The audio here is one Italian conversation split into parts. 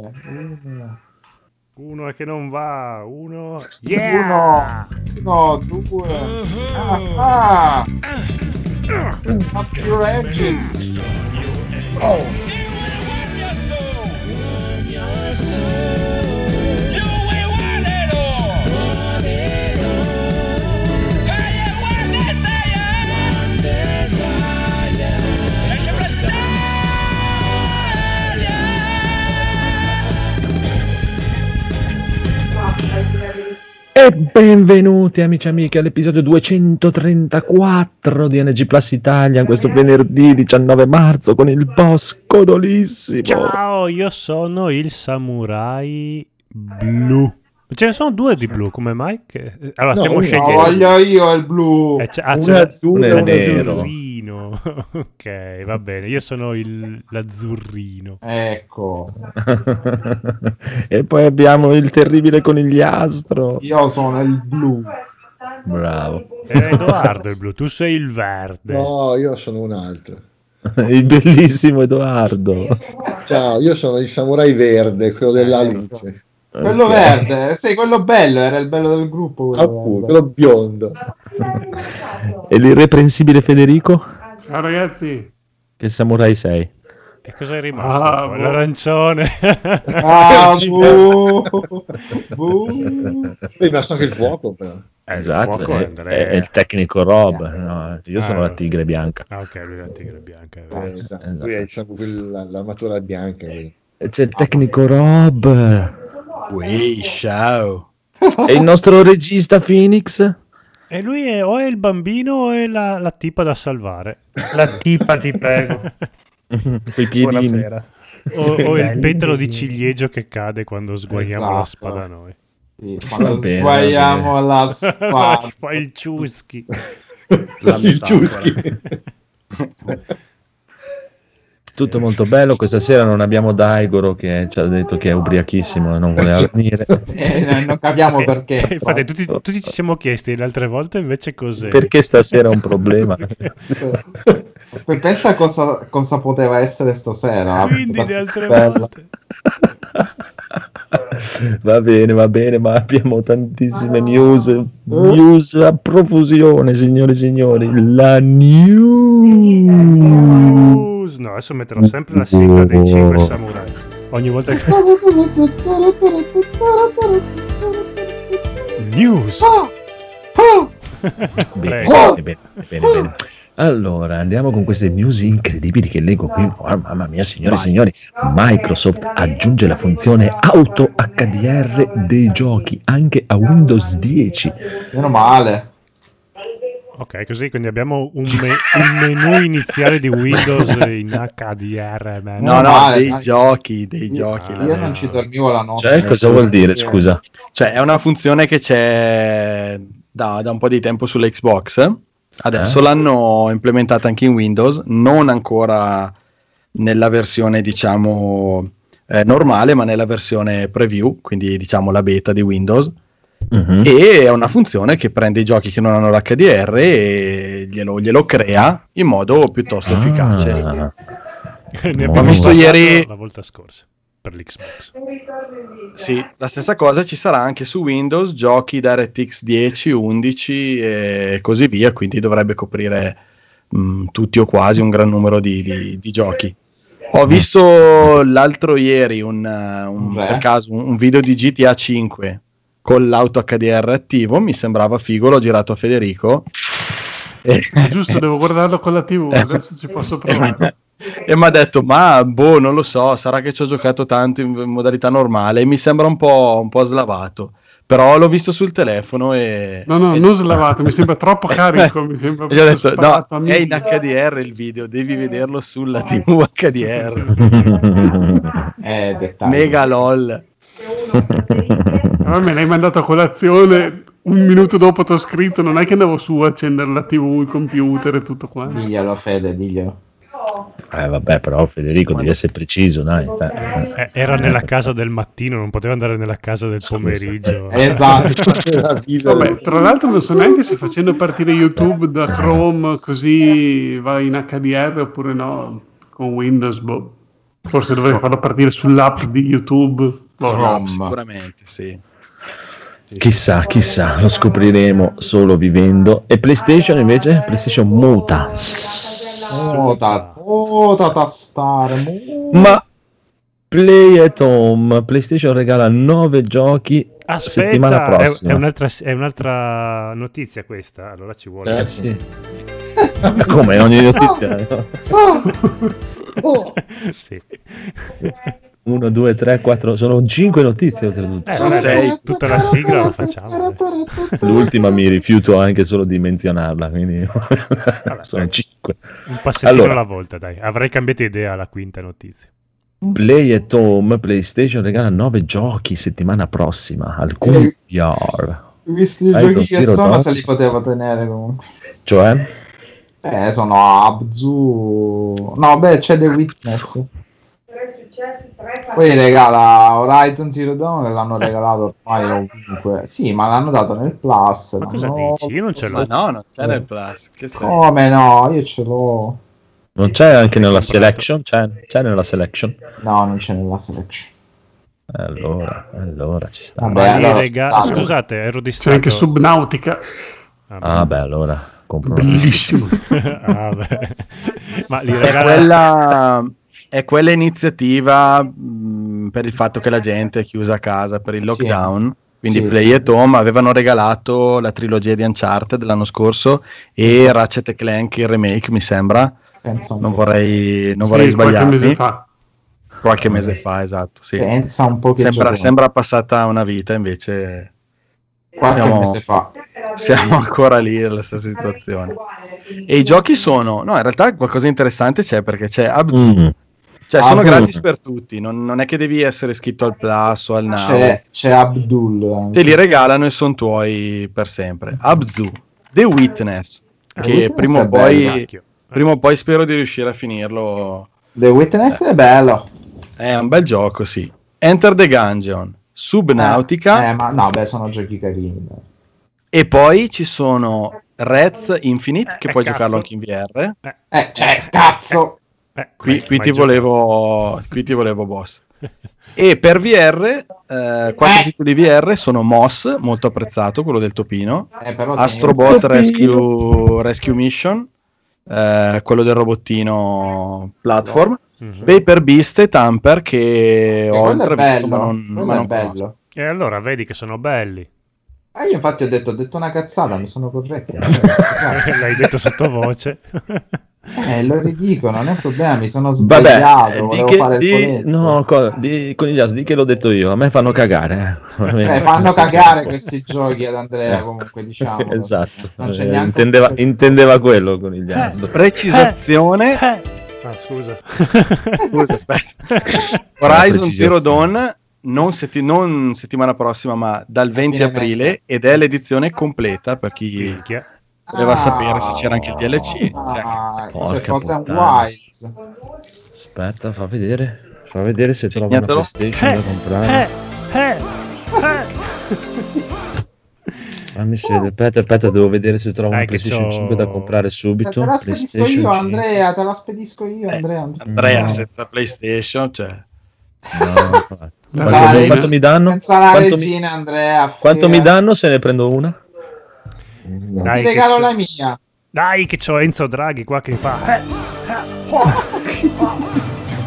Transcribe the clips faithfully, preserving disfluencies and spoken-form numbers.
uno. Uno è che non va, uno, yeah! Uno, uno, due, ah, ah. Up your engine. Oh. E benvenuti amici e amiche all'episodio duecentotrentaquattro di N G Plus Italia, questo venerdì diciannove marzo con il boss Codolissimo. Ciao, io sono il samurai blu. Ce ne sono due di blu, come mai? Che... Allora, no, stiamo no, scegliendo. voglio io il blu. Eh, c'è, ah, un c'è azzurro e un nero. l'azzurrino. Ok, va bene. Io sono il, l'azzurrino. Ecco. E poi abbiamo il terribile conigliastro. Io sono il blu. Bravo. È Edoardo il blu, tu sei il verde. No, io sono un altro. Il bellissimo Edoardo. Ciao, io sono il samurai verde, quello della luce. Quello Okay. verde, sì, quello bello, era il bello del gruppo. Quello, Appunto, quello biondo. E l'irreprensibile Federico? Ciao ragazzi. Che samurai sei? E cosa è rimasto? Ah, poi? boh. L'arancione. Ah, bu, bu. È rimasto anche il fuoco, però. Eh, il Esatto, fuoco è, Andrea. è il tecnico Rob. No, io sono Ah, la tigre bianca. Ah, ok, lui è la tigre bianca. È Eh, vero. esatto. esatto. Lui è diciamo, quella- l'armatura bianca. Quindi. E c'è il tecnico Rob. Ui, ciao. E il nostro regista Phoenix. E lui è o è il bambino o è la, la tipa da salvare. La tipa, ti prego. Quei piedini. Buonasera. O, o il Belli, petalo di belli. ciliegio che cade quando sguagliamo la Esatto. spada noi. Sì, quando Va bene, sguaiamo va la spada. Fa il ciuschi. La il metafora. ciuschi. Tutto molto bello. Questa sera non abbiamo Daigoro che ci ha detto che è ubriachissimo e non voleva venire. Eh, non capiamo Eh, perché. infatti tutti, tutti ci siamo chiesti le altre volte invece cos'è. Perché stasera è un problema. Poi pensa cosa, cosa poteva essere stasera. Quindi le altre Bella. volte. Va bene, va bene, ma abbiamo tantissime news, news a profusione, signori e signori. La news. No, adesso metterò sempre la sigla dei cinque samurai. Ogni volta che... News! Bene, Prego. bene, bene, bene, bene. Allora, andiamo con queste news incredibili che leggo qui. Oh, mamma mia, signore e signori, Microsoft aggiunge la funzione Auto H D R dei giochi anche a Windows dieci. Meno male. Ok, così quindi abbiamo un, me- un menu iniziale di Windows in H D R. man. No, no, male, dei dai. giochi, dei giochi. Ah, Io la- non ci dormivo la notte. Cioè, cosa vuol dire, scusa? Cioè, è una funzione che c'è da, da un po' di tempo sull'Xbox. Adesso Eh? l'hanno implementata anche in Windows, non ancora nella versione, diciamo, eh, normale, ma nella versione preview, quindi diciamo la beta di Windows. Mhm. E è una funzione che prende i giochi che non hanno l'H D R e glielo, glielo crea in modo piuttosto efficace. Ah. Ne Ho abbiamo visto parlato ieri- la volta scorsa per l'Xbox. Sì, la stessa cosa ci sarà anche su Windows, giochi DirectX dieci, undici e così via, quindi dovrebbe coprire mh, tutti o quasi un gran numero di, di- di giochi. Ho visto l'altro ieri un, uh, un- Beh. per caso un, un video di G T A cinque con l'auto H D R attivo, mi sembrava figo, l'ho girato a Federico e, Giusto, devo guardarlo con la tivù, adesso ci posso provare. e mi ha detto ma boh, non lo so, sarà che ci ho giocato tanto in modalità normale e mi sembra un po', un po' slavato, però l'ho visto sul telefono e No, no, e- non slavato, mi sembra troppo carico, mi sembra e gli ho detto no, sparato a è mille. in H D R il video, devi vederlo sulla tivù H D R. Eh, dettagli. Mega lol. Allora me l'hai mandato a colazione, un minuto dopo ti ho scritto, non è che andavo su a accendere la tivù, il computer e tutto qua. Diglielo, Fede, diglielo. Eh vabbè, però Federico devi essere preciso, dai. Eh, Eh, era nella casa del mattino, non poteva andare nella casa del Scusa. pomeriggio. Esatto. Vabbè, tra l'altro non so neanche se facendo partire YouTube da Chrome così va in H D R oppure no, con Windows, boh. Forse dovrei farlo partire sull'app di YouTube. No, sicuramente, sì. Chissà, chissà, lo scopriremo solo vivendo. E PlayStation invece? PlayStation muta. Muta, muta tastare. Ma Play at Home, PlayStation regala nove giochi settimana Aspetta, è, prossima. è, un'altra, è un'altra notizia questa, allora ci vuole. Eh, sì. Come ogni notizia? Oh. Sì. uno, due, tre, quattro, sono cinque notizie oltretutto. Eh, Sono vabbè, sei. tutta la sigla la facciamo. dai. L'ultima mi rifiuto anche solo di menzionarla, quindi sono dai. cinque. Un passettino Allora. alla volta, dai. Avrei cambiato idea alla quinta notizia. Play at Home, PlayStation regala nove giochi settimana prossima, alcuni Eh. V R. Visti i Hai giochi un che tiro sono, d'oro? se li potevo tenere comunque. Cioè? Eh, sono Abzu. No, beh, c'è The Witness. Poi regala Horizon Zero Dawn e l'hanno regalato ormai ovunque. Sì, ma l'hanno dato nel Plus. Ma cosa l'hanno- dici? Io non ce Ma l'ho. no, non c'è nel Plus. Che stai... Come no? Io ce l'ho. Non c'è anche nella comprato. selection? C'è, c'è nella selection? No, non c'è nella selection. Eh, Allora, allora ci sta. Vabbè, Ma li allora, rega- scusate. Scusate, ero C'è distratto. anche Subnautica, Ah, beh, allora compro una. bellissimo. Ah, beh. Ma li È regala... quella, è quella iniziativa mh, per il fatto che la gente è chiusa a casa per il lockdown. Quindi Sì. Play at Home avevano regalato la trilogia di Uncharted dell'anno scorso e Ratchet and Clank il remake, mi sembra. Pensa un Non po'. vorrei, non Sì, vorrei qualche sbagliarmi. mese fa. Qualche mese fa, esatto. Sì. Pensa un po' che Sembra, gioco- sembra passata una vita, invece qualche siamo- mese fa. siamo ancora lì nella stessa situazione. E i giochi sono, no, in realtà qualcosa di interessante c'è, perché c'è Abzu, Mm. cioè sono Ah, gratis mm. per tutti, non, non è che devi essere iscritto al Plus o al Now, C'è, c'è Abdul. anche. te li regalano e sono tuoi per sempre. Abzu, The Witness, The che Witness prima è o poi, bello. Cacchio. prima o poi spero di riuscire a finirlo. The Witness è bello. È un bel gioco, sì. Enter the Gungeon, Subnautica, Eh, ma no, beh, sono giochi carini. dai. e poi ci sono Rez Infinite, Eh, che eh, puoi cazzo. giocarlo anche in V R. Eh, cioè, cazzo. Eh, Qui, mai- qui mai ti giocato. volevo, qui ti volevo, boss. E per V R, eh, quattro Eh. titoli V R sono Moss, molto apprezzato, quello del topino, Eh, però Astrobot Topino. Rescue, Rescue Mission, eh, quello del robottino platform, Mhm. Paper Beast e Tamper, che che ho quello è intravisto bello. ma non, quello ma è non bello. conosco. E allora vedi che sono belli. Ah, io infatti ho detto, ho detto una cazzata, mi sono corretto. L'hai detto sottovoce. Eh, lo ridico, non è un problema, mi sono Vabbè, sbagliato, di volevo che, fare il di, fumetto. no, co- di, Conigliaso, di che l'ho detto io, a me fanno cagare. eh. Eh, fanno cagare questi giochi ad Andrea, comunque, diciamo. Esatto, Non c'è Eh, neanche intendeva, un- intendeva quello Conigliaso. Precisazione, Eh. Ah, scusa. scusa, aspetta. Horizon precisazione. Zero Dawn non, setti- non settimana prossima, ma dal venti Fine aprile, mese. ed è l'edizione completa per chi Minchia. voleva sapere se c'era anche il D L C. Ah, c'è Porca cosa in puttana. Wilds. Aspetta, fa vedere, fa vedere se trovo una Segnatelo. PlayStation da comprare. Eh, eh, eh. Fammi vedere, aspetta, aspetta, devo vedere se trovo Dai, una che PlayStation c'ho- cinque da comprare Te subito. la spedisco PlayStation io, cinque. Andrea, te la spedisco io, Eh, Andrea. Andrea No. senza PlayStation, cioè. No, infatti. La quanto, regina. quanto mi danno? Senza la Quanto mi, regina, Andrea. quanto figa. mi danno se ne prendo una? Ti Dai, che regalo c'ho- la mia. Dai, che c'ho Enzo Draghi qua che mi fa. Eh, eh, oh, oh.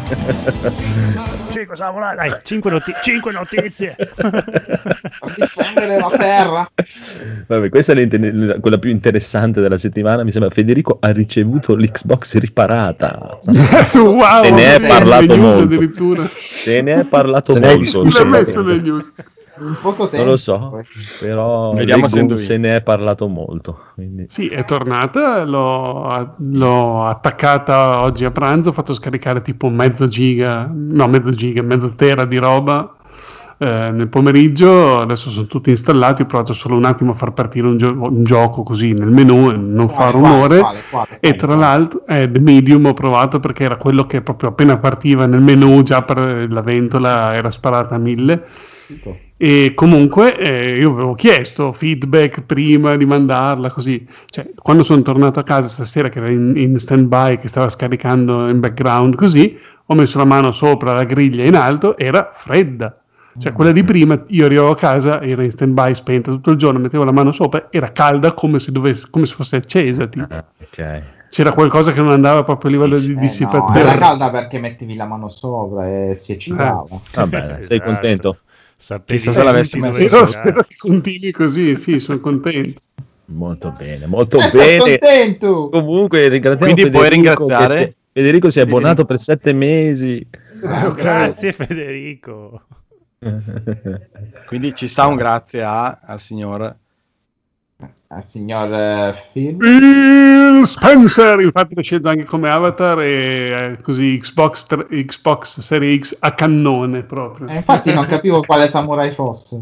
Sì, cosa volare? Dai, cinque, noti- cinque notizie. Per difendere la terra. Vabbè, questa è l'inte- quella più interessante della settimana. Mi sembra Federico ha ricevuto l'Xbox riparata. Wow, Se ne è le parlato news molto. addirittura. Se ne è parlato Se ne è molto. L'ha Sì, messo nelle news. In poco tempo. Non lo so, però Vediamo se leggo, indovini. se ne è parlato molto. Quindi... Sì, è tornata, l'ho, l'ho attaccata oggi a pranzo, ho fatto scaricare tipo mezzo giga, no mezzo giga, mezzo tera di roba eh, nel pomeriggio, adesso sono tutti installati, ho provato solo un attimo a far partire un, gio- un gioco così nel menu e non fa Quale, rumore. quale, quale, quale, E tra quale? l'altro eh, The Medium ho provato perché era quello che proprio appena partiva nel menu, già per la ventola era sparata a mille. E comunque eh, io avevo chiesto feedback prima di mandarla così, cioè quando sono tornato a casa stasera che era in, in stand by, che stava scaricando in background così, ho messo la mano sopra la griglia in alto, era fredda. Cioè quella di prima, io arrivavo a casa, era in stand by, spenta tutto il giorno, mettevo la mano sopra, era calda come se, dovesse, come se fosse accesa, tipo. Ah, ok. C'era qualcosa che non andava proprio a livello di Eh, no, dissipazione. era calda perché mettevi la mano sopra e si eccitava. Va bene, sei Esatto. contento? Sapevi Chissà se l'avessi dove messo Spero, giocare. spero che continui così, sì, sono contento. Molto bene, molto Eh, sono bene. contento! Comunque ringraziamo Quindi puoi Federico ringraziare- che si- Federico si è Federico. abbonato per sette mesi. Grazie Federico. Quindi ci sta un grazie a, al signor Al signor eh, Phil. Phil Spencer, infatti l'ho scelto anche come avatar e eh, così Xbox, tre- Xbox Series X a cannone proprio. Eh, infatti non capivo quale samurai fosse.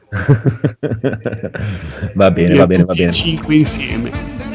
Va bene, E va bene, va tutti bene. e cinque insieme.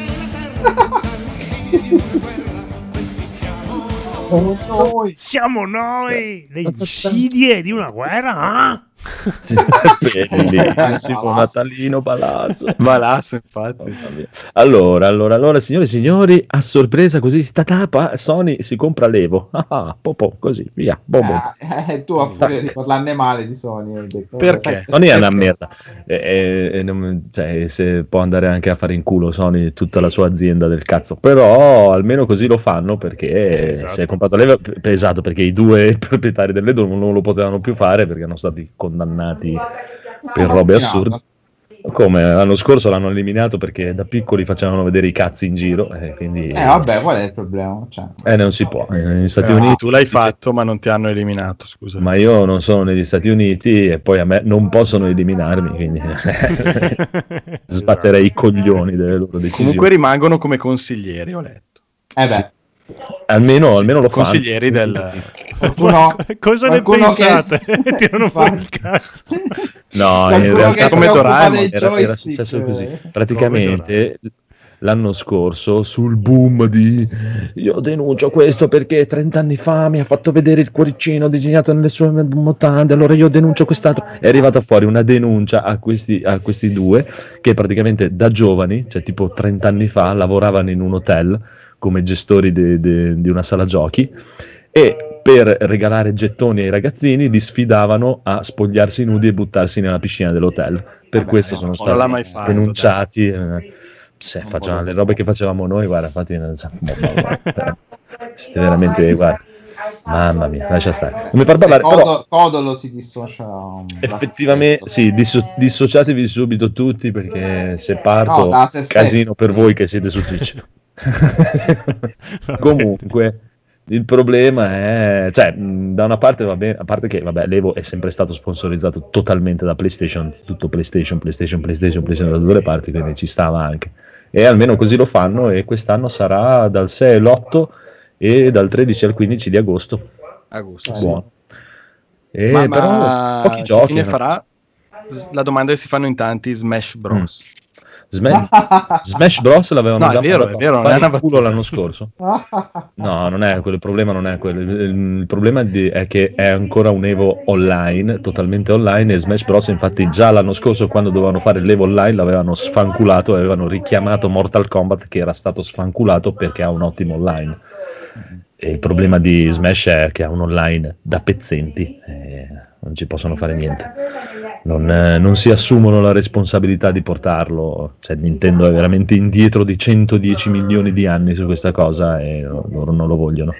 Noi. Siamo noi, le insidie di una guerra. eh? Sì, bellissimo Natalino Palazzo. Valasso, infatti. Mamma mia. Allora, allora, allora, signore e signori, a sorpresa così, sta tapa, Sony si compra l'Evo. Ah, po, po, così, via. Bobo. Eh, eh, tu a furia di parlarne male di Sony hai detto, Perché? sai- Sony è una merda. E, e- e non- cioè, se può andare anche a fare in culo Sony tutta la sua azienda del cazzo, però almeno così lo fanno perché Esatto. si è comprato l'Evo. Esatto, perché i due proprietari dell'Evo non lo potevano più fare perché erano stati condannati per robe assurde. Come l'anno scorso l'hanno eliminato perché da piccoli facevano vedere i cazzi in giro e quindi Eh vabbè, qual è il problema? Cioè, eh, non si può. Negli Stati Ah, Uniti tu l'hai fatto, ma non ti hanno eliminato, scusa. ma io non sono negli Stati Uniti e poi a me non possono eliminarmi, quindi sbatterei i coglioni delle loro decisioni. Comunque rimangono come consiglieri, ho letto. eh beh, almeno, almeno lo fanno. Consiglieri del... qualcuno, Cosa ne qualcuno che- pensate? Tirano fuori il cazzo. No, qualcuno in che realtà si come occupa Doraemon, dei era, era joystick, successo così. eh. Praticamente l'anno scorso sul boom di io denuncio questo perché trenta anni fa mi ha fatto vedere il cuoricino disegnato nelle sue mutande, allora io denuncio quest'altro. È arrivata fuori una denuncia a questi, a questi due che praticamente da giovani, cioè tipo trenta anni fa, lavoravano in un hotel come gestori de- de- di una sala giochi e per regalare gettoni ai ragazzini li sfidavano a spogliarsi nudi e buttarsi nella piscina dell'hotel. Per Vabbè, questo no, sono non l'ha stati mai fatto, denunciati. eh, Se facevano le robe che facevamo noi, guarda, infatti, non so, boh, boh, boh, siete veramente, guarda, mamma mia, lascia stare. Non mi far parlare, però Codo- Codolo si dissocia um, da effettivamente, se stesso. sì, disso- dissociatevi subito tutti perché se parto, No, da se stesso. casino per voi che siete su Twitch. Comunque, il problema è, cioè, mh, da una parte va bene, a parte che, vabbè, l'Evo è sempre stato sponsorizzato totalmente da PlayStation, tutto PlayStation, PlayStation, PlayStation, PlayStation da tutte le parti, quindi ci stava anche. E almeno così lo fanno e quest'anno sarà dal sei all'otto e dal tredici al quindici di agosto. Agosto. Eh, Buono. E Ma, però ma pochi che giochi. fine no? farà? S- La domanda che si fanno in tanti, Smash Bros. Smash, Smash Bros l'avevano No, è già vero, mandato è vero, a non è fare una il culo battuta. l'anno scorso. No, non è quello, il problema non è quello. Il, il problema di- è che è ancora un Evo online, totalmente online, e Smash Bros. Infatti già l'anno scorso quando dovevano fare l'Evo online l'avevano sfanculato e avevano richiamato Mortal Kombat che era stato sfanculato perché ha un ottimo online. E il problema di Smash è che ha un online da pezzenti e non ci possono fare niente. Non, eh, non si assumono la responsabilità di portarlo, cioè Nintendo è veramente indietro di centodieci milioni di anni su questa cosa e loro non lo vogliono.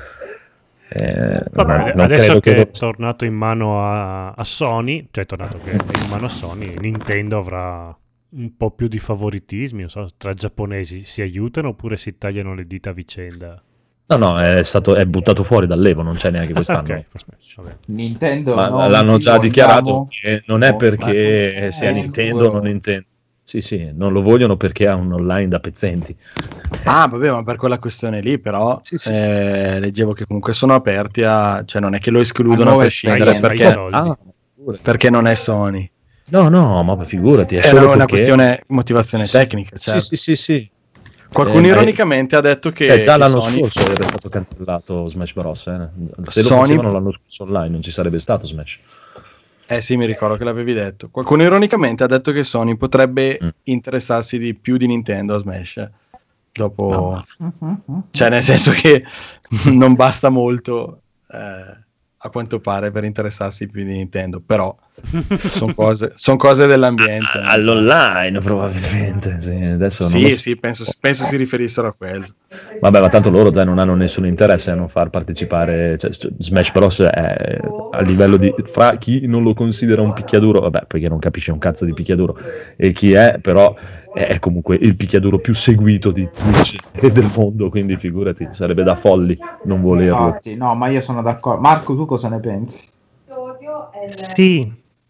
Eh, Vabbè, non- non adesso credo che è loro- tornato in mano a, a Sony, cioè è tornato che è in mano a Sony, Nintendo avrà un po' più di favoritismi, non so, tra giapponesi si aiutano oppure si tagliano le dita a vicenda. No, no, è stato è buttato fuori dall'Evo, non c'è neanche quest'anno. Ok, vabbè. Nintendo Ma non l'hanno ti già vogliamo- dichiarato che non è Oh, perché ma- sia eh, Nintendo sicuro. o non Nintendo. Sì, sì, non lo vogliono perché ha un online da pezzenti. Ah, vabbè, ma per quella questione lì, però, Sì, sì. eh, leggevo che comunque sono aperti a... cioè non è che lo A escludono a nuove prescindere esperienze. perché, soldi. Ah, figurati. perché non è Sony. No, no, ma figurati, è È solo una perché... questione motivazione tecnica. Cioè, Sì, sì, sì, sì. Qualcuno Eh, ma- ironicamente ha detto che, Cioè, già che l'anno Sony... scorso era stato cancellato Smash Bros. Eh. Se lo Sony- facevano l'anno scorso online non ci sarebbe stato Smash. Eh sì, mi ricordo che l'avevi detto. Qualcuno ironicamente ha detto che Sony potrebbe Mm. interessarsi di più di Nintendo a Smash. Dopo... No. Mhm. Cioè, nel senso che non basta molto eh, a quanto pare, per interessarsi più di Nintendo, però sono cose, son cose dell'ambiente. Ah, all'online probabilmente, sì, adesso sì, non lo so. sì, penso, penso si riferissero a quello. Vabbè, ma tanto loro dai, non hanno nessun interesse a non far partecipare, cioè, Smash Bros è a livello di, fra chi non lo considera un picchiaduro, vabbè, perché non capisce un cazzo di picchiaduro, e chi è, però è comunque il picchiaduro più seguito di Twitch e del mondo, quindi figurati, sarebbe da folli non volerlo. Infatti, no, ma io sono d'accordo. Marco, tu cosa ne pensi? Sì,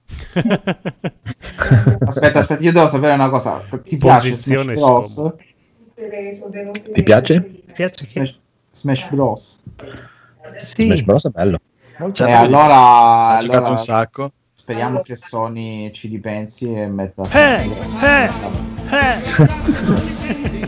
Aspetta, aspetta, io devo sapere una cosa. Ti piace Posizione Smash Bros? Ti piace? mi piace che... Smash, Smash Bros? Sì, Smash Bros è bello. Certo, E vedi, allora, ha giocato allora un sacco. speriamo che Sony ci ripensi e metta Eh, eh, eh.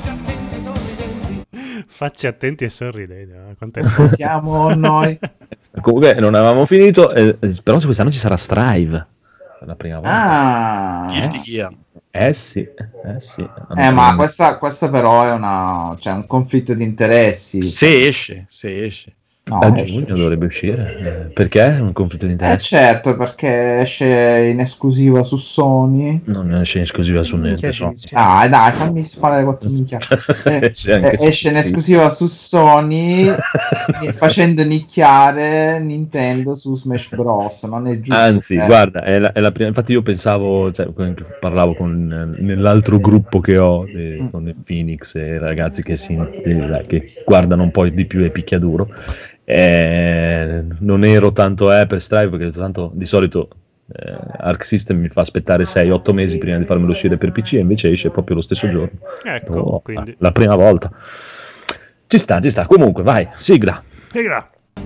Facci attenti e sorridenti. eh, quanto è- siamo noi. Comunque non avevamo finito, eh, però quest'anno ci sarà Strive per la prima volta. Ah, Guilty Gear. Eh sì, eh sì. eh, ma questa, questa però è una, cioè, un conflitto di interessi. Se esce, se esce. No, A esce. giugno dovrebbe uscire. Eh, Perché? È un conflitto di Eh interessi. certo, perché esce in esclusiva su Sony. Non esce in esclusiva su niente. So. Dai, dai, fammi sparare quattro minchia. Eh, Esce anche eh, su- esce in esclusiva su Sony eh, facendo nicchiare Nintendo su Smash Bros. Non è giusto. Anzi, eh. guarda, è la, è la prima. Infatti, io pensavo, cioè, parlavo con nell'altro gruppo che ho eh, Mm. con il Phoenix e i ragazzi che, si, eh, che guardano un po' di più e picchiaduro. Eh, non ero tanto eh, per Strive perché tanto di solito eh, Arc System mi fa aspettare sei otto mesi prima di farmelo uscire per P C e invece esce proprio lo stesso giorno. Ecco, Oh, quindi. la prima volta. Ci sta, ci sta. Comunque, vai, sigla. Sigla.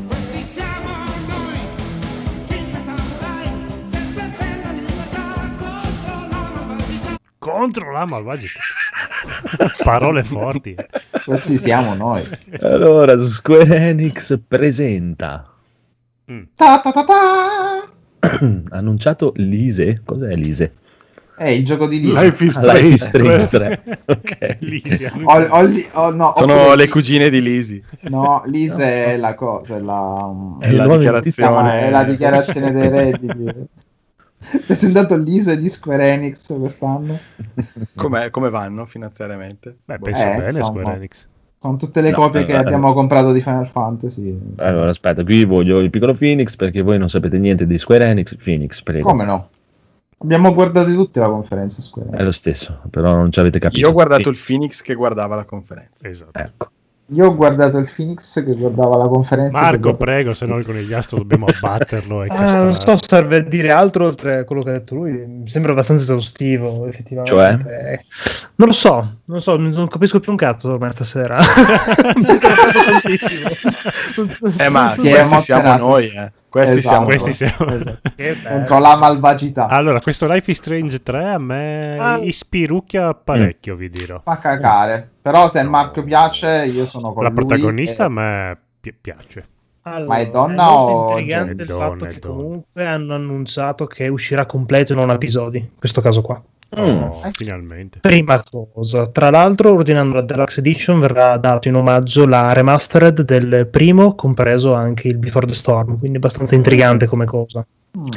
Contro la malvagità. Parole forti. Questi siamo noi. Allora, Square Enix presenta. Mm. Ta ta ta ta! Annunciato Lise. Cos'è Lise? È il gioco di Lisa. Life is Ah, Life is Strange. Strange tre. Ok. Lisi, O- o li- o no, Sono oppure- le cugine di Lisi. No, Lisa è la cosa, è la, È la nuove dichiarazione. è la dichiarazione dei redditi. Presentato Lisa di Square Enix quest'anno Com'è- come vanno finanziariamente? Beh, Boh. penso Eh, bene insomma. Square Enix. con tutte le No, copie che eh, abbiamo comprato di Final Fantasy. Allora, aspetta, qui voglio il piccolo Phoenix perché voi non sapete niente di Square Enix. Phoenix, prego. Come no? Abbiamo guardato tutte la conferenza Square È Enix. lo stesso, però non ci avete capito. Io ho guardato il Phoenix che guardava la conferenza. Esatto. Ecco. Io ho guardato il Phoenix che guardava la conferenza. Marco, che- prego, se no il conigliastro dobbiamo abbatterlo e Ah, non castrare. so, serve a dire altro oltre a quello che ha detto lui. Mi sembra abbastanza esaustivo, effettivamente. Cioè? Non lo so, non so, non capisco più un cazzo ormai stasera. Mi sono fatto tantissimo. Eh, ma Si è questi siamo emozionato. noi, eh. Questi Esatto. siamo Questi noi. siamo. Esatto. Che bello. Contro la malvagità. Allora, questo Life is Strange tre a me Ah. ispirucchia parecchio, vi dirò. Fa cagare. Però se No. Marco piace, io sono con La lui protagonista e- a me pi- piace. Allora, Ma è donna è molto o intrigante è il donna, fatto è che donna. comunque hanno annunciato che uscirà completo in non episodi, in questo caso qua. Oh, Mm. finalmente. Prima cosa, tra l'altro, ordinando la Deluxe Edition verrà dato in omaggio la remastered del primo, compreso anche il Before the Storm, quindi abbastanza intrigante come cosa. Mm.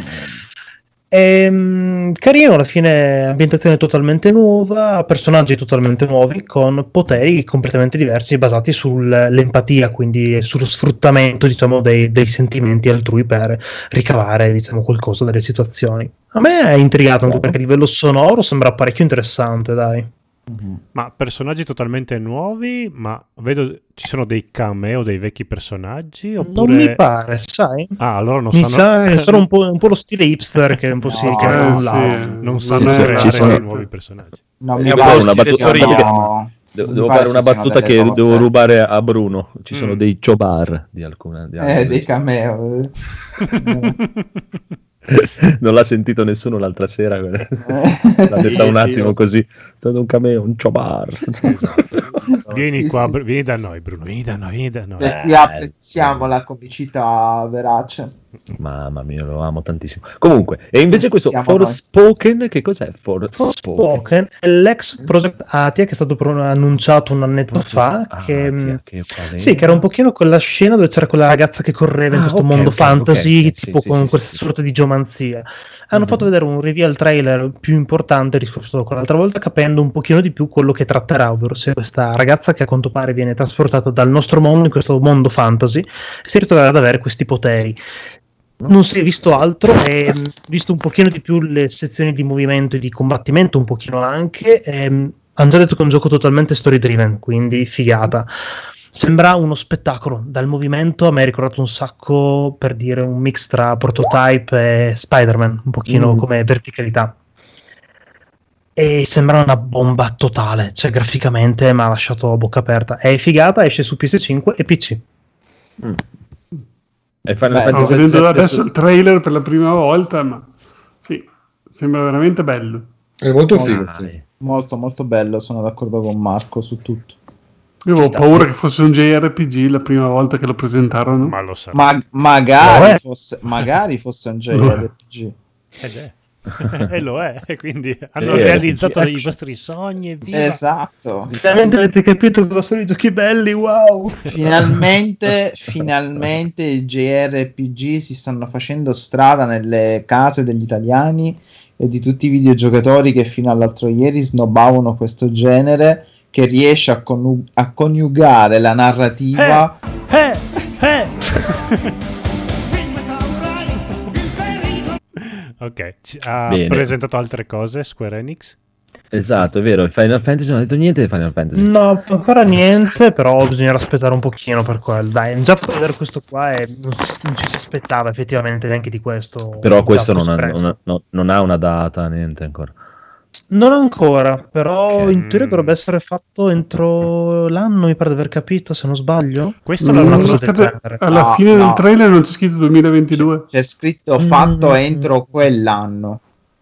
Ehm, carino, alla fine ambientazione totalmente nuova, personaggi totalmente nuovi con poteri completamente diversi basati sull'empatia, quindi sullo sfruttamento, diciamo, dei, dei sentimenti altrui per ricavare, diciamo, qualcosa dalle situazioni. A me è intrigato anche perché a livello sonoro sembra parecchio interessante, dai. Mhm. Ma personaggi totalmente nuovi, ma vedo ci sono dei cameo dei vecchi personaggi oppure... Non mi pare, sai? Ah, allora non Mi sanno... sa è solo un po', un po' lo stile hipster che un po' si No, ricava eh, da un sì. lato. Non Sì, sanno sì, creare ci sono- dei nuovi personaggi. Non E mi poi pare una ci battuta siano- che- Devo, mi devo pare fare ci una siano battuta delle che cose. devo rubare a Bruno. Ci sono Mm. dei chobar di alcune. Di Eh, alcune- dei cameo. eh. Non l'ha sentito nessuno l'altra sera. L'ha Eh. detta un Sì, attimo sì, così. È stato un cameo, un chobar. Esatto. vieni sì, qua, sì. Bru- vieni da noi, Bruno, vieni da noi, vieni da noi. E qui apprezziamo la comicità verace. Mamma mia, lo amo tantissimo. Comunque, e invece questo Siamo Forspoken, che cos'è? For- Forspoken è l'ex Project Atia che è stato pro- annunciato un annetto fa, Ah, che, tia, che palle. sì, che era un pochino quella scena dove c'era quella ragazza che correva in Ah, questo ok, mondo ok, fantasy, ok, tipo sì, con sì, questa sì, sorta di geomanzia. Hanno Mhm. fatto vedere un reveal trailer più importante rispetto a quell'altra volta, capendo un pochino di più quello che tratterà, ovvero se questa ragazza che a quanto pare viene trasportata dal nostro mondo in questo mondo fantasy si ritroverà ad avere questi poteri. Non si è visto altro, e mh, visto un pochino di più le sezioni di movimento e di combattimento, un pochino anche, ehm, hanno già detto che è un gioco totalmente story driven, quindi figata. Sembra uno spettacolo, dal movimento a me ha ricordato un sacco, per dire, un mix tra Prototype e Spider-Man, un pochino Mm. come verticalità. E sembra una bomba totale, cioè graficamente mi ha lasciato a bocca aperta. È figata, esce su P S cinque e P C. Mm. E Final Beh, Stavo Fantasy vedendo sette adesso su- il trailer per la prima volta, ma sì, sembra veramente bello. È molto Molto figo. Dai. Sì. Molto molto bello, sono d'accordo con Marco su tutto. Io avevo sta. paura che fosse un J R P G la prima volta che lo presentarono. Ma lo sa. Ma- magari, Lo è. fosse, magari fosse un J R P G. Ed è. E lo è, e quindi hanno Eh, realizzato action. i vostri sogni e via. Esatto. Finalmente avete capito cosa sono i giochi belli, wow! Finalmente, finalmente i J R P G si stanno facendo strada nelle case degli italiani e di tutti i videogiocatori che fino all'altro ieri snobbavano questo genere, che riesce a, conu- a coniugare la narrativa. Eh, eh. Ok, ci- ha Bene. presentato altre cose Square Enix? Esatto, è vero. il Final Fantasy non ha detto niente di Final Fantasy. No, ancora niente, però bisognerà aspettare un pochino per quello. Dai, già per vedere questo qua e non, non ci si aspettava effettivamente neanche di questo. Però già questo non così ha, presto. non, ha, no- non ha una data, niente ancora. Non ancora, però Ok. in teoria dovrebbe essere fatto entro l'anno, mi pare di aver capito, se non sbaglio. Questo Mm, l'hanno una cosa del aspetta, genere. alla No, fine no. del trailer non c'è scritto duemilaventidue. C'è scritto fatto Mm. entro quell'anno.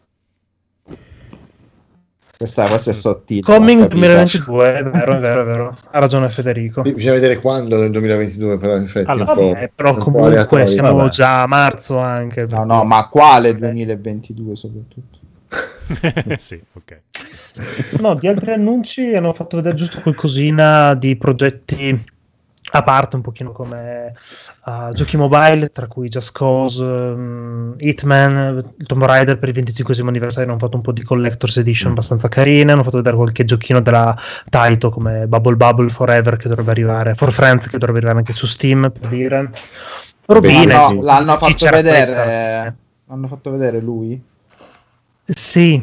Questa, questa è sottile. Coming ho capito. duemilaventidue, è vero, è vero, è vero. Ha ragione Federico. Sì, bisogna vedere quando nel duemilaventidue, però in effetti Alla un po', Vabbè, però un po' comunque aleatorio. siamo Vabbè. già a marzo anche. No, no, ma quale duemilaventidue soprattutto? Sì, ok. No, di altri annunci hanno fatto vedere giusto qualcosina di progetti a parte, un pochino come uh, giochi mobile, tra cui Just Cause, um, Hitman, Tomb Raider per il venticinquesimo anniversario hanno fatto un po' di Collector's Edition abbastanza carine, hanno fatto vedere qualche giochino della Taito come Bubble Bubble Forever che dovrebbe arrivare, For Friends che dovrebbe arrivare anche su Steam, per dire. Robine, No, sì, l'hanno sì, fatto c'era vedere. questa. L'hanno fatto vedere lui? Sì,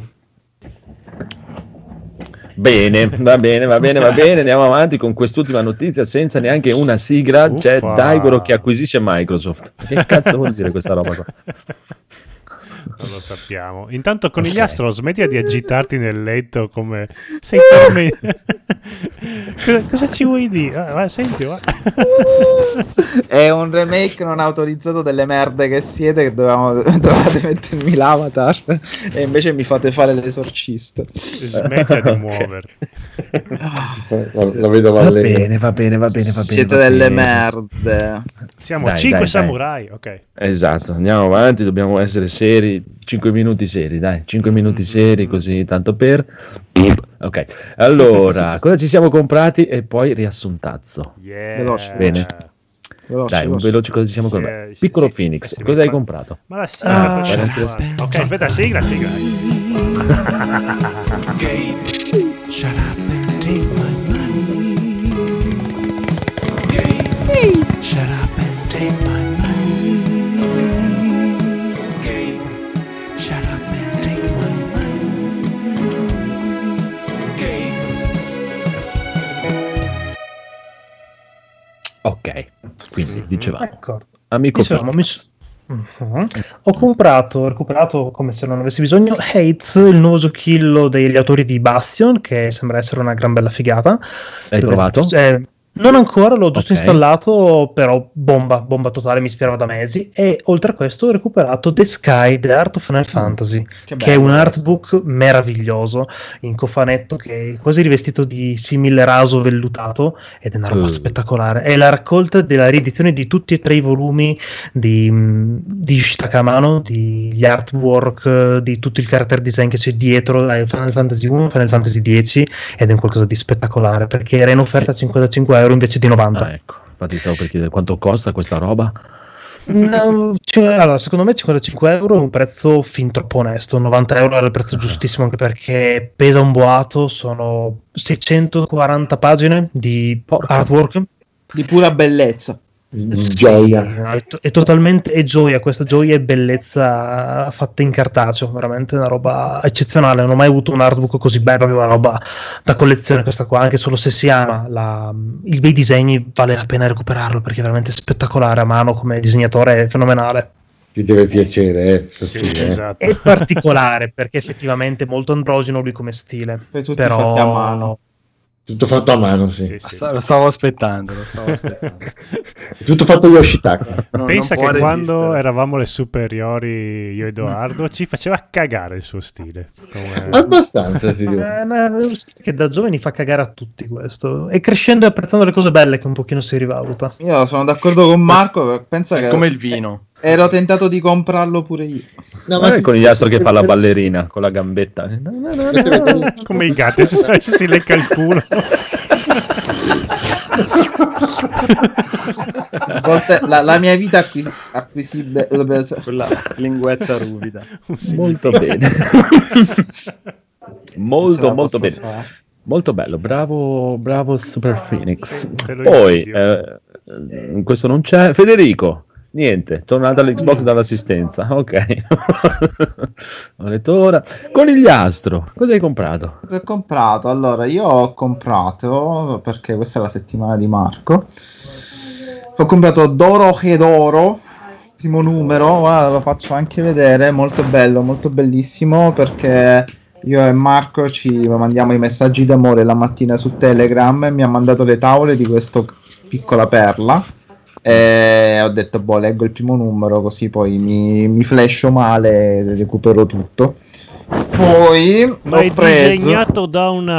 Bene, va bene, va bene, va bene. Andiamo avanti con quest'ultima notizia senza neanche una sigla. C'è Uffa. Daigoro che acquisisce Microsoft. Che cazzo vuol dire questa roba qua? Non lo sappiamo. Intanto Conigliastro, smettila di agitarti nel letto come sei tormentato. cosa, cosa ci vuoi dire? Ah, va, senti, va. È un remake non autorizzato delle merde che siete, che dovevamo, dovevate mettermi l'avatar e invece mi fate fare l'esorcista. Smettila di muoverti. La, la vedo Va Valle. bene, va bene, va bene, va bene. Siete va delle bene. merde. Siamo Dai, cinque dai, dai. samurai, ok. Esatto, andiamo avanti, dobbiamo essere seri. cinque minuti seri, dai, cinque minuti seri, così tanto per. Ok, allora, cosa ci siamo comprati e poi riassuntazzo. Yeah. Veloce. Bene. Veloce, Dai, un veloce. veloce cosa ci siamo Sì, comprati? sì, Piccolo sì. Phoenix, Sì, cosa hai ma- comprato? Ma la sigla, Ah, facciamo sì. qua. Ok, aspetta, sigla, sigla. Shut up and take my money. Gabe, shut up and take my money. Gabe, shut up and take my money. Gabe. Ok, quindi dicevamo, d'accordo. amico Dicevamo, Phoenix. mi s- Mhm. Ho comprato, ho recuperato come se non avessi bisogno Hates, il nuovo giochillo degli autori di Bastion, che sembra essere una gran bella figata. L'hai Dove- provato? eh, Non ancora, l'ho giusto Ok. installato, però bomba, bomba totale, mi ispirava da mesi. E oltre a questo ho recuperato The Sky, The Art of Final Fantasy, Che che è bello un questo. artbook meraviglioso, in cofanetto, che è quasi rivestito di simile raso vellutato, ed è una roba Uh. spettacolare. È la raccolta della riedizione di tutti e tre i volumi di, mh, di Yoshitaka Amano, di artwork, di tutto il character design che c'è dietro a Final Fantasy uno, Final Fantasy dieci, ed è un qualcosa di spettacolare, perché era in offerta a cinquantacinque euro invece di novanta. Ah, ecco, infatti stavo per chiedere quanto costa questa roba. No, cioè, allora, secondo me cinquantacinque euro è un prezzo fin troppo onesto. novanta euro era il prezzo giustissimo, anche perché pesa un boato. Sono seicentoquaranta pagine di Porca. artwork. Di pura bellezza. Gioia. Sì, è, to- è totalmente è gioia, questa gioia e bellezza fatta in cartaceo, veramente una roba eccezionale. Non ho mai avuto un artbook così bello, proprio una roba da collezione questa qua, anche solo se si ama la- i bei disegni vale la pena recuperarlo, perché è veramente spettacolare. A mano come disegnatore è fenomenale. Ti deve piacere, eh. Sì, Sì, eh. esatto. È particolare perché effettivamente è molto androgeno lui come stile, Poi tutti però fatti a mano. Tutto fatto a mano, sì. Sì, sì, Sta- sì. Lo stavo aspettando, lo stavo aspettando. Tutto fatto Yoshitaka. Non- Pensa non può che quando resistere. eravamo le superiori io ed Edoardo ci faceva cagare il suo stile. Come- Abbastanza, ti dico. è una- è uno stile che da giovani fa cagare a tutti questo, e crescendo e apprezzando le cose belle che un pochino si rivaluta. Io sono d'accordo con Marco, pensa È che come il vino. ero tentato di comprarlo pure io. No, Ma è ti- il conigliastro che fa la ballerina con la gambetta. come i gatti, si, si lecca il culo. Svolte- la, la mia vita acqui- acquisibile. Quella linguetta ruvida. Un Molto significato. bene. Ce molto, la molto posso bene. fare. Molto bello, bravo, bravo Super Phoenix. Sì, te lo Poi, invidio. eh, questo non c'è. Federico, niente, tornata all'Xbox dall'assistenza. Ok. Ho detto ora. Conigliastro, cosa hai comprato? Cosa ho comprato? Allora, io ho comprato, perché questa è la settimana di Marco, ho comprato Doro Hedoro, primo numero, guarda, lo faccio anche vedere, molto bello, molto bellissimo, perché io e Marco ci mandiamo i messaggi d'amore la mattina su Telegram e mi ha mandato le tavole di questa piccola perla. E ho detto, boh, leggo il primo numero così poi mi, mi flasho male e recupero tutto. Poi Ma ho è preso. disegnato da una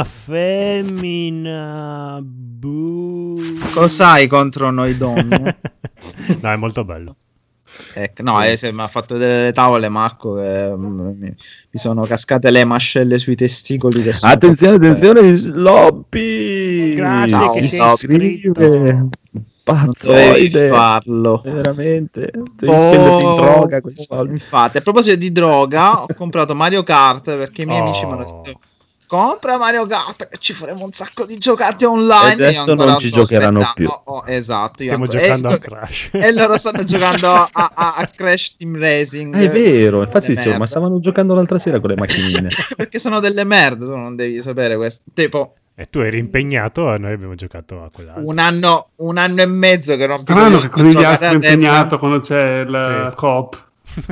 femmina. Buh. Cos'hai contro noi donne? No, è molto bello. Ecco, no, eh, se mi ha fatto delle tavole Marco, che, mm, mi, mi sono cascate le mascelle sui testicoli. Che sono Attenzione, proprio- attenzione, Sloppy! Grazie Ciao, che sei ciao. iscritto. Non dovevi Pazzoide! farlo. Veramente, devi Oh, spenderti in droga quei soldi. Infatti, a proposito di droga, ho comprato Mario Kart perché i miei Oh. amici mi hanno detto: compra Mario Kart che ci faremo un sacco di giocate online. E adesso io ancora non ci sto giocheranno aspettando. Oh, oh, esatto, io Stiamo ancora- giocando e, a Crash. e loro stanno giocando a, a- a Crash Team Racing. Ah, è vero, infatti Delle dicevo, ma merde. stavano giocando l'altra sera con le macchinine. Perché sono delle merde, tu non devi sapere questo. Tipo, E tu eri impegnato e noi abbiamo giocato a quell'altro. un anno, un anno e mezzo che non Strano che con gli giocare altri a è Debra. impegnato quando c'è il Sì. coop.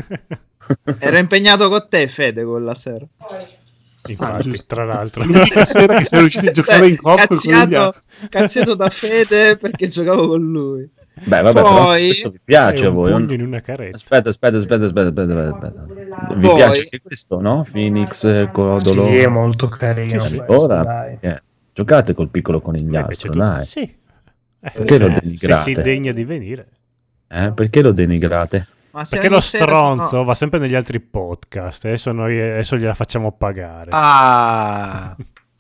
Ero impegnato con te, Fede, quella sera. Infatti, giusto. tra l'altro. L'unica sera che sei riusciti a giocare in coop con gli cazziato, altri. cazziato da Fede perché giocavo con lui. Beh, vabbè, però Poi- questo vi piace È a un voi. pugno non- in una carezza. Aspetta, aspetta, aspetta, aspetta, aspetta, aspetta. Vi Poi- piace anche questo, no? Phoenix, Codolo. Sì, è molto carino. Sì, sì. questo, Ora, dai. eh, giocate col piccolo A me piace conigliastro, tutto. dai. Sì. Eh, Perché lo se- se denigrate? si degna di venire. Eh, perché lo denigrate? Ma se Perché ogni lo sera stronzo sono- va sempre negli altri podcast. Adesso noi adesso gliela facciamo pagare. Ah,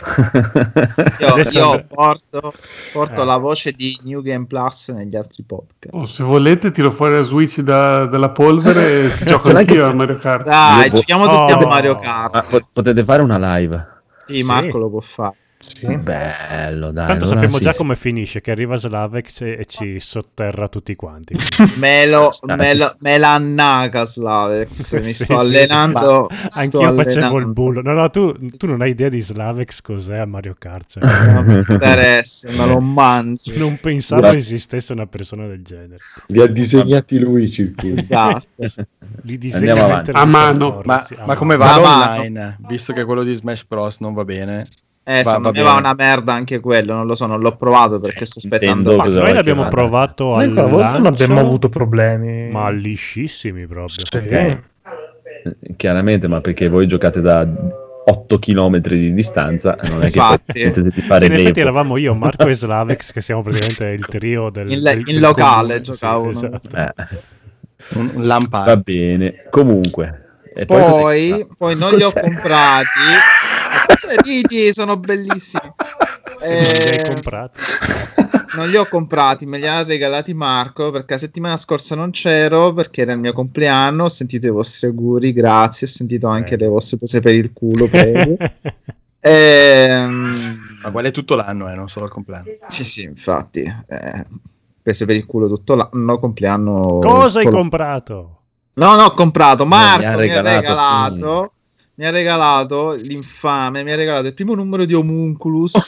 Io, Adesso io and- porto, porto Eh. la voce di New Game Plus negli altri podcast. Oh, se volete tiro fuori la Switch da- dalla polvere e ci gioco Ce l'hai anch'io che- a Mario Kart. Dai, Io- giochiamo tutti Oh. a Mario Kart. Ma po- potete fare una live? Sì, Sì. Marco lo può fare. Sì. Bello, dai. Tanto allora sappiamo sì, già sì. come finisce, che arriva Slavex e, e ci sotterra tutti quanti. Me, lo, Sta- me, lo- me la annaga Slavex. Mi Sì, sto sì. allenando. Ma sto anch'io facevo il allenando. bullo. No, no, tu, tu non hai idea di Slavex cos'è a Mario Kart. Cioè, Non mi interessa, me lo mangio. non pensavo Grazie. esistesse una persona del genere. Li ha disegnati lui i circuiti. Esatto. Li disegna Andiamo mentre avanti. li A mano. percorre, ma, sì, a ma mano. come A va mano. online? Visto che quello di Smash Bros non va bene. Eh, Va- secondo va me va bene. una merda anche quello, non lo so, non l'ho provato perché sto aspettando. Nintendo Ma cosa noi vuoi l'abbiamo che vada? provato Noi al quella volta non abbiamo lancio, avuto problemi. ma liscissimi proprio. Sì. Ok. Eh, Chiaramente, ma perché voi giocate da otto chilometri di distanza, non è che Infatti. potete di Sì, fare in effetti l'Evo. eravamo io, Marco e Slavex, che siamo praticamente il trio del, In, del- in del locale comune. giocavo. Sì, no? esatto. Eh, Un, un va lampare. bene. Comunque, e poi, Poi, cos'è? poi non li ho Cos'è? comprati. Cos'è, ridi, sono bellissimi. Se non li hai Eh, comprati. Non li ho comprati, me li ha regalati Marco perché la settimana scorsa non c'ero perché era il mio compleanno. Ho sentito i vostri auguri, grazie. Ho sentito anche Prego. le vostre prese per il culo, prego. Ehm, Ma quello è tutto l'anno, eh, non solo il compleanno. sì, sì, infatti. Eh, prese per il culo tutto l'anno, compleanno. Cosa hai tutto l'anno. comprato? No, no, ho comprato. Marco mi ha mi ha regalato, regalato, mi ha regalato l'infame, mi ha regalato il primo numero di Homunculus,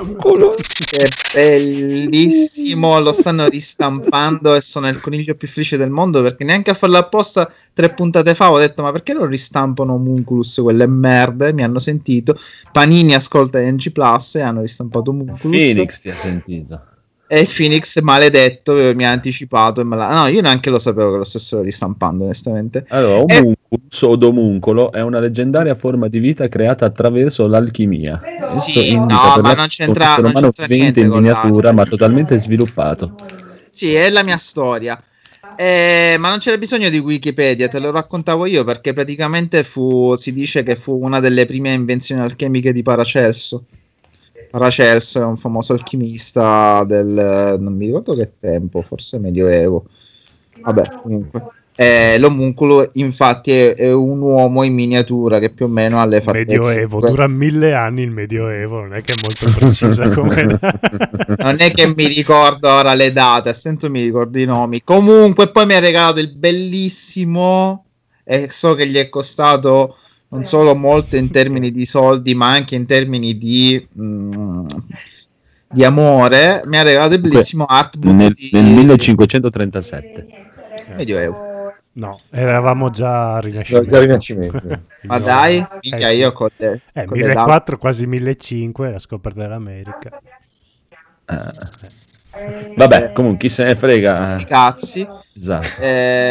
che è bellissimo. Lo stanno ristampando e sono il coniglio più felice del mondo perché neanche a farlo apposta tre puntate fa ho detto ma perché non ristampano Homunculus quelle merde? Mi hanno sentito. Panini ascolta N G Plus e hanno ristampato Homunculus. Phoenix ti ha sentito. E il Phoenix maledetto mi ha anticipato e me l'ha... No, io neanche lo sapevo che lo stessero ristampando, onestamente. Allora, E- Homunculus o Domuncolo è una leggendaria forma di vita creata attraverso l'alchimia. Esso Sì, indica no, per ma l'appunto non c'entra- un essere non umano c'entra vivente niente in con miniatura, l'alchimia. ma totalmente sviluppato. Sì, è la mia storia. Eh, ma non c'era bisogno di Wikipedia, te lo raccontavo io perché praticamente fu, si dice che fu una delle prime invenzioni alchemiche di Paracelso. Paracelso è un famoso alchimista del, non mi ricordo che tempo, forse Medioevo. Vabbè, comunque. Eh, l'omunculo infatti è, è un uomo in miniatura che più o meno ha le fattezze. Medioevo, dura mille anni il Medioevo, non è che è molto precisa come... Non è che mi ricordo ora le date, a stento mi ricordo i nomi. Comunque poi mi ha regalato il bellissimo e so che gli è costato non solo molto in termini di soldi, ma anche in termini di, mm, di amore. Mi ha regalato il bellissimo artbook Nel, di nel millecinquecentotrentasette. Medioevo. No, eravamo già a Già, Rinascimento. già Rinascimento. Ma No, dai, eh, minchia, sì. io con le, Eh, con le date. millequattrocento, quasi millecinquecento, la scoperta dell'America. Ah. Vabbè, comunque chi se ne frega. Sti cazzi. Esatto.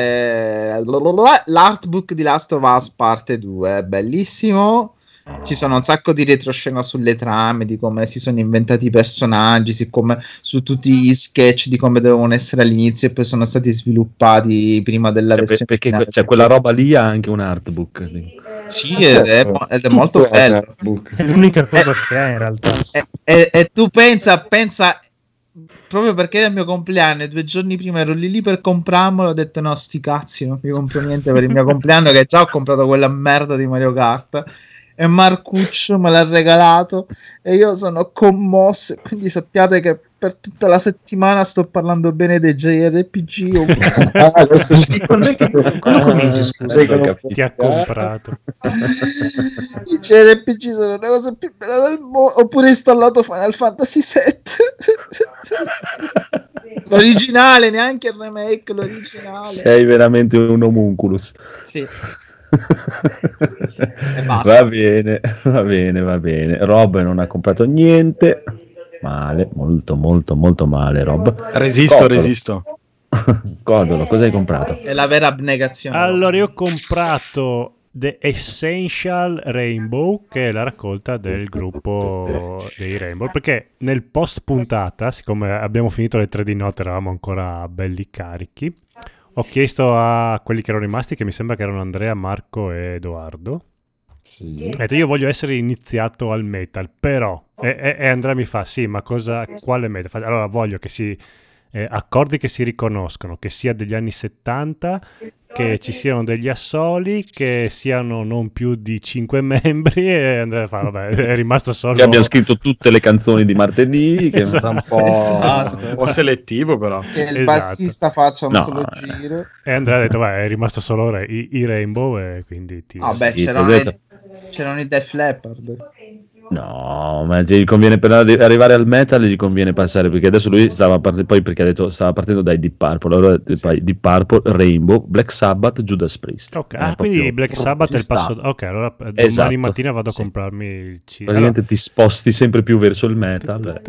Eh, l'artbook di Last of Us parte due è bellissimo. Ci sono un sacco di retroscena sulle trame, di come si sono inventati i personaggi, siccome su tutti gli sketch di come dovevano essere all'inizio e poi sono stati sviluppati prima della Cioè, per- versione perché finale. que- cioè, quella roba lì ha anche un artbook. Sì, ed è, ed è molto Tutto bello. artbook. È l'unica cosa che ha in realtà. E, e- e tu pensa, pensa proprio perché era il mio compleanno e due giorni prima ero lì lì per comprarmelo, ho detto no, sti cazzi, non mi compro niente per il mio compleanno che già ho comprato quella merda di Mario Kart e Marcuccio me l'ha regalato e io sono commosso, quindi sappiate che per tutta la settimana sto parlando bene dei J R P G. Ah, adesso sì. Quando è che- quando cominci, scusa? Adesso ho capito. Ti ha comprato. I J R P G sono le cose più belle del mondo. Ho pure installato Final Fantasy sette. L'originale, neanche il remake, l'originale. Sei veramente un homunculus. Sì. basta. Va bene, va bene, va bene. Rob non ha comprato niente. Male, molto, molto, molto male, Rob. Resisto, Codolo. resisto. Codolo, cosa hai comprato? È la vera abnegazione. Allora, io ho comprato The Essential Rainbow, che è la raccolta del gruppo dei Rainbow, perché nel post puntata, siccome abbiamo finito le tre di notte, eravamo ancora belli carichi, ho chiesto a quelli che erano rimasti, che mi sembra che erano Andrea, Marco e Edoardo, Sì. ho detto io voglio essere iniziato al metal, però, e, e- e Andrea mi fa, sì, ma cosa, quale metal? Fa- Allora voglio che si, eh, accordi che si riconoscono, che sia degli anni settanta, che ci siano degli assoli, che siano non più di cinque membri, e Andrea fa, vabbè, è rimasto solo... Che abbia scritto tutte le canzoni di martedì. Che... Esatto. Un po', un po' selettivo, però. Che il Esatto. bassista faccia un No. solo giro. E Andrea ha detto, vai, è rimasto solo Re- i, i Rainbow, e quindi ti... Vabbè, Sì, c'erano, t'ho detto. i, c'erano i Def Leppard. No, ma gli conviene per arri- arrivare al metal gli conviene passare, perché adesso lui stava partendo, poi perché ha detto stava partendo dai Deep Purple, allora poi Deep Purple, Rainbow, Black Sabbath, Judas Priest. Ok, Eh, ah, proprio- quindi Black Sabbath è il sta. passo. Ok, allora eh, domani Esatto, mattina vado a sì. comprarmi il C D. Praticamente ti sposti sempre più verso il metal.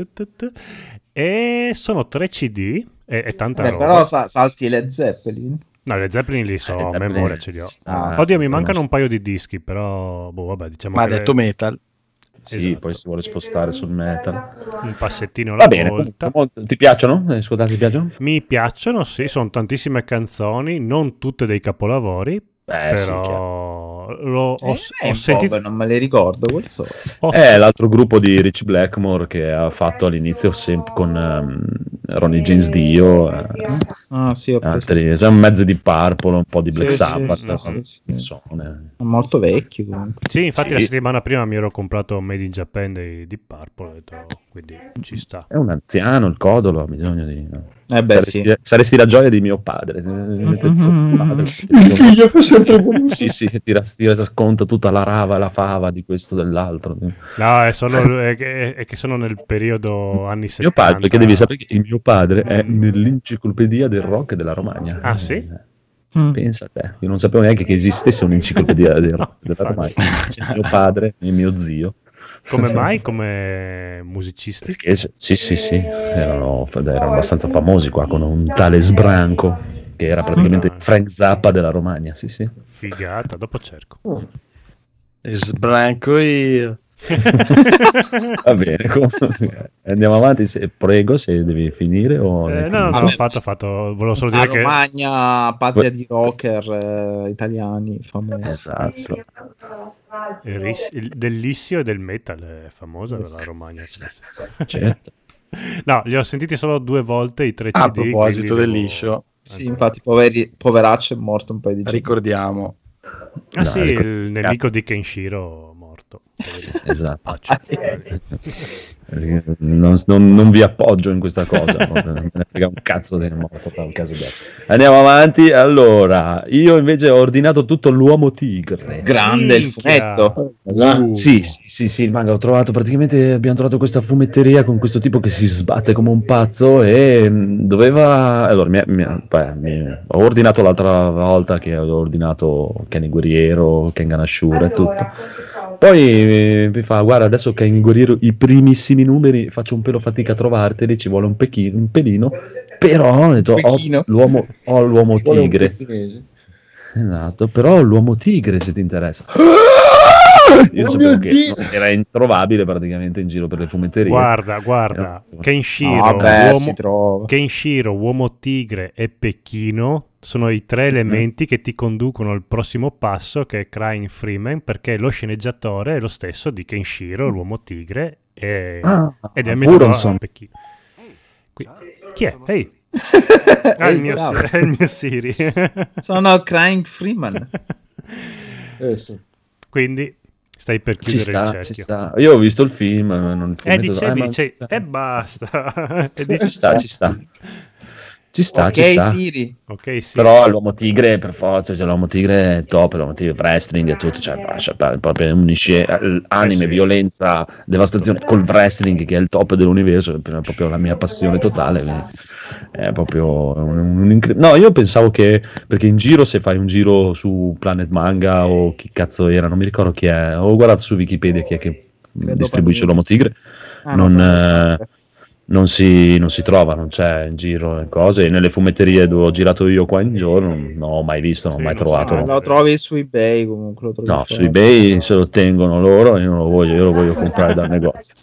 E sono tre C D e, e tanta Beh, roba. però sa- salti Led Zeppelin. No, le Zeppelin li so, Eh, a Zeppelin memoria ce li ho. sta- Oddio, mi conosco. mancano un paio di dischi, però boh, vabbè, diciamo Ma ha che detto metal. Sì, esatto. poi si vuole spostare sul metal. un passettino alla Va bene, volta. comunque, ti piacciono? Eh, Ascoltate, ti piacciono? Mi piacciono, sì, sono tantissime canzoni, non tutte dei capolavori, Eh, sì, chiaro. però lo, ho, Eh, ho è un sentito... po', non me le ricordo, quel so. ho- È l'altro gruppo di Rich Blackmore che ha fatto all'inizio sempre con ehm, Ronnie James Dio, eh, Ah, sì, ho preso. altri, cioè un mezzo di Purple, un po' di Black Sì, sì, Sabbath, sì, ma- sì, sì. insomma, eh. Molto vecchio comunque. Sì, infatti Sì. la settimana prima mi ero comprato Made in Japan dei Deep Purple, ho detto, quindi ci sta. È un anziano, il codolo ha bisogno di... Eh beh, saresti, sì. saresti la gioia di mio padre. Mm-hmm. Il figlio che è sempre voluto. Sì, sì, ti, ras- ti racconta tutta la rava e la fava di questo dell'altro. No, è, solo, è, che, è che sono nel periodo anni Mio settanta. padre, perché devi sapere che il mio padre è nell'enciclopedia del rock della Romagna. Ah, sì? Eh, Mm. Pensa a te, io non sapevo neanche che esistesse un'enciclopedia del rock della infatti. Romagna. C'è mio padre e mio zio. Come mai? Come musicisti? Perché, sì, sì, sì, erano, erano abbastanza famosi qua con un tale Sbranco, che era praticamente Ah. Frank Zappa della Romagna, sì, sì. Figata, dopo cerco. E sbranco io. Va bene, comunque, andiamo avanti, se, prego, se devi finire o... Eh, no, no, no, Vabbè. ho fatto, ho fatto, volevo solo La dire che... Romagna, patria di rocker eh, italiani famosi. Esatto. il ris- il- dell'Issio e del metal è famosa la Romagna. Certo. No, li ho sentiti solo due volte i tre C D. A proposito quindi del devo- liscio, Sì, infatti, poveri, poveraccio è morto un paio di giorni. ricordiamo. Ah No, sì, ricor- il nemico di Esatto. Kenshiro morto. Faccia. Non, non- non vi appoggio in questa cosa, non me ne frega un cazzo del morto, fa un caso bello. Andiamo avanti. Allora, io invece ho ordinato tutto l'Uomo Tigre. Grande il Minchia. fumetto. Uh, Sì, sì, sì, sì, il manga ho trovato praticamente, abbiamo trovato questa fumetteria con questo tipo che si sbatte come un pazzo e mh, doveva, allora mi, mi- beh, mi- ho ordinato l'altra volta che ho ordinato Kenny Guerriero, Kengan Ashura e tutto, poi mi, mi fa guarda adesso Kenny Guerriero i primissimi numeri faccio un pelo fatica a trovarteli, ci vuole un, pechino, un pelino, però ho detto, ho Pechino. l'uomo, ho l'uomo ci vuole un tigre. pechino. Esatto, però l'uomo tigre se ti interessa. Io Oh sapevo mio che Dio! era introvabile praticamente in giro per le fumetterie. Guarda, guarda, Eh, Kenshiro, No, vabbè, uomo, si trova. Kenshiro, Uomo Tigre e Pechino sono i tre elementi che ti conducono al prossimo passo, che è Crying Freeman, perché lo sceneggiatore è lo stesso di Kenshiro, l'Uomo Tigre, e- Ah, ed è pure, metto a insomma. Pechino. Qui- chi è? Ehi! Ah, il mio, Ciao. è il mio Siri. Sono Crying Freeman. Eh, sì. Quindi stai per Ci chiudere il sta, cerchio. ci sta. Io ho visto il film, ma non Eh, fumetto- dicevi, ma- dicevi, e basta. E dici- Ci sta, ci sta. Ci sta, Ok, ci sta. Siri. ok, sì. Però l'uomo tigre per forza, cioè l'uomo tigre è top, l'uomo tigre wrestling e tutto, cioè, cioè, proprio unisce eh, anime, sì. violenza, devastazione col wrestling che è il top dell'universo, è proprio la mia passione totale, quindi è proprio un, un incre- no, io pensavo che, perché in giro se fai un giro su Planet Manga o chi cazzo era, non mi ricordo chi è, ho guardato su Wikipedia chi è che Credo distribuisce Panini. l'uomo tigre, Ah, non... no, eh, non si, non si trova, non c'è in giro le cose. E nelle fumetterie dove ho girato io qua in giorno non, non ho mai visto, non ho Sì, mai non trovato. si no, lo trovi su eBay comunque. Lo trovi No, fuori. su eBay se lo tengono loro, io non lo voglio, io lo voglio comprare dal negozio.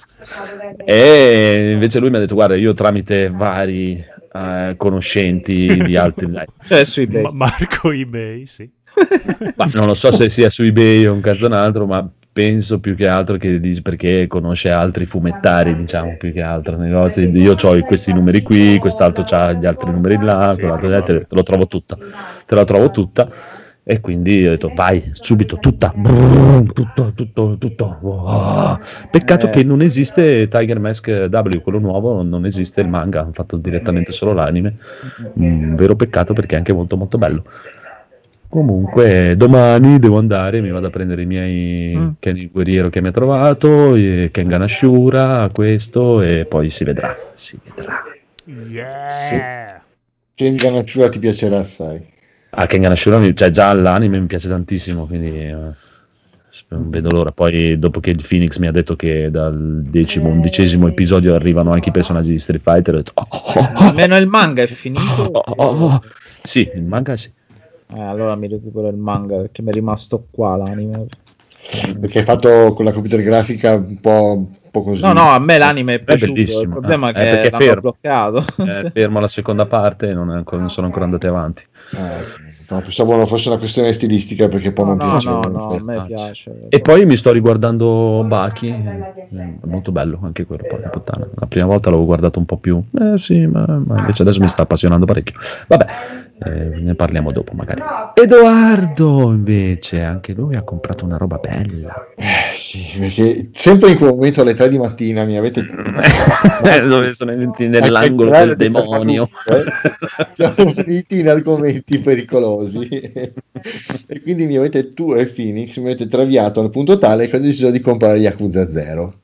E invece lui mi ha detto: guarda, io tramite vari eh, conoscenti di altri, Cioè su eBay. Ma- Marco eBay, sì. ma non lo so se sia su eBay o un cazzo un altro, ma penso più che altro che dice perché conosce altri fumettari, diciamo, più che altro negozi. Io ho questi numeri qui, quest'altro ha gli altri numeri là, Sì, quell'altro, probabile. te, te lo trovo tutta, te la trovo tutta. E quindi ho detto vai subito tutta, brrr, tutto, tutto, tutto. Wow. Peccato Eh. che non esiste Tiger Mask W, quello nuovo, non esiste il manga, hanno fatto direttamente solo l'anime. Un vero peccato perché è anche molto molto bello. Comunque, domani devo andare, mi vado a prendere i miei Mm. Ken il guerriero che mi ha trovato, e Kengan Ashura, questo, e poi si vedrà. Si vedrà. Yeah. Kengan Ashura ti piacerà assai. Ah, Kengan Ashura, mi- cioè già l'anime mi piace tantissimo, quindi eh, non vedo l'ora. Poi, dopo che il Phoenix mi ha detto che dal decimo, undicesimo episodio arrivano anche i personaggi di Street Fighter, ho detto, oh, oh, oh, Almeno il manga è finito. oh, oh, oh. Sì, il manga sì. Eh, allora mi recupero il manga perché mi è rimasto qua l'anime. Perché hai fatto con la computer grafica un po', un po' così. No, no, a me l'anime è piaciuto. bellissimo, Il problema eh, è eh, perché che è l'hanno fermo. bloccato. È fermo alla seconda parte, non, è ancora- non sono ancora andati avanti. Eh, no, pensavo non fosse una questione stilistica perché poi No, non no, piace. no, no, a Infatti. me piace. E poi mi sto riguardando Baki, eh, è molto bello anche quello, porca puttana. La prima volta l'avevo guardato un po' più, eh sì, ma, ma invece adesso mi sta appassionando parecchio. Vabbè, eh, ne parliamo dopo magari. Edoardo invece, anche lui ha comprato una roba bella. Eh, sì, perché sempre in quel momento alle tre di mattina mi avete Eh, dove sono venuti nell'angolo del demonio. Siamo finiti in argomenti pericolosi e quindi mi avete tu e Phoenix mi avete traviato al punto tale che ho deciso di comprare Yakuza zero.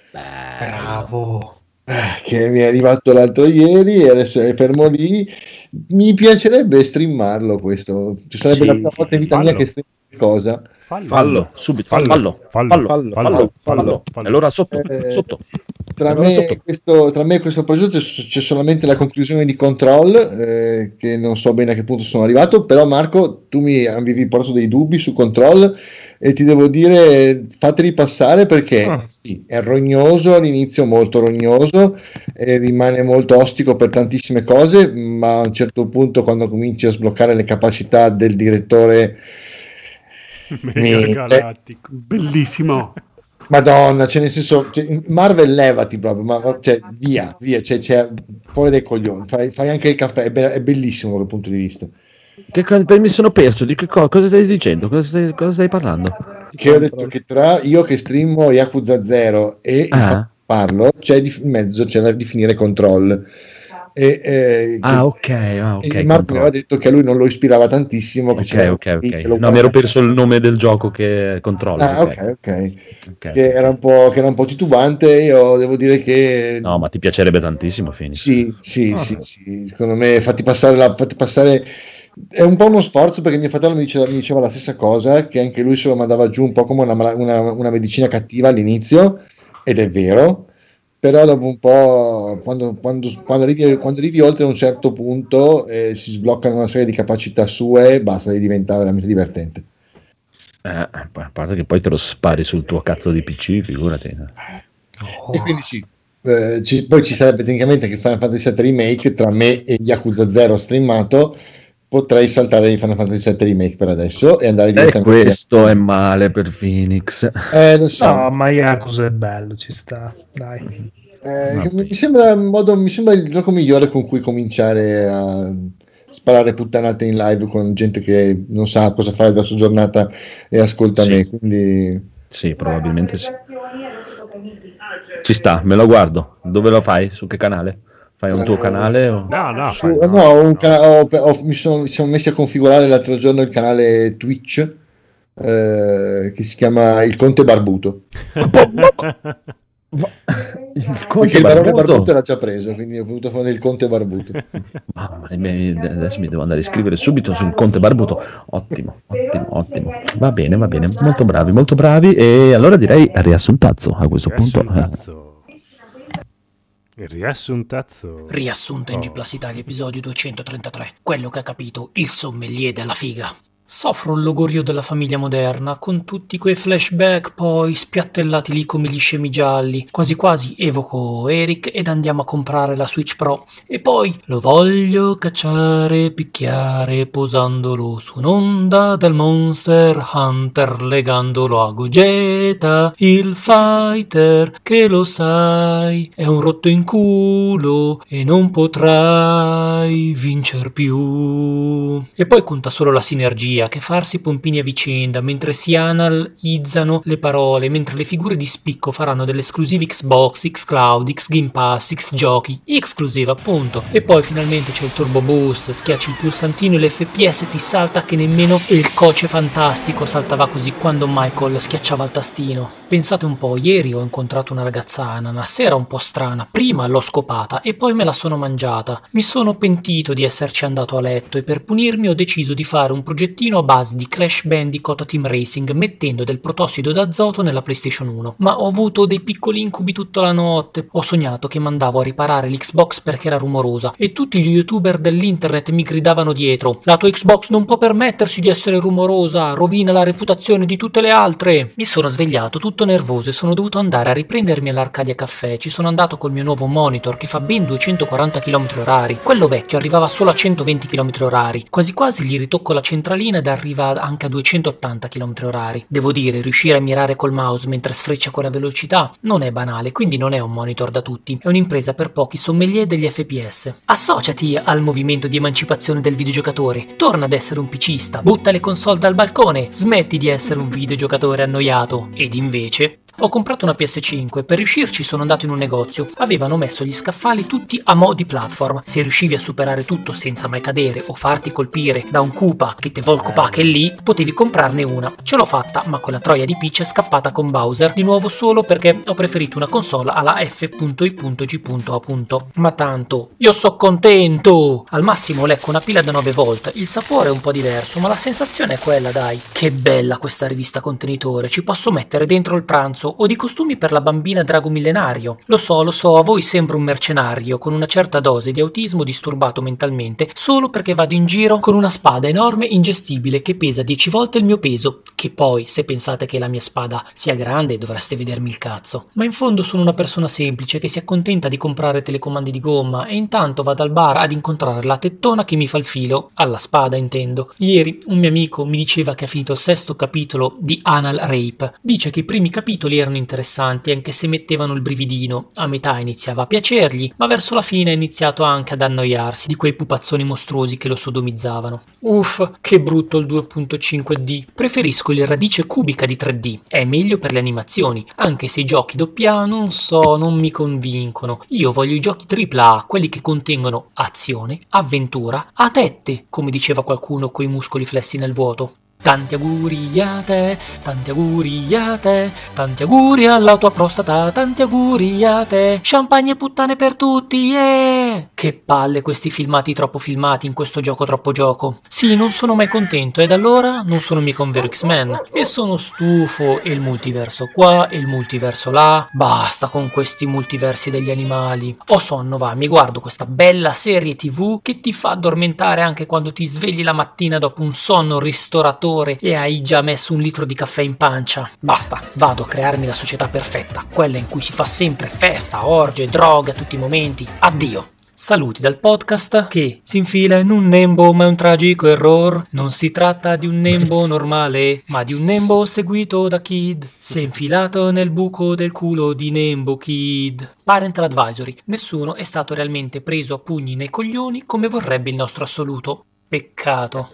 Bravo. Eh, che mi è arrivato l'altro ieri e adesso è fermo lì. Mi piacerebbe streamarlo questo. Ci sarebbe Sì, la prima volta in vita mia fallo. che stream cosa. Fallo. Fallo. Subito, Fallo. fallo, Fallo. fallo, Fallo. fallo, fallo. Fallo. E allora sotto, Eh, sotto. Tra Allora me, sotto. questo, tra me e questo progetto c'è solamente la conclusione di Control, eh, che non so bene a che punto sono arrivato, però Marco, tu mi avevi portato dei dubbi su Control e ti devo dire, fateli passare perché Ah. sì, è rognoso all'inizio, molto rognoso, e rimane molto ostico per tantissime cose, ma a un certo punto quando cominci a sbloccare le capacità del direttore... Mega mi- galattico. Bellissimo. Madonna, cioè nel senso, cioè, Marvel levati proprio, ma cioè, via, via, cioè, cioè, fuori dai coglioni, fai, fai anche il caffè, è, be- è bellissimo da quel punto di vista. Che co- mi sono perso, di che co- cosa stai dicendo? Cosa stai, cosa stai parlando? Che ho detto che tra io che streamo Yakuza zero e il Ah. fatto che parlo, c'è di in mezzo, c'è da definire Control. E, eh, Ah, che- ok, ah, ok. e Marco mi controllo. aveva detto che a lui non lo ispirava tantissimo. Che Ok, c'era- ok, ok. che lo No, mi guarda- ero perso il nome del gioco che controllo. Ah, ok. ok, ok. Ok. Che era un po', che era un po' titubante. Io devo dire che No, ma ti piacerebbe tantissimo, Phoenix. Sì, sì, Ah. sì, sì, secondo me fatti passare, la, fatti passare è un po' uno sforzo perché mio fratello mi diceva, mi diceva la stessa cosa, che anche lui se lo mandava giù un po' come una, mala- una- una medicina cattiva all'inizio, ed è vero, però dopo un po', quando, quando, quando, arrivi, quando arrivi oltre un certo punto eh, si sbloccano una serie di capacità sue, basta, diventa veramente divertente. Eh, a parte che poi te lo spari sul tuo cazzo di P C, figurati. E quindi sì, eh, ci- poi ci sarebbe tecnicamente che Final Fantasy sette Remake tra me e Yakuza zero streamato, potrei saltare di Final Fantasy sette Remake per adesso e andare E direttamente questo è male per Phoenix. eh, lo so. No, ma Yakuza è bello, ci sta. Dai. Eh, vabbè. mi sembra un modo, mi sembra il gioco migliore con cui cominciare a sparare puttanate in live con gente che non sa cosa fare della sua giornata e ascolta Sì. me, quindi Sì, probabilmente sì. Ci sta, me lo guardo. Dove lo fai? Su che canale? Fai un tuo canale? O... No, no, Su- fai- no, no, ho un no. cana- ho- ho- mi, sono, mi siamo messi a configurare l'altro giorno il canale Twitch eh, che si chiama Il Conte Barbuto. Il Perché Conte il barone Barbuto? Barbuto era già preso, quindi ho voluto fare il Conte Barbuto. Mamma mia, adesso mi devo andare a iscrivere subito sul Conte Barbuto. Ottimo, ottimo, ottimo. Va bene, va bene. Molto bravi, molto bravi. E allora direi riassuntazzo a questo punto. Eh, Riassuntazzo. Il riassuntazzo. Riassunto in Oh. G Plus Italia, episodio duecentotrentatré. Quello che ha capito il sommelier della figa. Soffro il logorio della famiglia moderna, con tutti quei flashback poi spiattellati lì come gli scemi gialli. Quasi quasi evoco Eric ed andiamo a comprare la Switch Pro. E poi lo voglio cacciare, picchiare, posandolo su un'onda del Monster Hunter, legandolo a Gogeta, il fighter, che lo sai, è un rotto in culo e non potrai vincer più. E poi conta solo la sinergia magia che farsi pompini a vicenda mentre si analizzano le parole, mentre le figure di spicco faranno delle esclusive Xbox, Xcloud, X Game Pass, X giochi, esclusive appunto. E poi finalmente c'è il turbo boost, schiacci il pulsantino e l'F P S ti salta che nemmeno il coce fantastico saltava così quando Michael schiacciava il tastino. Pensate un po', ieri ho incontrato una ragazza ananas, era un po' strana, prima l'ho scopata e poi me la sono mangiata. Mi sono pentito di esserci andato a letto e per punirmi ho deciso di fare un progettino a base di Crash Bandicoot Team Racing mettendo del protossido d'azoto nella PlayStation uno. Ma ho avuto dei piccoli incubi tutta la notte, ho sognato che mandavo a riparare l'Xbox perché era rumorosa e tutti gli youtuber dell'internet mi gridavano dietro: la tua Xbox non può permettersi di essere rumorosa, rovina la reputazione di tutte le altre. Mi sono svegliato tutto nervoso e sono dovuto andare a riprendermi all'Arcadia Caffè. Ci sono andato col mio nuovo monitor che fa ben duecentoquaranta chilometri orari, quello vecchio arrivava solo a centoventi chilometri orari, quasi quasi gli ritocco la centralina ed arriva anche a duecentottanta chilometri orari. Devo dire, riuscire a mirare col mouse mentre sfreccia quella velocità non è banale, quindi non è un monitor da tutti, è un'impresa per pochi sommelier degli F P S. Associati al movimento di emancipazione del videogiocatore, torna ad essere un picista, butta le console dal balcone, smetti di essere un videogiocatore annoiato. Ed invece ho comprato una P S cinque, per riuscirci sono andato in un negozio, avevano messo gli scaffali tutti a mo' di platform, se riuscivi a superare tutto senza mai cadere o farti colpire da un Koopa che te vol Koopa che lì, potevi comprarne una. Ce l'ho fatta, ma quella troia di Peach è scappata con Bowser, di nuovo solo perché ho preferito una console alla F I G A. Ma tanto, io so contento! Al massimo lecco una pila da nove volt, il sapore è un po' diverso, ma la sensazione è quella, dai. Che bella questa rivista contenitore, ci posso mettere dentro il pranzo o di costumi per la bambina drago millenario. Lo so, lo so, a voi sembra un mercenario con una certa dose di autismo disturbato mentalmente solo perché vado in giro con una spada enorme ingestibile che pesa dieci volte il mio peso, che poi, se pensate che la mia spada sia grande, dovreste vedermi il cazzo. Ma in fondo sono una persona semplice che si accontenta di comprare telecomandi di gomma e intanto vado al bar ad incontrare la tettona che mi fa il filo, alla spada intendo. Ieri un mio amico mi diceva che ha finito il sesto capitolo di Anal Rape. Dice che i primi capitoli erano interessanti anche se mettevano il brividino, a metà iniziava a piacergli, ma verso la fine ha iniziato anche ad annoiarsi di quei pupazzoni mostruosi che lo sodomizzavano. Uff, che brutto il due punto cinque D, preferisco il radice cubica di tre D, è meglio per le animazioni, anche se i giochi doppia A non so, non mi convincono. Io voglio i giochi tripla A, quelli che contengono azione, avventura, a tette, come diceva qualcuno coi muscoli flessi nel vuoto. Tanti auguri a te, tanti auguri a te, tanti auguri alla tua prostata, tanti auguri a te, champagne e puttane per tutti, yeah! Che palle questi filmati troppo filmati in questo gioco troppo gioco. Sì, non sono mai contento ed allora non sono mica un vero X-Men e sono stufo e il multiverso qua e il multiverso là, basta con questi multiversi degli animali. Ho sonno, va, mi guardo questa bella serie tv che ti fa addormentare anche quando ti svegli la mattina dopo un sonno ristoratore e hai già messo un litro di caffè in pancia. Basta, vado a crearmi la società perfetta, quella in cui si fa sempre festa, orge, droga a tutti i momenti. Addio! Saluti dal podcast che si infila in un nembo ma è un tragico error. Non si tratta di un nembo normale ma di un nembo seguito da Kid. Si è infilato nel buco del culo di Nembo Kid. Parental advisory. Nessuno è stato realmente preso a pugni nei coglioni come vorrebbe il nostro assoluto. Peccato.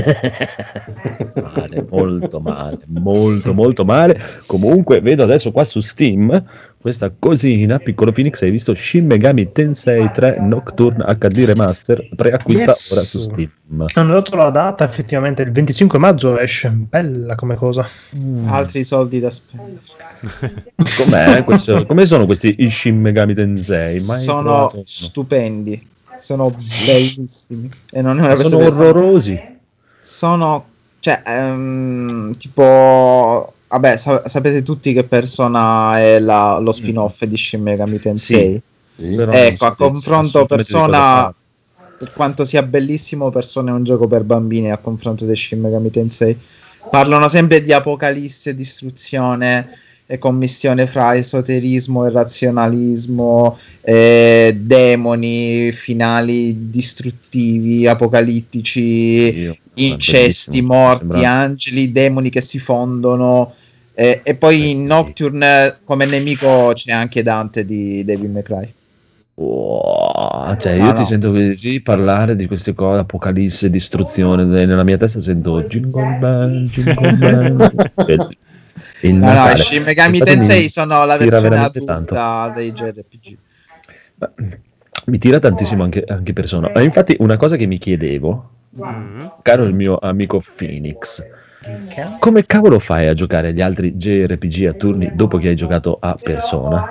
Male, molto male, molto molto male. Comunque vedo adesso qua su Steam questa cosina, piccolo Phoenix, hai visto Shin Megami Tensei tre Nocturne acca di Remaster, preacquista Yes. ora su Steam. Hanno dato la data, effettivamente il venticinque maggio esce, bella come cosa. Mm. Altri soldi da spendere. Com'è questo? Come sono questi i Shin Megami Tensei? Mai Sono provato uno. stupendi, sono bellissimi e non è una Ma sono questione- orrorosi. sono cioè ehm, tipo vabbè sa- sapete tutti che Persona è la- lo spin-off di Shin Megami Tensei. Sì. Però non Ecco, a sapete confronto assolutamente di cosa Persona, parla. per quanto sia bellissimo, Persona è un gioco per bambini a confronto di Shin Megami Tensei. Parlano sempre di apocalisse, distruzione e commistione fra esoterismo e razionalismo, eh, demoni, finali distruttivi, apocalittici, Io, incesti, bellissimo, morti, sembra- angeli, demoni che si fondono. eh, e poi in Nocturne come nemico c'è anche Dante di Devil May Cry. Wow, cioè io No, ti no. sento così parlare di queste cose, apocalisse, distruzione, nella mia testa sento Jingle Bell, Jingle Bell. Il No, no, Natale. i Shin Megami Infatti mi Tensei sono la tira versione veramente adulta dei J R P G. Ma mi tira tantissimo anche, anche Persona. Ma infatti una cosa che mi chiedevo, Mm. caro il mio amico Phoenix, come cavolo fai a giocare agli altri J R P G a turni dopo che hai giocato a Persona?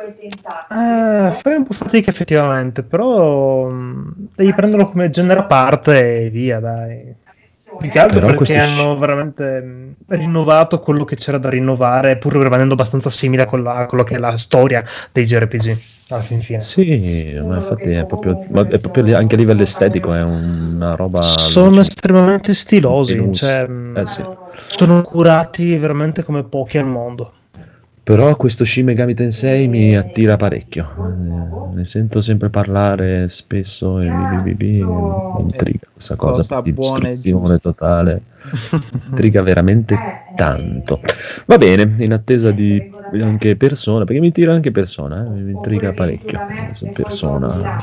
Eh, fai un po' fatica effettivamente, però mh, devi prenderlo come genere a parte e via, dai. Più che altro Però perché questo hanno veramente mh, rinnovato quello che c'era da rinnovare, pur rimanendo abbastanza simile a quella, a quello che è la storia dei J R P G, alla fin fine. Sì, ma infatti è proprio, ma è proprio lì- anche a livello estetico è una roba Sono allucinante. estremamente stilosi, Venus. cioè, mh, Eh sì. sono curati veramente come pochi al mondo. Però questo Shin Megami Tensei mi attira parecchio. Eh, ne sento sempre parlare spesso e mi, mi- mi- mi intriga questa cosa Cosa di buona e distruzione giusta. totale. Intriga veramente tanto. Va bene, in attesa di anche Persona, perché mi tira anche Persona, eh, mi intriga parecchio. Persona.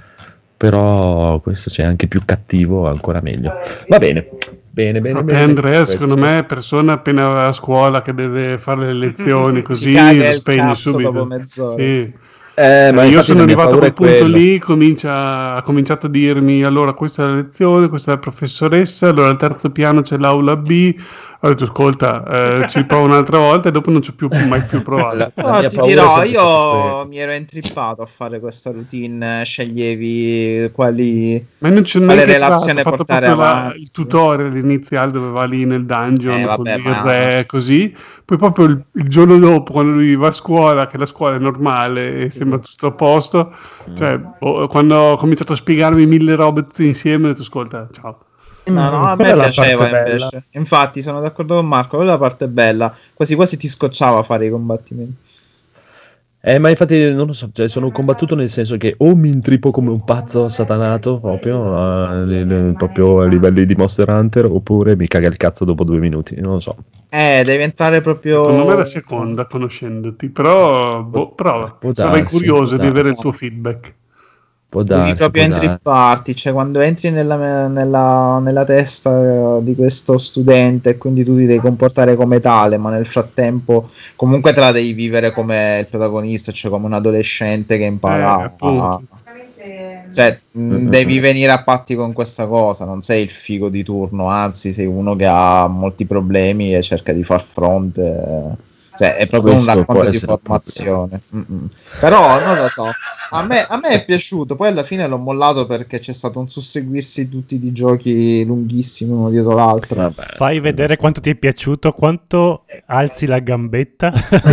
Però questo se è anche più cattivo ancora meglio. Va bene. Bene, bene, A te bene. Andrea, secondo me, persona appena va a scuola che deve fare le lezioni così, caga lo il spegni cazzo subito. dopo mezz'ora, Sì. sì. Eh, ma Eh, io infatti sono la mia arrivato a paura quel è punto quello. lì, comincia, ha cominciato a dirmi allora questa è la lezione, questa è la professoressa, allora al terzo piano c'è l'aula B, ho detto ascolta, eh, ci provo un'altra volta e dopo non ci ho più, mai più provato. La- la Però mia ti paura è dirò, sempre stata io quella. mi ero intrippato a fare questa routine, sceglievi quali, Ma non c'è quale neanche relazione entrato, ho fatto portare proprio la- avanti. il tutorial iniziale dove va lì nel dungeon Eh, con vabbè, il ma- re così, poi proprio il, il giorno dopo quando lui va a scuola, che la scuola è normale e sembra tutto a posto, cioè oh, quando ho cominciato a spiegarmi mille robe tutte insieme ho detto ascolta, ciao. No, no, a Quella è me la piaceva parte bella. invece. Infatti, sono d'accordo con Marco, quella è la parte bella. Quasi quasi ti scocciava fare i combattimenti. Eh, ma infatti non lo so, cioè, sono combattuto nel senso che o mi intrippo come un pazzo satanato proprio a, le- proprio a livelli di Monster Hunter oppure mi caga il cazzo dopo due minuti, non lo so. Eh, devi entrare proprio... Secondo me è la seconda conoscendoti, però boh, prova, Può sarai darsi, curioso può di avere il darsi. tuo feedback. Può Devi darsi, proprio può darsi. intripparti, cioè quando entri nella, nella- nella testa eh, di questo studente e quindi tu ti devi comportare come tale, ma nel frattempo comunque te la devi vivere come il protagonista, cioè come un adolescente che Eh, impara a... appunto. Cioè, mh, Mm-mm. devi venire a patti con questa cosa, non sei il figo di turno, anzi sei uno che ha molti problemi e cerca di far fronte. Cioè, è proprio Questo un può racconto di essere formazione. Mm-mm. Però non lo so, a me, a me è piaciuto. Poi alla fine l'ho mollato perché c'è stato un susseguirsi tutti di giochi lunghissimi uno dietro l'altro. Vabbè, Fai vedere quanto ti è piaciuto, quanto alzi la gambetta.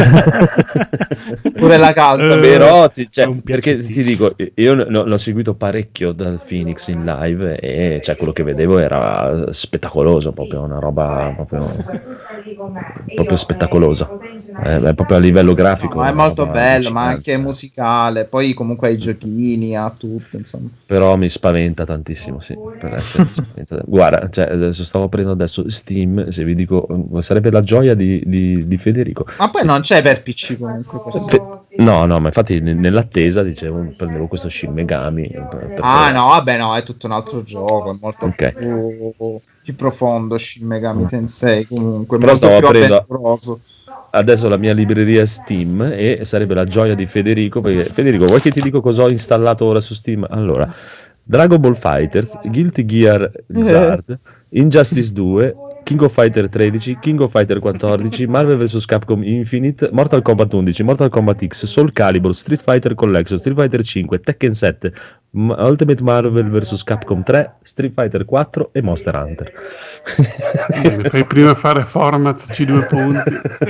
Pure la calza, Eh, Però ti- cioè, è un perché piacere. ti dico, io l- l'ho seguito parecchio dal Phoenix in live e cioè, quello che vedevo era spettacoloso, proprio una roba proprio, proprio spettacolosa. Eh, è proprio a livello grafico. No, ma è una molto roba bello, ma allucinante. anche musicale. Poi comunque ha i giochini, ha tutto, insomma. Però mi spaventa tantissimo, sì, per essere spaventa- guarda, cioè, adesso stavo aprendo adesso Steam, se vi dico, sarebbe la gioia di, di- di Federico. Ma poi non c'è per P C comunque. questo. Fe- no, no, ma infatti ne- nell'attesa, dicevo, prendevo questo Shin Megami. per- per Ah provare. no, vabbè no, è tutto un altro gioco, è molto Ok. più, più profondo Shin Megami Tensei comunque, Però molto stavo più aprendo- avventuroso. Adesso la mia libreria Steam e sarebbe la gioia di Federico, perché Federico, vuoi che ti dico cosa ho installato ora su Steam? Allora, Dragon Ball Fighters, Guilty Gear Xrd, Injustice due, King of Fighter tredici, King of Fighter quattordici, Marvel versus. Capcom Infinite, Mortal Kombat undici, Mortal Kombat X, Soul Calibur, Street Fighter Collection, Street Fighter cinque, Tekken sette, M- Ultimate Marvel versus. Capcom tre, Street Fighter quattro e Monster Hunter. Bene, fai prima fare format C due punti.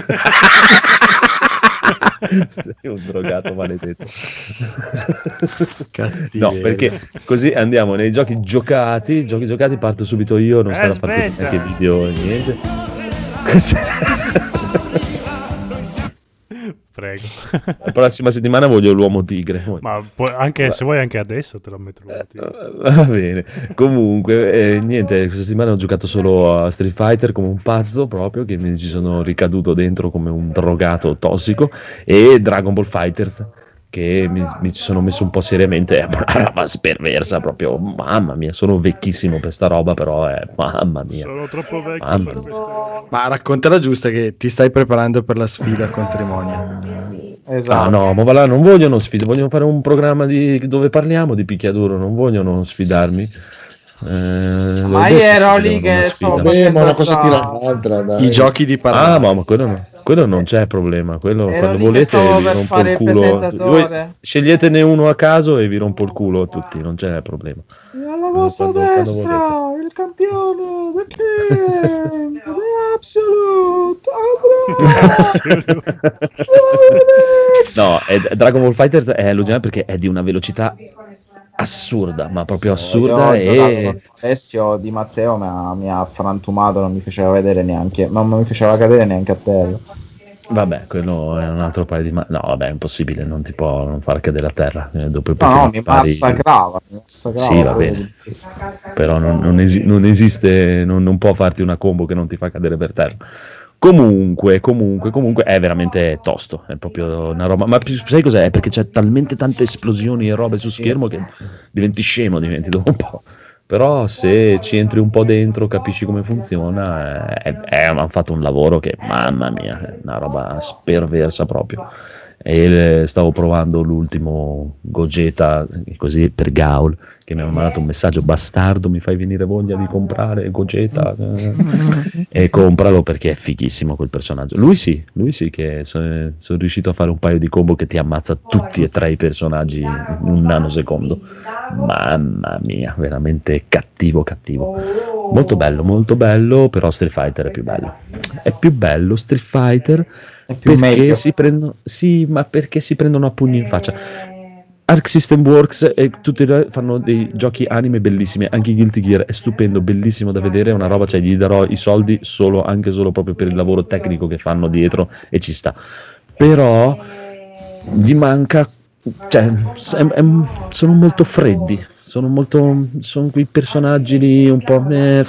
Sei un drogato maledetto. Cattiveria. No, perché così andiamo nei giochi giocati. Giochi giocati, parto subito io, non Eh, sarà partito aspetta. neanche video e niente. Prego. La prossima settimana voglio l'uomo tigre. Ma puoi- anche se vuoi anche adesso te lo metto l'uomo tigre. Va bene. Comunque, eh, niente, questa settimana ho giocato solo a Street Fighter come un pazzo proprio, che mi ci sono ricaduto dentro come un drogato tossico, e Dragon Ball Fighters, che mi, mi ci sono messo un po' seriamente, è una roba sperversa proprio, mamma mia, sono vecchissimo per sta roba, però è, mamma mia. Sono troppo vecchio Mamma per mia. queste robe. Ma raccontala giusta che ti stai preparando per la sfida con Trimonia. Esatto. Ah no, ma va là, non vogliono sfide, vogliono fare un programma di, dove parliamo di picchiaduro, non vogliono sfidarmi. Eh, Ma adesso io si ero vedono lì una che sfida. stavo Beh, ma una cosa già- tira l'altra, dai. I giochi di Ah, parlare. ma, ma quello, no, quello non c'è problema. Quello, Ero quando lì che volete stavo vi per rompo fare il il culo. presentatore. Voi sceglietene uno a caso e vi rompo il culo a tutti, non c'è problema. Alla vostra Quando- quando destra, il campione, The King, The Absolute, Andrea. No, è- Dragon Ball Fighters è allucinante perché è di una velocità assurda, ma proprio assurda. Io ho giocato E con Alessio Di Matteo, mi ha, mi ha frantumato, non mi faceva vedere neanche, non mi faceva cadere neanche a terra. vabbè, quello è un altro paio di ma- no, vabbè, è impossibile, non ti può non far cadere a terra. eh, Dopo No, no, perché mi pari- massacrava, mi massacrava. Sì, va bene. Però non, non esi- non esiste, non, non può farti una combo che non ti fa cadere per terra. Comunque, comunque, comunque è veramente tosto, è proprio una roba. Ma pi- sai cos'è? È perché c'è talmente tante esplosioni e robe su schermo che diventi scemo, diventi dopo un po'. Però se ci entri un po' dentro, capisci come funziona, è, è- hanno fatto un lavoro che, mamma mia, è una roba sperversa proprio. E il- stavo provando l'ultimo Gogeta, così per Gaul, che mi aveva mandato un messaggio: bastardo, mi fai venire voglia di comprare Gogeta, eh, e compralo perché è fighissimo quel personaggio. Lui sì, lui sì che so- sono riuscito a fare un paio di combo che ti ammazza tutti e tre i personaggi in un nanosecondo. Mamma mia, veramente cattivo, cattivo. Molto bello, molto bello, però Street Fighter è più bello. È più bello Street Fighter È più perché meglio. si prendono, sì, ma perché si prendono a pugni in faccia. Arc System Works e tutti i- fanno dei giochi anime bellissimi, anche Guilty Gear è stupendo, bellissimo da vedere, è una roba, cioè gli darò i soldi solo, anche solo proprio per il lavoro tecnico che fanno dietro e ci sta. Però gli manca, cioè, è- è- sono molto freddi. Sono molto. Sono quei personaggi lì un po'. eh,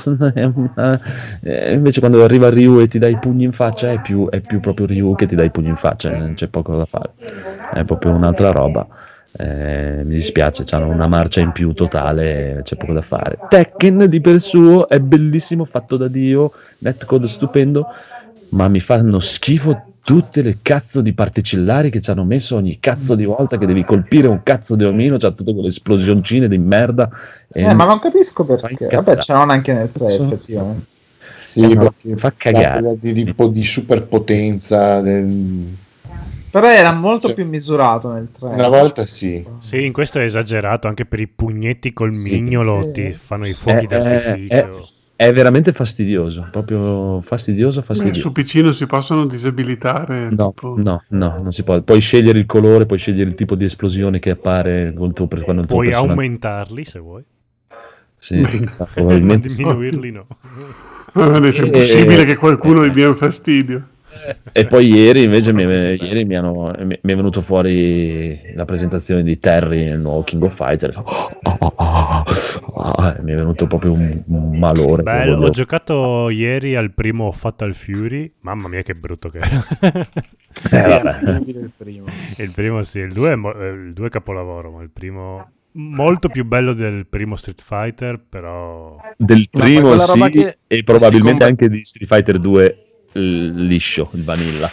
eh, invece quando arriva Ryu e ti dà i pugni in faccia, è più, è più proprio Ryu che ti dà i pugni in faccia, eh, c'è poco da fare. È proprio un'altra roba. Eh, mi dispiace, c'hanno una marcia in più totale, c'è poco da fare. Tekken di per suo è bellissimo, fatto da Dio, netcode stupendo, ma mi fanno schifo tutte le cazzo di particellari che ci hanno messo ogni cazzo di volta che devi colpire un cazzo di omino, c'ha tutte quelle esplosioncine di merda. E Eh, ma non capisco Fa perché. incazzare. Vabbè, c'erano anche nel tre, Sono- effettivamente. Sì, Eh, no, perché fa cagare. parla di, di, po' di superpotenza. del- Però era molto Cioè, più misurato nel tre. Una volta sì. Sì, in questo è esagerato, anche per i pugnetti col Sì. mignolo Sì. ti fanno i fuochi È, è- d'artificio. è- è veramente fastidioso, proprio fastidioso, Beh, fastidioso. su P C non si possono disabilitare. No, tipo- no, no, non si può. Puoi scegliere il colore, puoi scegliere il tipo di esplosione che appare col tuo, per- quando il tuo Puoi personaggio. aumentarli se vuoi, Sì, ma ma probabilmente sì. diminuirli no. Ha detto, è E- impossibile che qualcuno gli dia fastidio. E poi ieri invece mi, ieri mi, hanno- mi- mi è venuto fuori la presentazione di Terry nel nuovo King of Fighters. Oh, oh, oh, oh, mi è venuto proprio un, un malore. Bello, Voglio- ho giocato ieri al primo Fatal Fury, mamma mia che brutto che era. Eh, vabbè. Terribile il primo. Il primo sì, il due è, mo- eh, il due è capolavoro, ma il primo molto più bello del primo Street Fighter, però Del Ma primo poi quella sì, roba che e probabilmente si comba- anche di Street Fighter due l- liscio, il vanilla.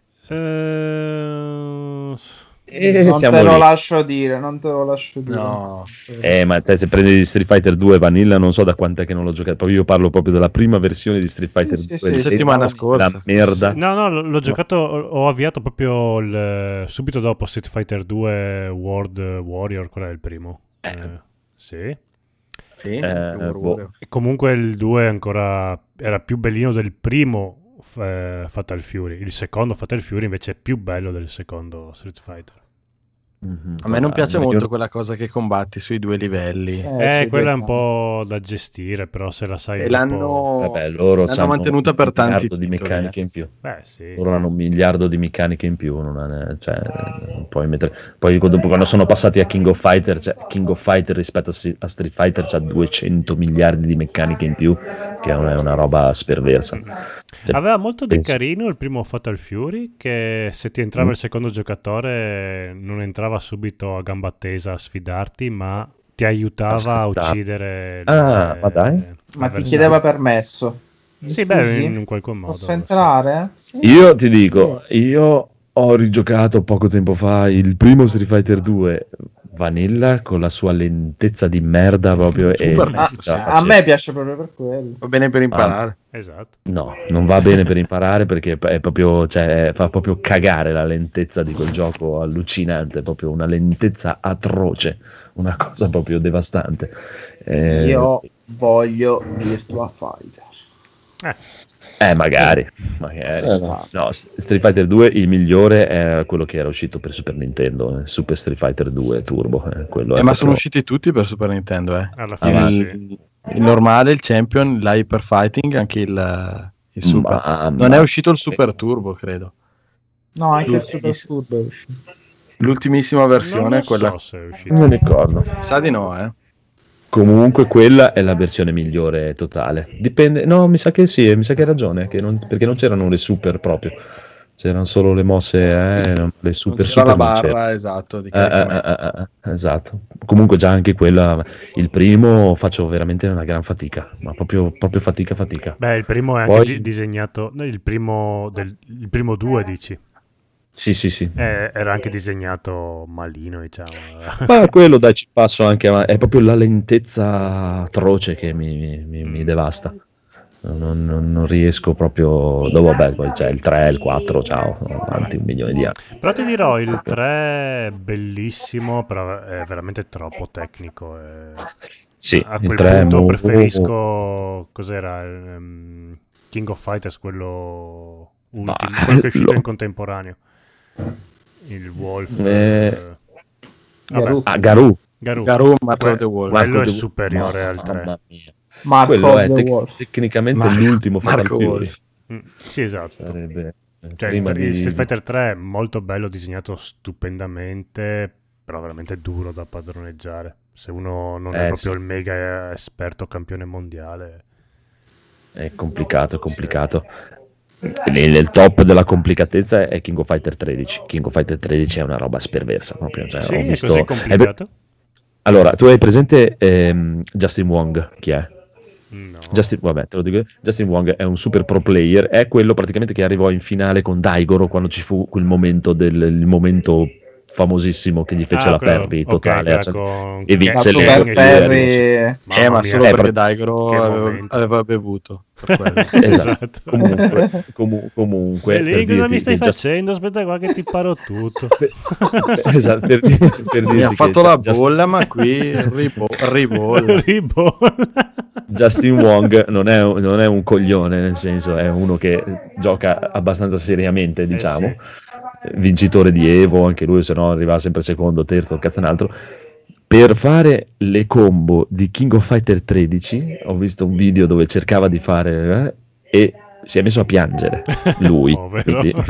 eh, E non siamo te lo lì. lascio dire, non te lo lascio dire. No. Eh, ma te, se prendi Street Fighter due Vanilla, non so da quant'è che non l'ho giocato. Proprio io parlo proprio della prima versione di Street Fighter Sì, due. sì, sì, Sei settimana una scorsa. merda. no, no, l'ho, l'ho giocato, ho, ho avviato proprio il- subito dopo Street Fighter due World Warrior, qual è il primo? Eh, sì. Sì, Eh, più boh. rumore. E comunque il due ancora era più bellino del primo eh, Fatal Fury. Il secondo Fatal Fury invece è più bello del secondo Street Fighter. Mhm. A me non piace Ma io- molto quella cosa che combatti sui due livelli. Eh, sì, quella è un sì. po' da gestire, però se la sai E dopo- l'hanno, Vabbè, loro l'hanno c'hanno mantenuta per un tanti miliardo di titoli, meccaniche eh. in più. Beh, sì. Loro hanno un miliardo di meccaniche in più. Non ha- cioè, non puoi mettere... Poi dopo, quando sono passati a King of Fighter, cioè, King of Fighter rispetto a, St- a Street Fighter c'ha duecento miliardi di meccaniche in più, che è una, è una roba sperversa. Cioè, Aveva molto di penso- carino il primo Fatal Fury, che se ti entrava Mm. il secondo giocatore non entrava entrava subito a gamba tesa a sfidarti, ma ti aiutava Ascolta. a uccidere. Ah, le- ma dai. Ma ti l'avversario. chiedeva permesso. Sì, beh, Scusi, in, in qualche modo. posso sì. entrare? Io ti dico, io ho rigiocato poco tempo fa il primo Street Fighter due Vanilla con la sua lentezza di merda proprio. e Super Ah, lento, ce la sì. a facevo. me piace proprio per quello. Va bene per imparare. Esatto. No, non va bene per imparare perché è proprio, cioè, fa proprio cagare la lentezza di quel gioco allucinante, proprio una lentezza atroce, una cosa proprio devastante. Eh, Io voglio Virtua Fighter. Eh, Eh, magari, magari. Eh, no. No, Street Fighter due il migliore è quello che era uscito per Super Nintendo, eh, Super Street Fighter due Turbo. eh, quello Eh, è ma sono proprio- usciti tutti per Super Nintendo, eh. alla fine Ah, sì. Il, il normale, il Champion, l'Hyper Fighting, anche il, il Super. Mamma Non è uscito il Super Turbo, credo. No, anche il L'ultimissimo. Super Turbo è uscito. L'ultimissima versione Non è lo quella. so se è uscito. Non ricordo. Sa di no, eh. Comunque quella è la versione migliore totale. Dipende, no, mi sa che sì, mi sa che hai ragione, che non- perché non c'erano le super proprio. C'erano solo le mosse, eh, non- le super Non c'era super la non c'era. barra, esatto, di Eh, eh, caricamento. eh, eh, eh, esatto. Comunque già anche quella, il primo faccio veramente una gran fatica, ma proprio, proprio fatica fatica. Beh, il primo è anche Poi- di- disegnato. No, il primo del il primo due, dici. Sì, sì, sì. Eh, era anche disegnato malino, diciamo. Ma quello dai, ci passo anche avanti. È proprio la lentezza atroce che mi, mi- mi devasta. Non, non- non riesco proprio. Dopo, vabbè, poi c'è il tre, il quattro, ciao, avanti un milione di anni. Però ti dirò, il tre è bellissimo, però è veramente troppo tecnico. e Sì, a il quel tre è punto mo- preferisco. Cos'era? Ehm, King of Fighters, quello ultimo, Bah, quello che è uscito lo- in contemporaneo. Il Wolf. Eh, eh, vabbè, Garou. Ah, Garou. Garou. Garou, Marco Que- the Wolf. quello Marco è De- superiore al Mamma tre. mia. Marco Quello è the tec- Wolf. tecnicamente Marco- l'ultimo Fatal Marco Fury. Wolf. Mm, sì, esatto. Sarebbe Cioè, prima il, il di- Street Fighter tre è molto bello, disegnato stupendamente, però veramente duro da padroneggiare. Se uno non è Eh, proprio sì. il mega esperto campione mondiale. È complicato, è complicato. Nel, nel top della complicatezza è King of Fighter tredici. King of Fighter tredici è una roba sperversa proprio. Cioè, Sì, ho è visto... così eh, complicato? beh, allora, tu hai presente ehm, Justin Wong? Chi è? No. Justin, vabbè, te lo dico. Justin Wong è un super pro player. È quello praticamente che arrivò in finale con Daigoro quando ci fu quel momento del il momento famosissimo che gli fece Ah, la quello- parry ok, totale. quella cioè, con- e La vinse Gang le- Super e Perry. Mamma Eh, ma mia, solo Eh, perché pra- Daigoro che aveva, momento. aveva bevuto. Per quello. Esatto. comunque, comu- comunque E lì, per cosa dirti mi stai che Just- facendo? Aspetta qua che ti paro tutto. esatto, per, dir- per dirti Mi ha che fatto la Just- bolla, ma qui ribo- ribolla. Ribolla. Justin Wong non è, un- non è un coglione, nel senso è uno che gioca abbastanza seriamente, diciamo, Eh vincitore di Evo, anche lui, se no arriva sempre secondo, terzo, cazzo un altro. Per fare le combo di King of Fighter tredici ho visto un video dove cercava di fare eh, e si è messo a piangere lui. Povero. Quindi-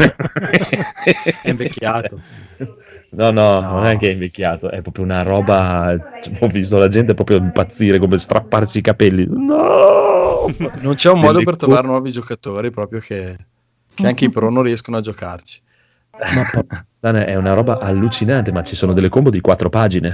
È invecchiato. No, no, No. non è che è invecchiato, è proprio una roba. Ho visto la gente proprio impazzire, come strapparsi i capelli. No! Non c'è un modo Delle per co- trovare nuovi giocatori, proprio che, che anche i pro non riescono a giocarci. Ma porca puttana, è una roba allucinante, ma ci sono delle combo di quattro pagine.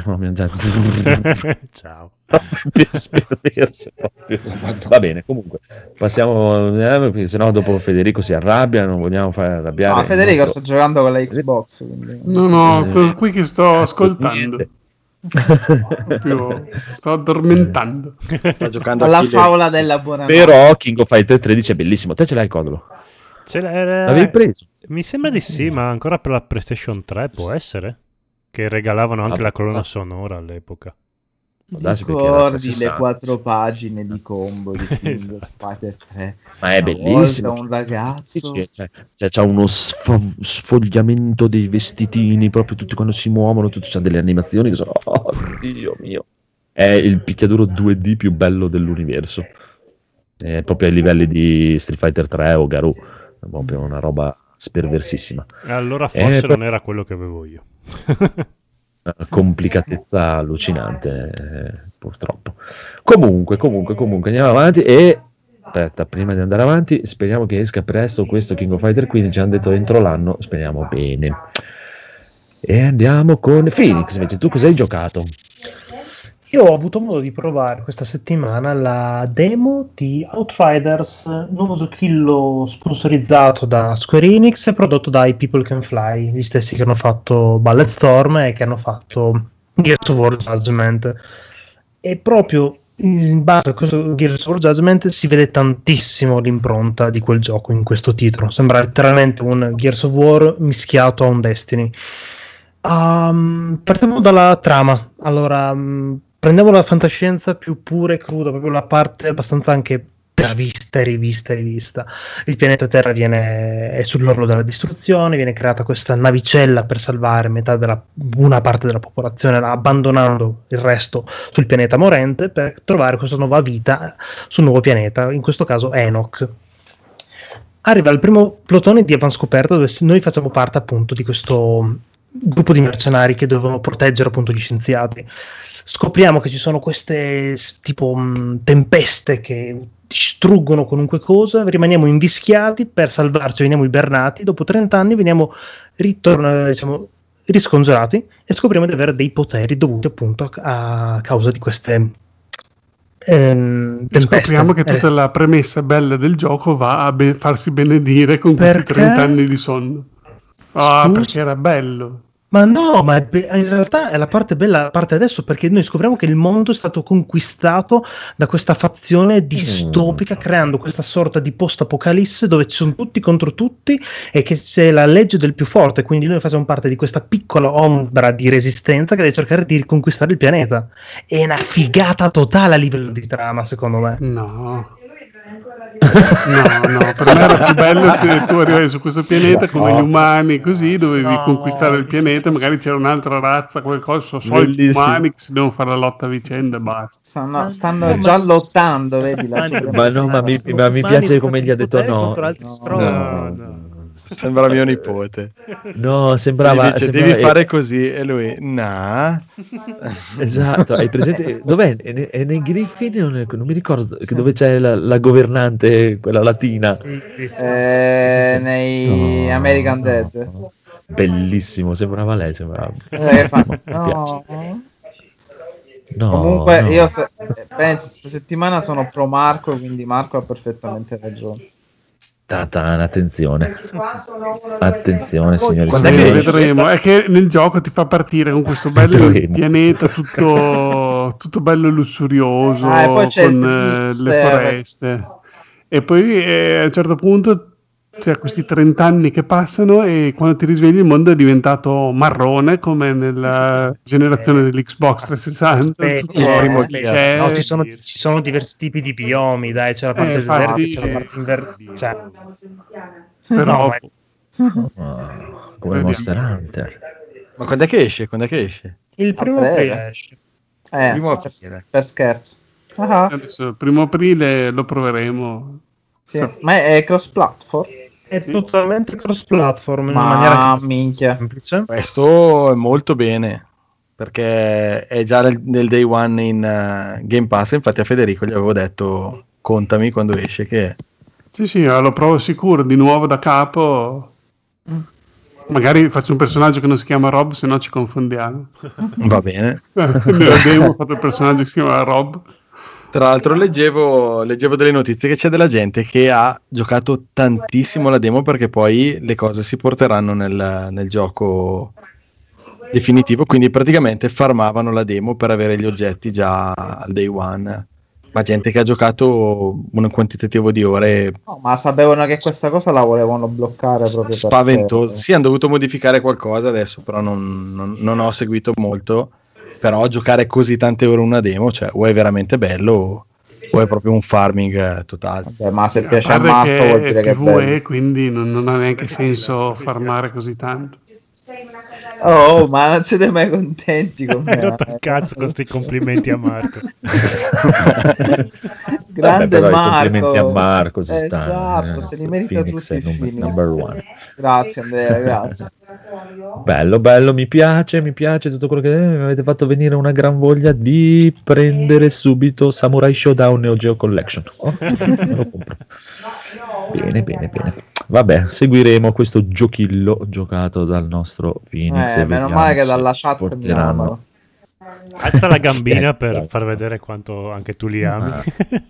Ciao. Per sperversi proprio. Va bene, comunque passiamo, eh, se no dopo Federico si arrabbia, non vogliamo fare arrabbiare. No, il Federico nostro- sta giocando con la Xbox. Quindi... No, no, Eh, sto qui che sto cazzo, ascoltando. niente. Proprio sto addormentando. Sta giocando Con a la Killer favola Instinct. della buona Però King of Fighter tredici è bellissimo. Te ce l'hai, Codolo? Ce l'era- L'avevi preso? Mi sembra di sì, ma ancora per la PlayStation tre può essere? Che regalavano anche Ah, la colonna ah. sonora all'epoca. Può darsi perché era Ricordi le sessanta. quattro pagine di combo di King of Esatto. Fighter tre? Ma è Una bellissimo. volta un ragazzo Sì, cioè, cioè, c'ha uno sfo- sfogliamento dei vestitini, proprio tutti quando si muovono, tutti c'ha delle animazioni che sono, oh Dio mio, è il picchiaduro due D più bello dell'universo, è proprio ai livelli di Street Fighter tre o Garou, è proprio una roba sperversissima, E allora forse Eh, per- non era quello che avevo io. una complicatezza allucinante, eh, purtroppo. Comunque, comunque, comunque, andiamo avanti e aspetta, prima di andare avanti, speriamo che esca presto questo King of Fighter quindici, ci hanno detto entro l'anno, speriamo bene. E andiamo con Phoenix, invece tu cosa hai giocato? Io ho avuto modo di provare questa settimana la demo di Outriders, nuovo giochillo sponsorizzato da Square Enix e prodotto dai People Can Fly, gli stessi che hanno fatto Bulletstorm e che hanno fatto Gears of War Judgment. E proprio in base a questo Gears of War Judgment si vede tantissimo l'impronta di quel gioco in questo titolo. Sembra letteralmente un Gears of War mischiato a un Destiny. Um, partiamo dalla trama. Allora, um, prendiamo la fantascienza più pura e cruda, proprio la parte abbastanza anche vista e rivista e rivista. Il pianeta Terra viene, è sull'orlo della distruzione, viene creata questa navicella per salvare metà della, una parte della popolazione, abbandonando il resto sul pianeta morente per trovare questa nuova vita sul nuovo pianeta, in questo caso Enoch. Arriva il primo plotone di avanscoperta dove noi facciamo parte appunto di questo gruppo di mercenari che dovevano proteggere appunto gli scienziati. Scopriamo che ci sono queste tipo mh, tempeste che distruggono qualunque cosa, rimaniamo invischiati, per salvarci veniamo ibernati, dopo trenta anni veniamo ritornati, diciamo, riscongelati e scopriamo di avere dei poteri dovuti appunto a, a causa di queste ehm, tempeste. Scopriamo che tutta eh. la premessa bella del gioco va a be- farsi benedire con questi Perché? trenta anni di sonno. Ah, perché era bello. Ma no, ma è be- in realtà è la parte bella, parte adesso, perché noi scopriamo che il mondo è stato conquistato da questa fazione distopica, creando questa sorta di post-apocalisse dove ci sono tutti contro tutti e che c'è la legge del più forte, quindi noi facciamo parte di questa piccola ombra di resistenza che deve cercare di riconquistare il pianeta. È una figata totale a livello di trama, secondo me. No. No, no, per me era più bello se tu arrivavi su questo pianeta come gli umani, così dovevi No. conquistare il pianeta, magari c'era un'altra razza, qualcosa, sono soliti Bellissimo. umani che si devono fare la lotta a vicenda e basta. Stanno, stanno già lottando, vedi la Ma no, ma mi, ma mi piace come gli ha detto no. Contro altri No, stronzi. No, no. Sembra mio nipote. No, sembrava... Gli dice, sembrava- devi fare così e lui, nah. Esatto, hai presente? Dov'è? È, ne- è nei Griffin? o nel- Non mi ricordo che dove c'è la, la governante, quella latina. Eh, nei No, American no, Dead. no. Bellissimo, sembrava lei, sembrava... Eh, fa- Mi no. No, Comunque no. io se- eh, penso questa settimana sono pro Marco, quindi Marco ha perfettamente ragione. Tatan, attenzione. Attenzione, signori e Quando signori. vedremo, è che nel gioco ti fa partire con questo bello Vedremo. pianeta tutto, tutto bello lussurioso, Ah, e poi c'è con il eh, le hipster. foreste. E poi eh, a un certo punto c'è questi trenta anni che passano e quando ti risvegli il mondo è diventato marrone come nella generazione dell'Xbox trecentosessanta. Aspetta, tutto eh, primo aspetta, c'è. no, ci sono, ci sono diversi tipi di biomi, dai, c'è la parte Eh, desertica, infatti, c'è la parte inver... cioè, Però no, ma- Oh, come Monster Hunter. Ma quando è che esce? Quando è che esce? il primo breve. che esce. Eh, Primo per, aprile. per scherzo. Ah, adesso il primo aprile lo proveremo. sì. Ma è cross platform? È totalmente cross platform in Ma maniera minchia. semplice. Questo è molto bene, perché è già nel, nel day one in uh, Game Pass, infatti a Federico gli avevo detto contami quando esce che... Sì, sì, lo provo sicuro, di nuovo da capo. Magari faccio un personaggio che non si chiama Rob, se no ci confondiamo. Va bene. Nella demo ho fatto il personaggio che si chiama Rob. Tra l'altro leggevo, leggevo delle notizie che c'è della gente che ha giocato tantissimo la demo perché poi le cose si porteranno nel, nel gioco definitivo, quindi praticamente farmavano la demo per avere gli oggetti già al day one. Ma gente che ha giocato un quantitativo di ore No, ma sapevano che questa cosa la volevano bloccare proprio spaventoso. perché... Sì, hanno dovuto modificare qualcosa adesso, però non, non- non ho seguito molto. Però giocare così tante ore una demo, cioè o è veramente bello o, o è proprio un farming eh, totale. Vabbè, ma se A piace a parte Marco vuol che dire è che è bello. PvE, quindi non, non ha neanche senso farmare così tanto. Oh, ma non siete mai contenti con me? Hai rotto il cazzo con questi complimenti a Marco. Grande Vabbè, però i Marco. complimenti a Marco ci Esatto, stanno, eh. se li merita Phoenix tutti è i number, Phoenix. number one. Grazie Andrea, grazie. Bello, bello, mi piace, mi piace tutto quello che mi avete fatto venire una gran voglia di prendere subito Samurai Showdown Neo Geo Collection. Oh, me lo compro. Bene, bene, bene. Vabbè, seguiremo questo giochillo giocato dal nostro Phoenix. Eh, meno male che dalla chat porteranno. Alza la gambina per Eh, far vedere quanto anche tu li ami. Ah.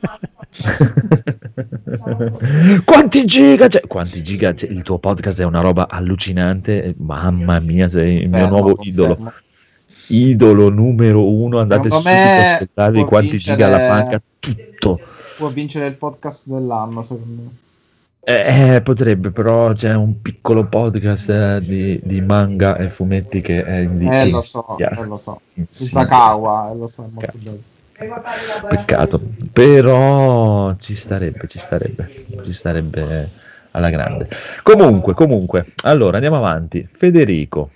Quanti giga c'è? Quanti giga c'è? Il tuo podcast è una roba allucinante. Mamma mia, sei il mio Confermo, nuovo confermo. idolo. Idolo numero uno. Andate Secondo subito me a ascoltarvi può quanti vincere- giga la manca. Tutto. Può vincere il podcast dell'anno, secondo me. Eh, eh, potrebbe, però c'è un piccolo podcast eh, di, di manga e fumetti che è in di Eh, lo in so, Siria. eh, lo so. In Il Siria. Sakawa, eh, lo so, è molto Cazzo. bello. Peccato, però ci starebbe, ci starebbe, ci starebbe alla grande. Comunque, comunque, allora andiamo avanti. Federico,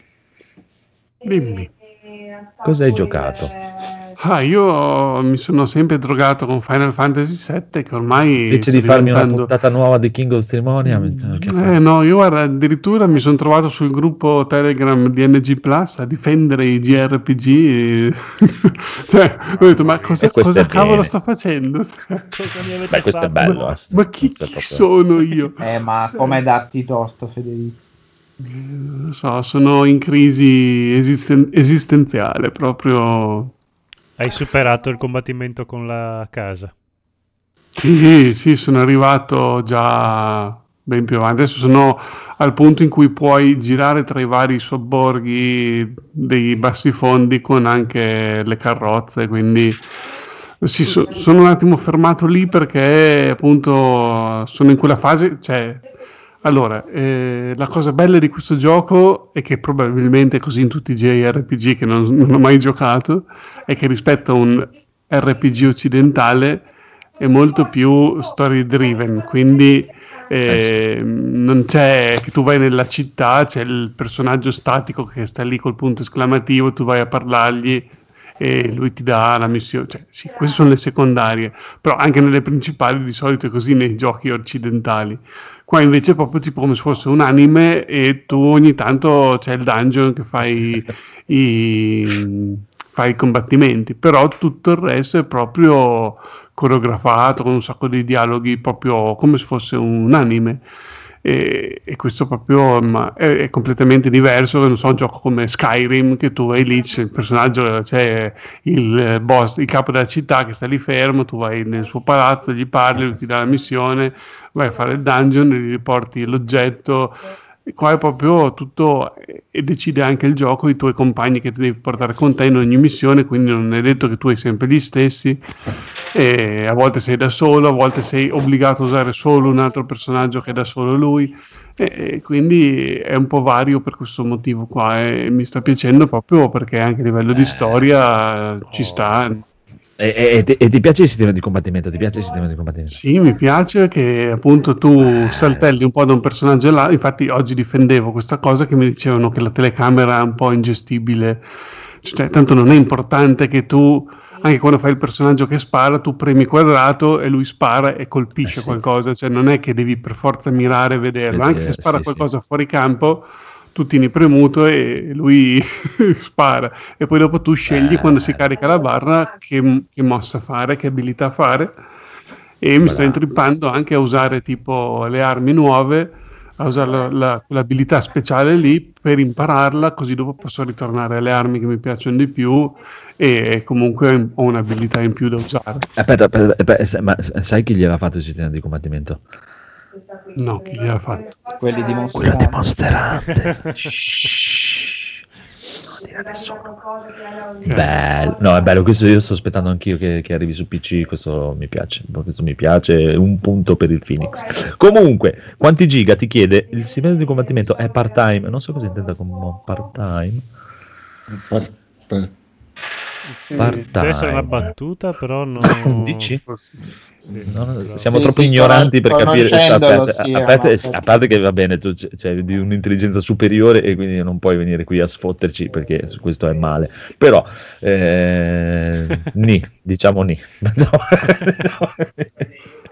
Dimmi. cosa hai giocato? Ah, io mi sono sempre drogato con Final Fantasy sette, che ormai Invece sta di farmi una diventando- puntata nuova di King of Strimonia, mi- che Eh no, io guarda, addirittura mi sono trovato sul gruppo Telegram di N G Plus a difendere i J R P G. e- cioè, ho detto, ma cosa, E questo cosa è cavolo bene. sta facendo? Cosa mi avete Beh, questo è fatto? bello, eh. Ma chi, Questo è chi proprio- sono io? Eh, ma come darti torto, Federico? Non lo so, sono in crisi esisten- esistenziale, proprio. Hai superato il combattimento con la casa. Sì, sì, sono arrivato già ben più avanti. Adesso sono al punto in cui puoi girare tra i vari sobborghi dei bassifondi con anche le carrozze, quindi sì, so- sono un attimo fermato lì perché appunto sono in quella fase, cioè allora, eh, la cosa bella di questo gioco è che probabilmente è così in tutti i J R P G che non, non ho mai giocato, è che rispetto a un R P G occidentale è molto più story driven, quindi eh, non c'è che tu vai nella città, c'è il personaggio statico che sta lì col punto esclamativo, tu vai a parlargli e lui ti dà la missione, cioè sì, queste sono le secondarie, però anche nelle principali di solito è così nei giochi occidentali. Qua invece è proprio tipo come se fosse un anime e tu ogni tanto c'è il dungeon che fai i, fai i combattimenti, però tutto il resto è proprio coreografato con un sacco di dialoghi, proprio come se fosse un anime. E, e questo proprio ma è, è completamente diverso, non so, un gioco come Skyrim che tu vai lì, c'è il personaggio, c'è il boss, il capo della città che sta lì fermo, tu vai nel suo palazzo, gli parli, lui ti dà la missione, vai a fare il dungeon, gli riporti l'oggetto. E qua è proprio tutto, e decide anche il gioco i tuoi compagni che ti devi portare con te in ogni missione, quindi non è detto che tu hai sempre gli stessi, e a volte sei da solo, a volte sei obbligato a usare solo un altro personaggio che è da solo lui, e, e quindi è un po' vario per questo motivo qua, e mi sta piacendo proprio perché anche a livello di storia ci sta. E, e- e- e ti piace il sistema di combattimento? Ti piace il sistema di combattimento? Sì, mi piace che appunto tu saltelli un po' da un personaggio all'altro. Infatti oggi difendevo questa cosa che mi dicevano che la telecamera è un po' ingestibile, cioè tanto non è importante che tu, anche quando fai il personaggio che spara, tu premi quadrato e lui spara e colpisce Eh sì. qualcosa, cioè non è che devi per forza mirare e vederlo, anche se Vedere, spara sì, qualcosa fuori campo tu tieni premuto e lui spara, e poi dopo tu scegli quando si carica la barra che, che mossa fare, che abilità fare, e mi sto Bravo. intrippando anche a usare tipo le armi nuove, a usare la- la- quell'abilità speciale lì per impararla, così dopo posso ritornare alle armi che mi piacciono di più e comunque ho un'abilità in più da usare. Aspetta, aspetta, aspetta, ma sai chi gliel'ha fatto il sistema di combattimento? No, chi gliel'ha fatto? Quelli di Quello Monster di Hunter. Monster Hunter. Shhh. Non dire a nessuno. Bello. No, è bello, questo io sto aspettando anch'io che, che arrivi su P C, questo mi piace, questo mi piace, un punto per il Phoenix. Comunque, quanti giga ti chiede? Il sistema di combattimento è part-time, non so cosa intenda con part-time. Per- per- Part-time. Deve essere una battuta, però non... Dici? No, no, Però- siamo Sì, troppo sì, ignoranti per capire. conoscendolo, Aspetta, sì, a, parte, ma- a parte che va bene, tu c- cioè, di un'intelligenza superiore e quindi non puoi venire qui a sfotterci perché su questo è male. Però, eh, ni, diciamo ni.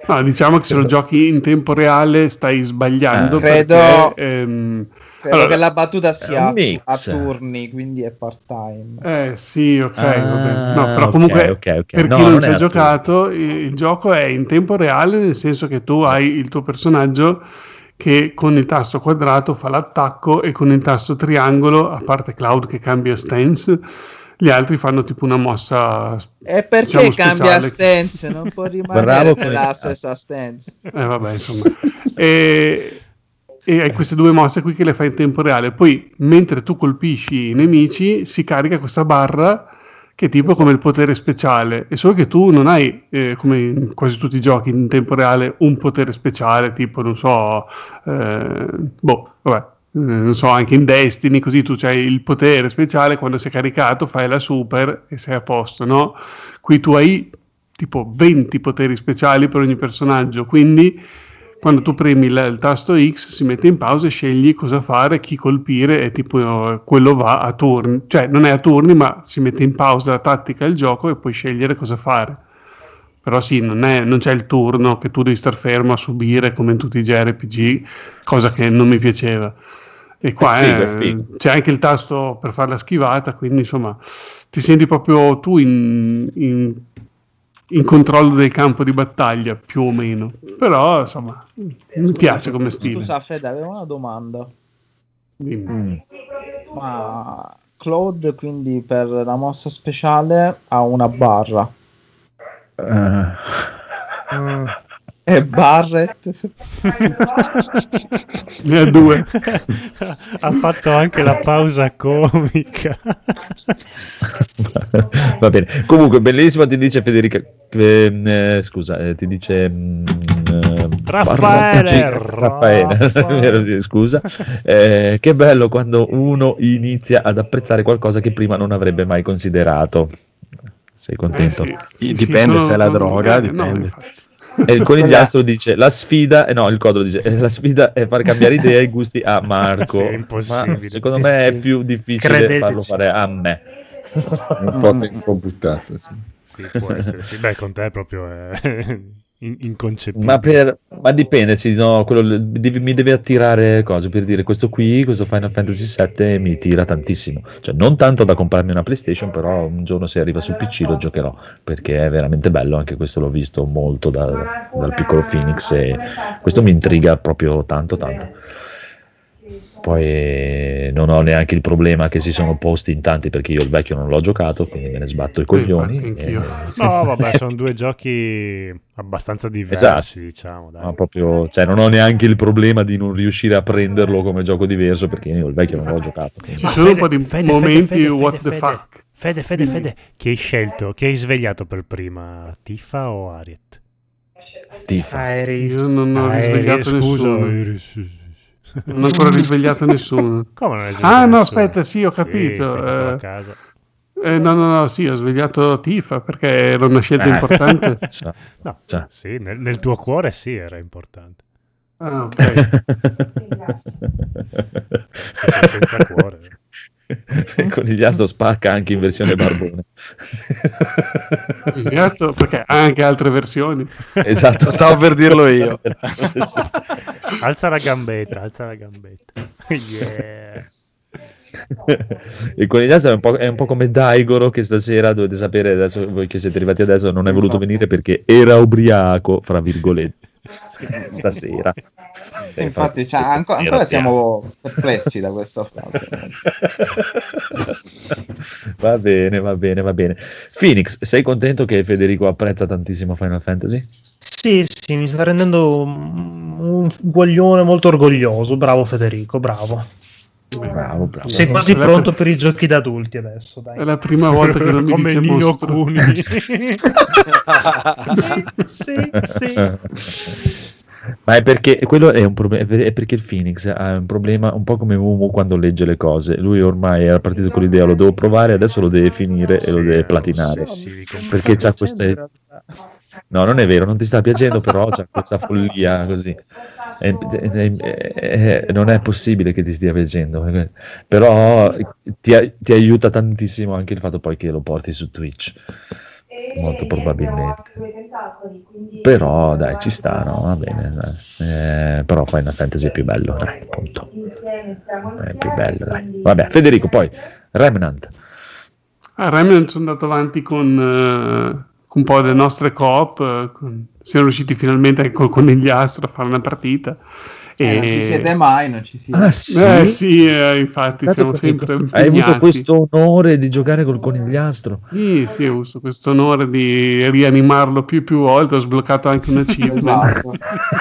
No, diciamo che se lo giochi in tempo reale stai sbagliando. Eh, credo, perché, ehm, credo allora, che la battuta sia mix. a turni, quindi è part time. Eh sì, ok, Ah, vabbè. No, però ok, comunque ok, ok. per No, chi non non ci è ha a giocato, il, il gioco è in tempo reale, nel senso che tu hai il tuo personaggio che con il tasto quadrato fa l'attacco e con il tasto triangolo, a parte Cloud che cambia stance, gli altri fanno tipo una mossa. E perché diciamo, cambia speciale. stance? Non può rimanere Bravo nella come- stessa stance. Eh vabbè, insomma. e, e hai queste due mosse qui che le fai in tempo reale. Poi, mentre tu colpisci i nemici, si carica questa barra che è tipo come il potere speciale. E solo che tu non hai, eh, come in quasi tutti i giochi in tempo reale, un potere speciale, tipo, non so, eh, boh, vabbè. eh, Non so, anche in Destiny, così tu c'hai il potere speciale, quando sei caricato fai la super e sei a posto, no? Qui tu hai tipo venti poteri speciali per ogni personaggio, quindi quando tu premi il, il tasto X si mette in pausa e scegli cosa fare, chi colpire e tipo eh, quello va a turni, cioè non è a turni ma si mette in pausa la tattica del gioco e puoi scegliere cosa fare. Però sì, non, è, non c'è il turno che tu devi star fermo a subire come in tutti i J R P G, cosa che non mi piaceva. E qua È figo, eh, è figo. c'è anche il tasto per fare la schivata, quindi insomma ti senti proprio tu in, in, in controllo del campo di battaglia, più o meno. Però insomma mi piace come stile. Scusa Fede, avevo una domanda. Dimmi. Mm. Ma Claude quindi per la mossa speciale ha una barra Eh, e Barret Ne ha due. Ha fatto anche la pausa comica. Va bene. Comunque, bellissimo, ti dice Federica. eh, eh, scusa, eh, ti dice mm, eh, Raffaele, Raffaele, Raffaele. vero, scusa. Eh, che bello quando uno inizia ad apprezzare qualcosa che prima non avrebbe mai considerato. Sei contento? Eh sì, sì, Dipende sì, se è la sono- droga, eh, no, dipende. infatti. E il conigliastro dice la sfida, eh, no, il codolo dice eh, la sfida è far cambiare idea e gusti a Marco. Sì, è impossibile. Ma secondo me è più difficile Credeteci. farlo fare a me. Un po' tempo buttato. Sì. Sì, può essere, sì. Beh, con te proprio è in- inconcepibile. Ma, per, ma dipende, sì, no, quello, devi- mi deve attirare cose, per dire questo qui, questo Final Fantasy sette mi tira tantissimo, cioè non tanto da comprarmi una PlayStation, però un giorno se arriva su P C lo giocherò, perché è veramente bello, anche questo l'ho visto molto da- dal piccolo Phoenix e questo mi intriga proprio tanto tanto. Poi eh, non ho neanche il problema che si sono posti in tanti, perché io il vecchio non l'ho giocato, quindi me ne sbatto i coglioni. infatti, anch'io. e- No, vabbè, sono due giochi abbastanza diversi, Esatto. diciamo. Dai. No, proprio, cioè, non ho neanche il problema di non riuscire a prenderlo come gioco diverso, perché io il vecchio non l'ho giocato. quindi- Ci Ma sono un Fede, po' di Fede, momenti Fede, Fede, what Fede, the Fede. fuck. Fede, Fede, Fede, chi hai scelto? Chi hai svegliato per prima? Tifa o Ariet? Tifa. Iris. Io non ho Ah, risvegliato Iris, scusa, nessuno. Iris. Non ho ancora risvegliato nessuno. Come non hai Ah, svegliato no, nessuno? aspetta, sì, ho Sì, capito. sei andato a eh, casa. eh, no, no, no, sì, ho svegliato Tifa perché era una scelta Eh. importante. Cioè, No, cioè. sì, nel, nel tuo cuore sì, era importante. Ah, ok. Se sei senza cuore. Il conigliastro spacca anche in versione barbone. Il resto, perché ha anche altre versioni. Esatto, Stavo per dirlo io. Alza la gambetta, alza la gambetta. Yeah. Il conigliastro è un, po', è un po' come Daigoro, che stasera dovete sapere, adesso voi che siete arrivati adesso, non è voluto venire perché era ubriaco, fra virgolette, stasera. Sì, infatti cioè, anco- ancora siamo perplessi da questa frase. Va bene, va bene, va bene. Phoenix, sei contento che Federico apprezza tantissimo Final Fantasy? Sì, sì, mi sta rendendo un un guaglione molto orgoglioso. Bravo Federico, bravo. Bravo, bravo. Sei quasi È la pronto pr- per i giochi da adulti adesso, È dai. la prima volta che non mi Come dice Nino mostro. Kuni. Sì, sì, sì. Ma è perché quello è un problema, è perché il Phoenix ha un problema un po' come Mumu quando legge le cose. Lui ormai era partito con l'idea, lo devo provare, adesso lo deve finire e lo Sì, deve è platinare. ossessivi con- Perché c'ha queste... No, non è vero, non ti sta piacendo, però c'ha questa follia così. È- è- è- è- non è possibile che ti stia piacendo, però ti, ti aiuta tantissimo anche il fatto poi che lo porti su Twitch. molto probabilmente. Però dai, ci sta, no? Va bene, dai. Eh, però Final Fantasy è più bello, dai, appunto. È più bello, dai. Vabbè, Federico, poi Remnant. A Remnant sono andato avanti con, uh, con un po' delle nostre coop, uh, con, siamo riusciti finalmente anche col conigliastro a fare una partita. Eh, e... non ci siete mai, non ci siete. Ah, sì? Eh sì, eh, infatti Dato siamo che sempre hai impegnati. avuto questo onore di giocare col conigliastro. Sì, sì, ho avuto questo onore di rianimarlo più e più volte, ho sbloccato anche una achievement. Esatto.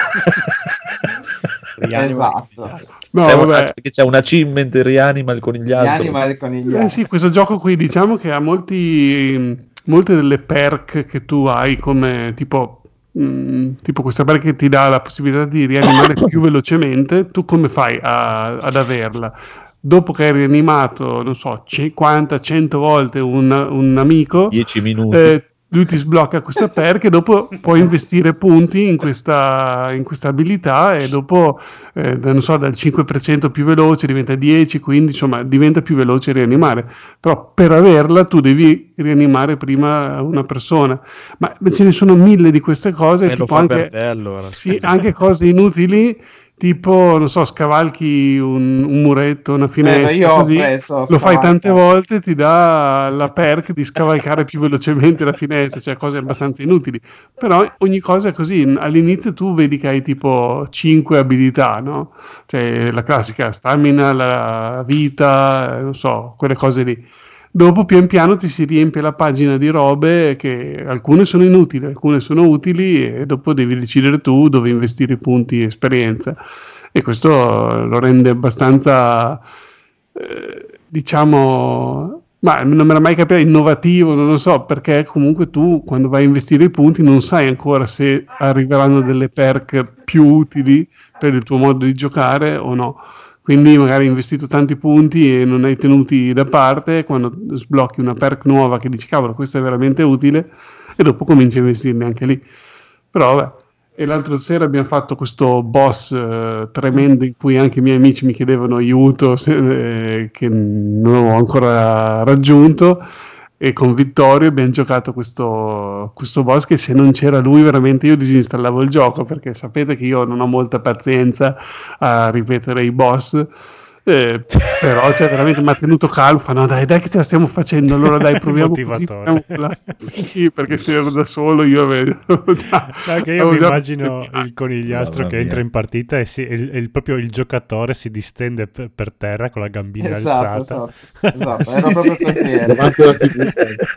Esatto. No, c'è, vabbè. una, perché c'è un achievement rianima il conigliastro. Rianima il conigliastro. Eh sì, questo gioco qui diciamo che ha molti, molte delle perk che tu hai come tipo, mh, tipo questa perk che ti dà la possibilità di rianimare più velocemente. Tu come fai a, ad averla? Dopo che hai rianimato, non so, cinquanta cento volte un, un amico, dieci minuti. Eh, lui ti sblocca questa perk e dopo puoi investire punti in questa, in questa abilità e dopo eh, non so, dal cinque per cento più veloce diventa dieci, quindi insomma diventa più veloce rianimare. Però per averla tu devi rianimare prima una persona, ma ce ne sono mille di queste cose, E lo tipo fa anche, per te, allora. sì, anche cose inutili, tipo, non so, scavalchi un, un muretto, una finestra, Eh, io ho così, preso lo fai scavalca. tante volte, ti dà la perk di scavalcare più velocemente la finestra, cioè cose abbastanza inutili. Però ogni cosa è così, all'inizio tu vedi che hai tipo cinque abilità, no? Cioè la classica stamina, la vita, non so, quelle cose lì. Dopo pian piano ti si riempie la pagina di robe che alcune sono inutili, alcune sono utili e dopo devi decidere tu dove investire i punti e esperienza, e questo lo rende abbastanza eh, diciamo, ma non me l'ha mai capito, innovativo, non lo so, perché comunque tu quando vai a investire i punti non sai ancora se arriveranno delle perk più utili per il tuo modo di giocare o no. Quindi magari hai investito tanti punti e non hai tenuti da parte, quando sblocchi una perk nuova che dici cavolo questa è veramente utile, e dopo cominci a investirne anche lì. Però vabbè. E l'altra sera abbiamo fatto questo boss eh, tremendo in cui anche i miei amici mi chiedevano aiuto, se, eh, che non ho ancora raggiunto, e con Vittorio abbiamo giocato questo, questo boss che se non c'era lui veramente io disinstallavo il gioco, perché sapete che io non ho molta pazienza a ripetere i boss, eh, però cioè, veramente mi ha tenuto calmo, fa no dai dai che ce la stiamo facendo, allora dai proviamo così, sì, sì, perché se ero da solo io avevo già, no, che io avevo mi già immagino steccato. il conigliastro Mamma che entra mia. in partita e, si, e il, e il- proprio il giocatore si distende per, per terra con la gambina Esatto, alzata. esatto, esatto, era proprio così. era. Davanti alla tivù.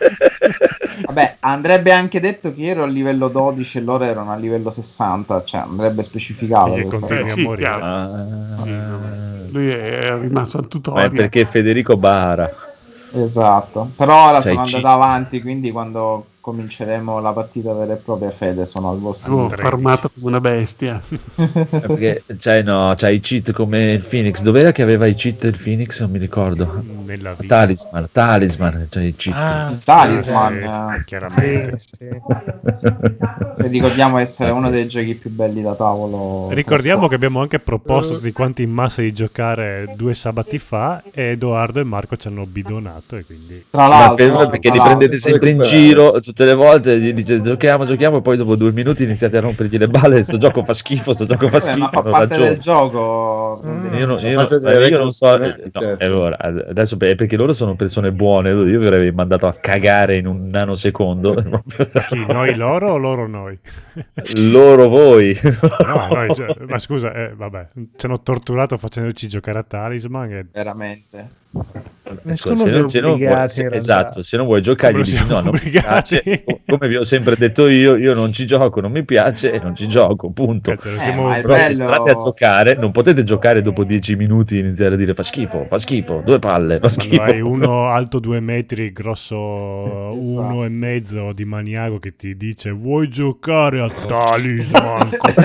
Vabbè, andrebbe anche detto che io ero a livello dodici e loro erano a livello sessanta, cioè andrebbe specificato E questa continui cosa. a sì, morire. chiaro. Ah, Lui è rimasto al ma è tutorial. perché Federico bara. Esatto, però ora Cioè, sono ci- andato avanti, quindi quando cominceremo la partita vera e propria, Fede, sono al vostro Avevo tredici. farmato come una bestia. Eh, Perché c'hai, no, c'hai i cheat come il Phoenix. Dov'era che aveva i cheat del Phoenix? Non mi ricordo. Nella vita. Talisman, Talisman, c'hai i cheat. Ah, Talisman, Eh, eh, chiaramente. sì, sì. che ricordiamo essere uno dei giochi più belli da tavolo. Ricordiamo che trascorso. abbiamo anche proposto tutti quanti in massa di giocare due sabati fa e Edoardo e Marco ci hanno bidonato e quindi Tra Ma l'altro, per- tra perché li l'altro. prendete sempre in giro tutte le volte, gli dite giochiamo, giochiamo, e poi dopo due minuti iniziate a rompergli le balle. Sto gioco fa schifo, sto gioco fa Vabbè, ma schifo. fa Hanno parte ragione. del gioco. Mm. Io, non, io, Parte non- delle io non so, regole, no, certo. e allora, adesso è perché loro sono persone buone. Io vi avrei mandato a cagare in un nanosecondo. chi? Noi loro o loro noi? Loro voi. No, noi, cioè, ma scusa, eh, vabbè, ci hanno torturato facendoci giocare a Talisman e Veramente. Nessuno se vi non, se non vuoi, obbligati, se- in realtà. esatto, se non vuoi giocare, Come gli lo dici siamo no, non mi obbligati? piace. Come vi ho sempre detto io, io non ci gioco, non mi piace e non ci gioco, punto. Cazzo, lo Eh, siamo- ma è Però se bello. entrate a giocare, non potete giocare dopo dieci minuti e iniziare a dire fa schifo, fa schifo, due palle, fa quando schifo. hai uno alto due metri, grosso Esatto. uno e mezzo di maniaco che ti dice vuoi giocare a Talisman?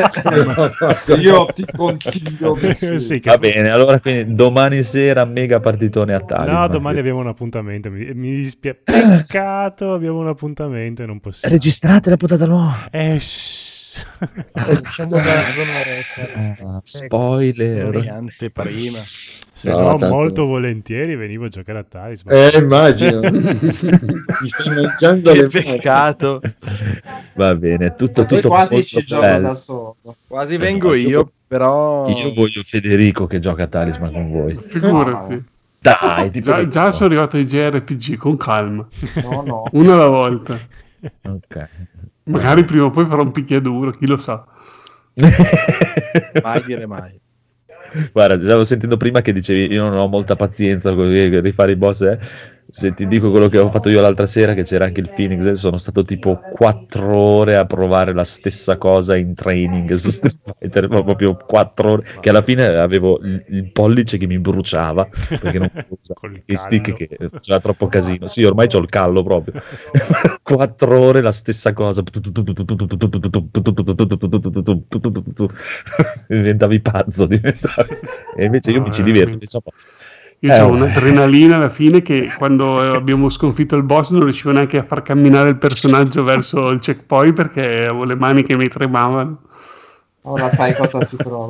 Io ti consiglio di sì. Sì, che Va bene, allora quindi domani sera mega partitone a Talisman. No, domani abbiamo un appuntamento. Mi, mi dispiace. Peccato, abbiamo un appuntamento e non possiamo. Registrate la puntata nuova. Eh, shh. Uscendo dalla zona rossa. Ah, spoiler. anteprima. Se No, no, tanto- molto volentieri venivo a giocare a Talisman. Eh, immagino. Mi stai mangiando Che le peccato. Va bene, tutto, Poi tutto quasi molto ci gioco bello. da solo. Quasi vengo io, però... Io voglio Federico che gioca a Talisman con voi. Figurati. Dai, ti Già, prego. già sono arrivato ai J R P G con calma, No, no. una alla volta. Ok. Magari prima o poi farò un picchiaduro, chi lo sa. Mai dire mai. Guarda, stavo sentendo prima che dicevi io non ho molta pazienza con rifare i boss, eh. Se ti dico quello che ho fatto io l'altra sera, che c'era anche il Phoenix, eh, sono stato tipo quattro ore a provare la stessa cosa in training su Street Fighter, ma proprio quattro ore, che alla fine avevo il, il pollice che mi bruciava perché non potevo Col usare i stick callo. che faceva troppo casino. Sì, ormai c'ho il callo proprio. Quattro ore la stessa cosa. Diventavi pazzo, diventavi... e invece io mi ci diverto. Invece, Io Eh, ho oh. un'adrenalina alla fine che quando eh, abbiamo sconfitto il boss non riuscivo neanche a far camminare il personaggio verso il checkpoint perché avevo le mani che mi tremavano. Ora sai cosa si prova.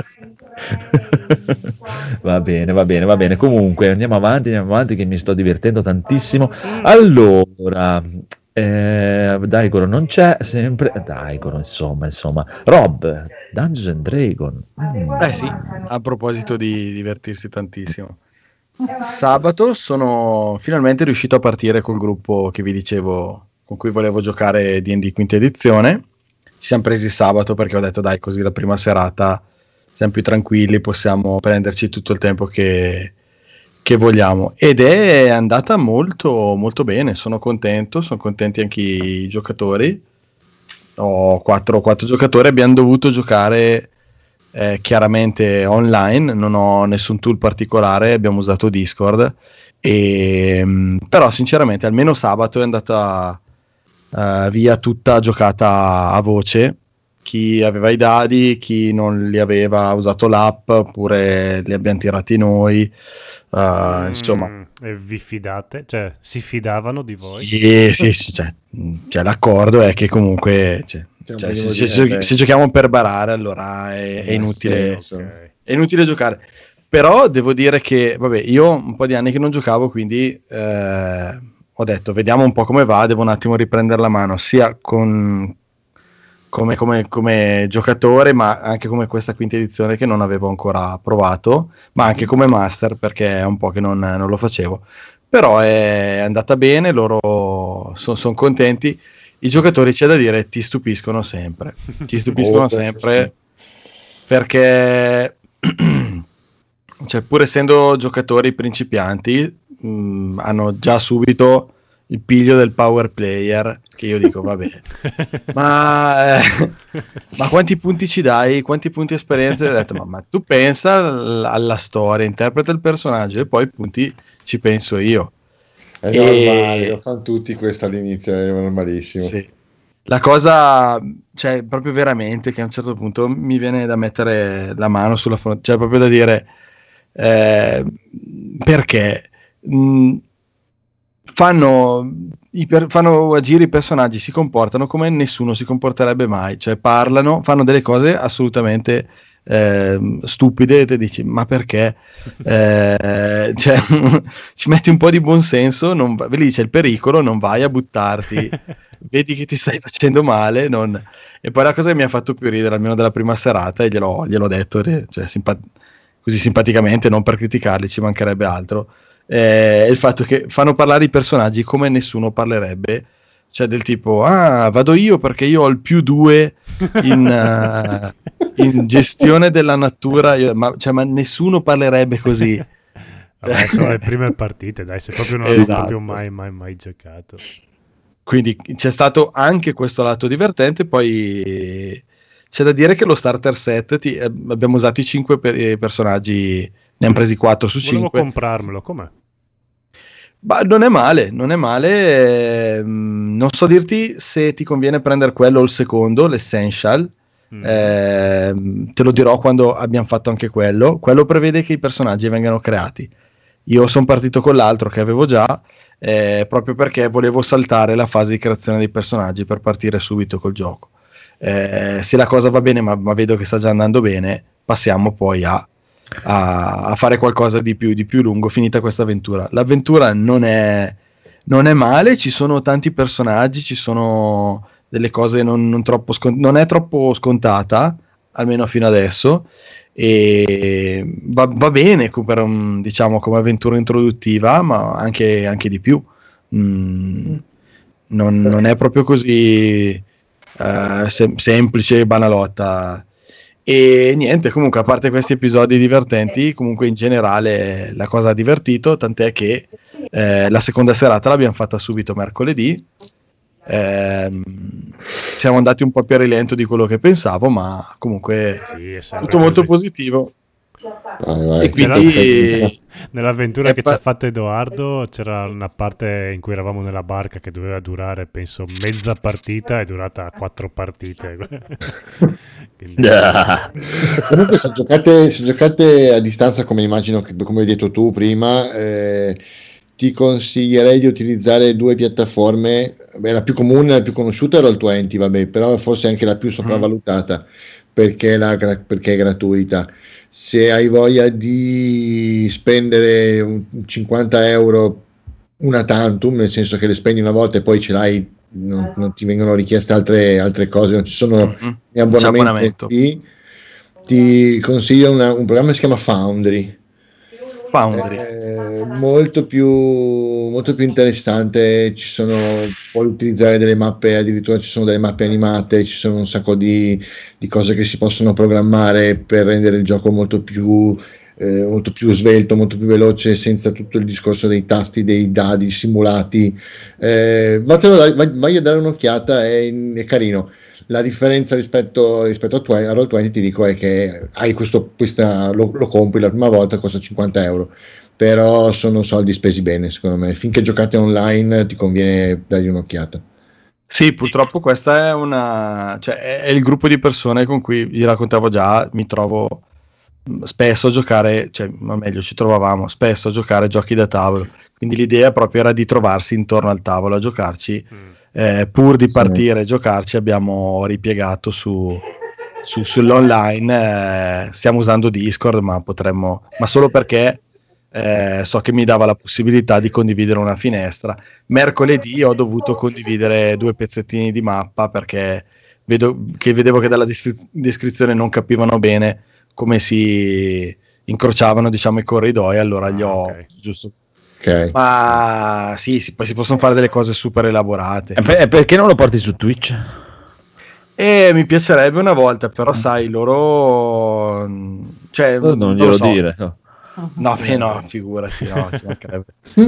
Va bene, va bene, va bene. Comunque andiamo avanti, andiamo avanti che mi sto divertendo tantissimo. Allora, eh, Daigoro non c'è sempre. Daigoro, insomma, insomma. Rob, Dungeons and Dragon. Mm. Eh sì, a proposito di divertirsi tantissimo. Sabato sono finalmente riuscito a partire col gruppo che vi dicevo con cui volevo giocare D and D quinta edizione. Ci siamo presi sabato perché ho detto dai, così la prima serata siamo più tranquilli, possiamo prenderci tutto il tempo che, che vogliamo, ed è andata molto molto bene. Sono contento, sono contenti anche i giocatori. Ho quattro, quattro giocatori, abbiamo dovuto giocare eh, chiaramente online, non ho nessun tool particolare, abbiamo usato Discord, e, mh, però sinceramente almeno sabato è andata uh, via tutta giocata a voce. Chi aveva i dadi, chi non li aveva ha usato l'app, oppure li abbiamo tirati noi, uh, insomma. Mm, e vi fidate? Cioè, si fidavano di voi? Sì, sì, sì, cioè, cioè, l'accordo è che comunque cioè, C'è un cioè, minimo se, di- se- eh, beh. se giochiamo per barare, allora è, è Eh, inutile, sì, Ok. è inutile giocare. Però devo dire che, vabbè, io un po' di anni che non giocavo, quindi eh, ho detto, vediamo un po' come va, devo un attimo riprendere la mano, sia con, come, come, come giocatore, ma anche come questa quinta edizione che non avevo ancora provato, ma anche come master, perché è un po' che non, non lo facevo. Però è andata bene, loro sono son contenti. I giocatori, c'è da dire, ti stupiscono sempre, ti stupiscono Oh, sempre, perché cioè, pur essendo giocatori principianti, mh, hanno già subito il piglio del power player, che io dico vabbè, ma, eh, ma quanti punti ci dai, quanti punti esperienza? Ho detto ma, ma tu pensa all- alla storia, interpreta il personaggio e poi punti ci penso io. È E- normale, lo fanno tutti questo all'inizio, è normalissimo. Sì. La cosa, cioè, proprio veramente che a un certo punto mi viene da mettere la mano sulla fronte, cioè proprio da dire eh, perché mh, fanno, i per- fanno agire i personaggi, si comportano come nessuno si comporterebbe mai, cioè parlano, fanno delle cose assolutamente eh, stupide, e te dici ma perché? Eh, cioè, ci metti un po' di buonsenso, non va- lì c'è il pericolo, non vai a buttarti, vedi che ti stai facendo male, non... E poi la cosa che mi ha fatto più ridere, almeno della prima serata, e gliel'ho, gliel'ho detto eh, cioè, simpa- così simpaticamente, non per criticarli, ci mancherebbe altro, eh, è il fatto che fanno parlare i personaggi come nessuno parlerebbe, cioè del tipo ah vado io perché io ho il più due in, uh, in gestione della natura. Io, ma, cioè, ma nessuno parlerebbe così. Vabbè, sono le prime partite, dai, se proprio non Esatto. ho proprio mai, mai, mai giocato. Quindi c'è stato anche questo lato divertente. Poi c'è da dire che lo starter set ti, eh, abbiamo usato i cinque per, i personaggi, ne abbiamo presi quattro su Volevo cinque. comprarmelo, com'è? Ma non è male, non è male. ehm, non so dirti se ti conviene prendere quello o il secondo, l'essential. Mm. ehm, te lo dirò quando abbiamo fatto anche quello. Quello prevede che i personaggi vengano creati. Io sono partito con l'altro che avevo già, eh, proprio perché volevo saltare la fase di creazione dei personaggi per partire subito col gioco. Eh, se la cosa va bene, ma, ma vedo che sta già andando bene, passiamo poi a a, a fare qualcosa di più, di più lungo finita questa avventura. L'avventura non è, non è male, ci sono tanti personaggi, ci sono delle cose non, non, troppo scont- non è troppo scontata, almeno fino adesso, e va, va bene per un, diciamo, come avventura introduttiva, ma anche, anche di più. Mm, non, non è proprio così uh, sem- semplice e banalotta. E niente, comunque, a parte questi episodi divertenti, comunque in generale la cosa ha divertito, tant'è che eh, la seconda serata l'abbiamo fatta subito mercoledì. Eh, siamo andati un po' più a rilento di quello che pensavo, ma comunque sì, tutto molto positivo. Vai, vai. E quindi nell'avventura che pa- ci ha fatto Edoardo c'era una parte in cui eravamo nella barca che doveva durare penso mezza partita, è durata quattro partite. Quindi... yeah. Comunque se giocate, se giocate a distanza, come immagino che, come hai detto tu prima, eh, ti consiglierei di utilizzare due piattaforme. Beh, la più comune, la più conosciuta è roll venti, vabbè, però forse anche la più sopravvalutata perché, la, perché è gratuita. Se hai voglia di spendere un cinquanta euro una tantum, nel senso che le spendi una volta e poi ce l'hai, non, non ti vengono richieste altre, altre cose, non ci sono mm-hmm. abbonamenti, ti, ti consiglio una, un programma che si chiama Foundry. Foundry. Eh, molto più molto più interessante, ci sono, puoi utilizzare delle mappe, addirittura ci sono delle mappe animate, ci sono un sacco di, di cose che si possono programmare per rendere il gioco molto più eh, molto più svelto, molto più veloce, senza tutto il discorso dei tasti, dei dadi simulati. Eh, vai, vai a dare un'occhiata, è, è carino. La differenza rispetto, rispetto a, twenty, a roll venti, ti dico, è che hai questo, questa, lo, lo compri la prima volta, costa cinquanta euro, però sono soldi spesi bene, secondo me. Finché giocate online ti conviene dargli un'occhiata. Sì, purtroppo questa è una, cioè è il gruppo di persone con cui, vi raccontavo già, mi trovo spesso a giocare, cioè, ma meglio, ci trovavamo spesso a giocare giochi da tavolo, quindi l'idea proprio era di trovarsi intorno al tavolo a giocarci. Mm. Eh, pur di partire e sì. giocarci abbiamo ripiegato su, su, sull'online, eh, stiamo usando Discord, ma potremmo, ma solo perché eh, so che mi dava la possibilità di condividere una finestra. Mercoledì ho dovuto condividere due pezzettini di mappa perché vedo, che vedevo che dalla descri- descrizione non capivano bene come si incrociavano, diciamo, i corridoi, allora gli ho okay. giusto Okay. Ma sì, si, si possono fare delle cose super elaborate. E per, perché non lo porti su Twitch? E mi piacerebbe una volta, però sai, loro cioè, non, non glielo so. dire no, no, beh, no figurati, no, ci mancherebbe.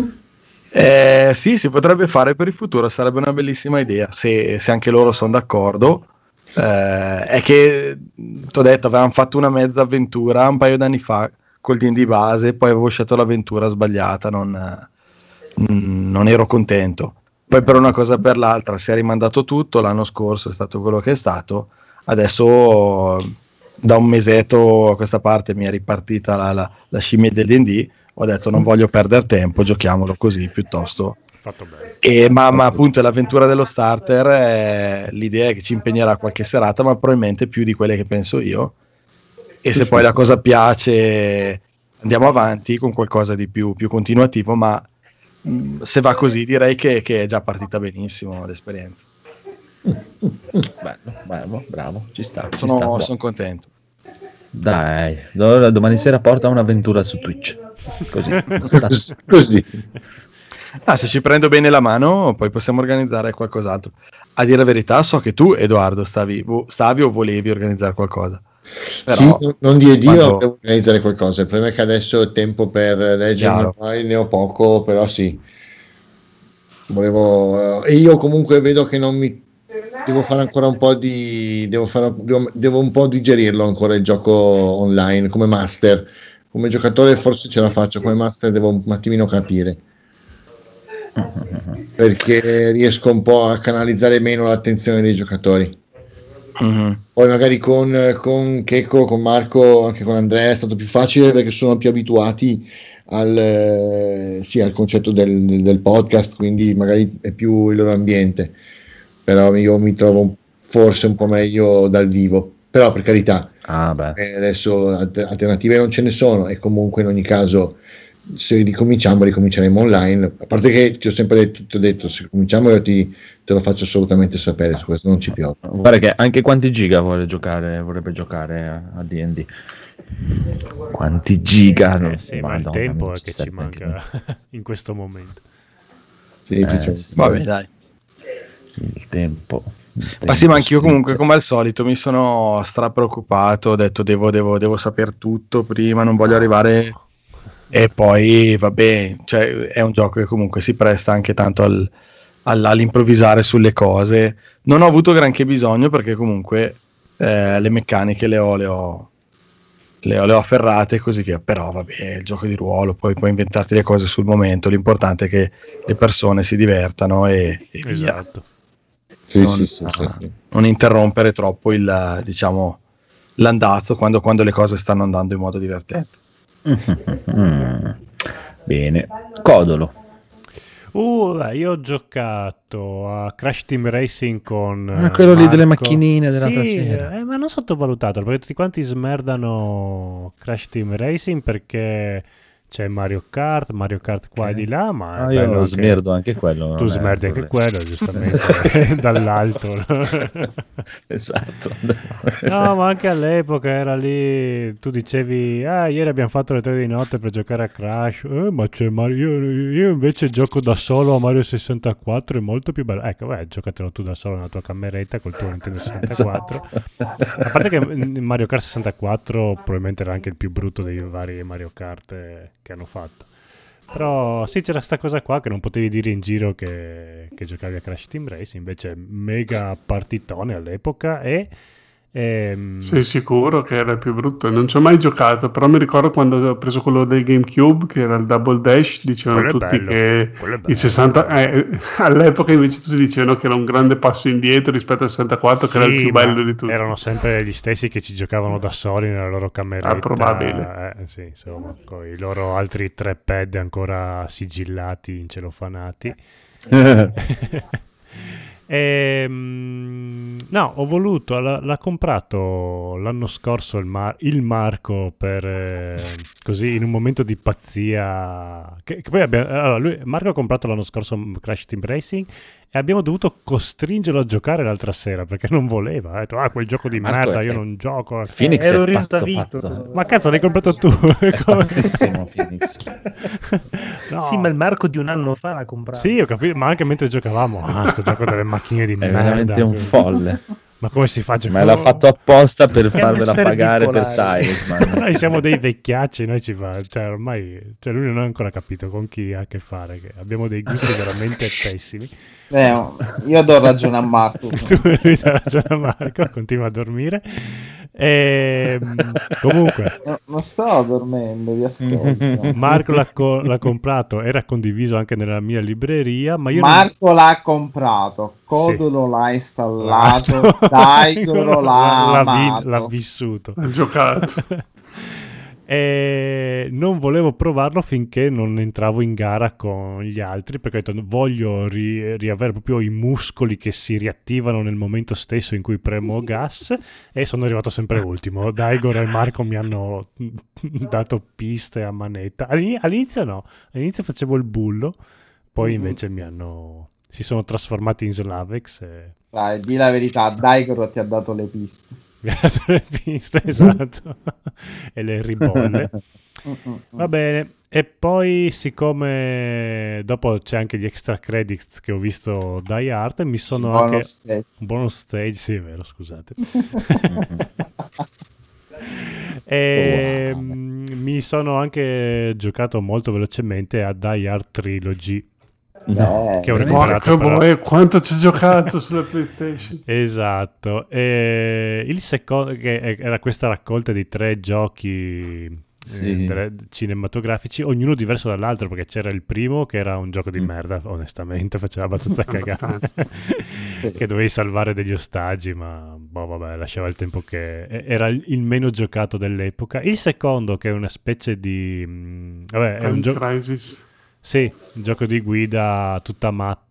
eh, sì, si potrebbe fare per il futuro, sarebbe una bellissima idea se, se anche loro sono d'accordo. Eh, è che ti ho detto, avevamo fatto una mezza avventura un paio d'anni fa col D and D base, poi avevo scelto l'avventura sbagliata, non, non ero contento. Poi per una cosa o per l'altra si è rimandato tutto, l'anno scorso è stato quello che è stato, adesso da un mesetto a questa parte mi è ripartita la, la, la scimmia del D and D, ho detto non voglio perdere tempo, giochiamolo così piuttosto. Fatto bene. E, ma, ma appunto l'avventura dello starter, è, l'idea è che ci impegnerà qualche serata, ma probabilmente più di quelle che penso io. E se poi la cosa piace andiamo avanti con qualcosa di più, più continuativo, ma mh, se va così direi che, che è già partita benissimo l'esperienza. Bello, bravo, bravo, ci sta. Ci Sono, sta, sono contento. Dai, domani sera porta un'avventura su Twitch. Così. Così. Ah, se ci prendo bene la mano poi possiamo organizzare qualcos'altro. A dire la verità so che tu, Edoardo, stavi, stavi o volevi organizzare qualcosa. Però, sì, non dire Dio, quando... devo organizzare qualcosa. Il problema è che adesso ho tempo per leggere, ne ho poco, però sì. Volevo, e io comunque vedo che non mi devo fare ancora un po' di devo fare devo, devo un po' digerirlo ancora il gioco online come master. Come giocatore forse ce la faccio, come master devo un attimino capire, perché riesco un po' a canalizzare meno l'attenzione dei giocatori. Mm-hmm. Poi magari con, con Checco, con Marco, anche con Andrea è stato più facile perché sono più abituati al, eh, sì, al concetto del, del podcast, quindi magari è più il loro ambiente, però io mi trovo forse un po' meglio dal vivo, però per carità Ah, beh. E adesso alter- alternative non ce ne sono, e comunque in ogni caso se ricominciamo ricominceremo online, a parte che ti ho sempre detto, ti ho detto se cominciamo io ti, te lo faccio assolutamente sapere, su questo non ci piove. Guarda che anche quanti giga vuole giocare, vorrebbe giocare a, a D and D. Quanti giga? Eh No, sì, ma Madonna, il tempo non è ci che ci serve anche manca in questo momento. Sì, Eh, diciamo. sì. Vabbè, dai. il tempo. il Ma sì, tempo ma anch'io comunque, stringe. come al solito, mi sono strapreoccupato, ho detto devo, devo, devo sapere tutto prima, non voglio arrivare... E poi, vabbè, cioè, è un gioco che comunque si presta anche tanto al, al- all'improvvisare sulle cose. Non ho avuto granché bisogno perché comunque eh, le meccaniche le ho, le ho, le ho, le ho afferrate e così via. Però vabbè, il gioco di ruolo, poi puoi inventarti le cose sul momento. L'importante è che le persone si divertano e, e via. Esatto. Sì, Non, sì, sì, sì, sì. non interrompere troppo il, diciamo, l'andazzo quando, quando le cose stanno andando in modo divertente. Mm. Bene, Codolo. Uh, beh, io ho giocato a Crash Team Racing con Ah, eh, quello lì delle Marco. macchinine dell'altra Sì, sera. eh, ma non sottovalutatelo perché tutti quanti smerdano Crash Team Racing perché c'è Mario Kart, Mario Kart qua e di là, ma è Ah, bello io anche... smerdo anche quello. Tu non è un smerdi anche problema. quello, giustamente, dall'alto. Esatto. No, ma anche all'epoca era lì, tu dicevi, ah, ieri abbiamo fatto le tre di notte per giocare a Crash, eh, ma c'è Mario, io, io invece gioco da solo a Mario sessantaquattro, è molto più bello. Ecco, beh, giocatelo tu da solo nella tua cameretta col tuo Nintendo sessantaquattro. Esatto. A parte che in Mario Kart sessantaquattro probabilmente era anche il più brutto dei vari Mario Kart eh, che hanno fatto. Però sì, c'era sta cosa qua che non potevi dire in giro che, che giocavi a Crash Team Racing, invece mega partitone all'epoca e... ehm, Sei sicuro che era il più brutto? Non ci ho mai giocato, però mi ricordo quando ho preso quello del GameCube, che era il Double Dash, dicevano Quello è tutti bello, che quello è bello. il sessanta... eh, all'epoca invece tutti dicevano che era un grande passo indietro rispetto al sessantaquattro, che era il Sì, più ma bello di tutti. erano sempre gli stessi che ci giocavano da soli nella loro cameretta. Ah, probabile. Eh, sì, insomma, con i loro altri tre pad ancora sigillati, incelofanati. Ehm, no, ho voluto, l'ha, l'ha comprato l'anno scorso il, Mar- il Marco per eh, così in un momento di pazzia. Che, che poi abbiamo, allora, lui, Marco ha comprato l'anno scorso Crash Team Racing e abbiamo dovuto costringerlo a giocare l'altra sera perché non voleva. Ha detto, ah, quel gioco di Marco merda, è- io non gioco. Phoenix Eh, ero è pazzo, rimpavito. pazzo. Ma cazzo, l'hai comprato tu? È pazzissimo Phoenix. No. Sì, ma il Marco di un anno fa l'ha comprato. Sì, ho capito, ma anche mentre giocavamo, ah, sto gioco delle macchine di È merda. veramente un folle. Ma come si fa a giocare? Ma l'ha fatto apposta per Che farvela essere pagare per bipolare. Talisman. Noi siamo dei vecchiacci, noi ci fa, cioè ormai, cioè lui non ha ancora capito con chi ha a che fare, che abbiamo dei gusti veramente pessimi. Eh, io do ragione a Marco. Tu mi dai ragione, Marco, continua a dormire. E, comunque, No, non stavo dormendo, vi ascolto. Marco l'ha, co- l'ha comprato, era condiviso anche nella mia libreria, ma io non- Marco l'ha comprato, Codolo l'ha installato, L'ha- Daigoro l'ha l'ha vi- amato. l'ha vissuto. Ha giocato. E non volevo provarlo finché non entravo in gara con gli altri perché ho detto voglio ri- riavere proprio i muscoli che si riattivano nel momento stesso in cui premo gas e sono arrivato sempre ultimo. Daigoro e Marco mi hanno dato piste a manetta. All'ini- All'inizio no, all'inizio facevo il bullo, poi invece mi hanno si sono trasformati in Slavex e Dai, di la verità, Daigoro ti ha dato le piste. mi ha dato le piste, esatto, e le ribolle. Va bene, e poi siccome dopo c'è anche gli extra credits che ho visto Die Hard, mi sono Bonus anche stage. un bonus stage, sì è vero, scusate. E Wow. mm, mi sono anche giocato molto velocemente a Die Hard Trilogy, Beh, che ho veramente? recuperato Porca però- boia, quanto ci ho giocato sulla PlayStation. Esatto, e il secondo che è- era questa raccolta di tre giochi eh, Sì. delle- cinematografici, ognuno diverso dall'altro, perché c'era il primo che era un gioco di Mm. merda, onestamente, faceva abbastanza cagare, che dovevi salvare degli ostaggi, ma boh, vabbè, lasciava il tempo che era il il meno giocato dell'epoca. Il secondo che è una specie di mm, vabbè, è un Time gioco Crisis. sì, un gioco di guida tutta matta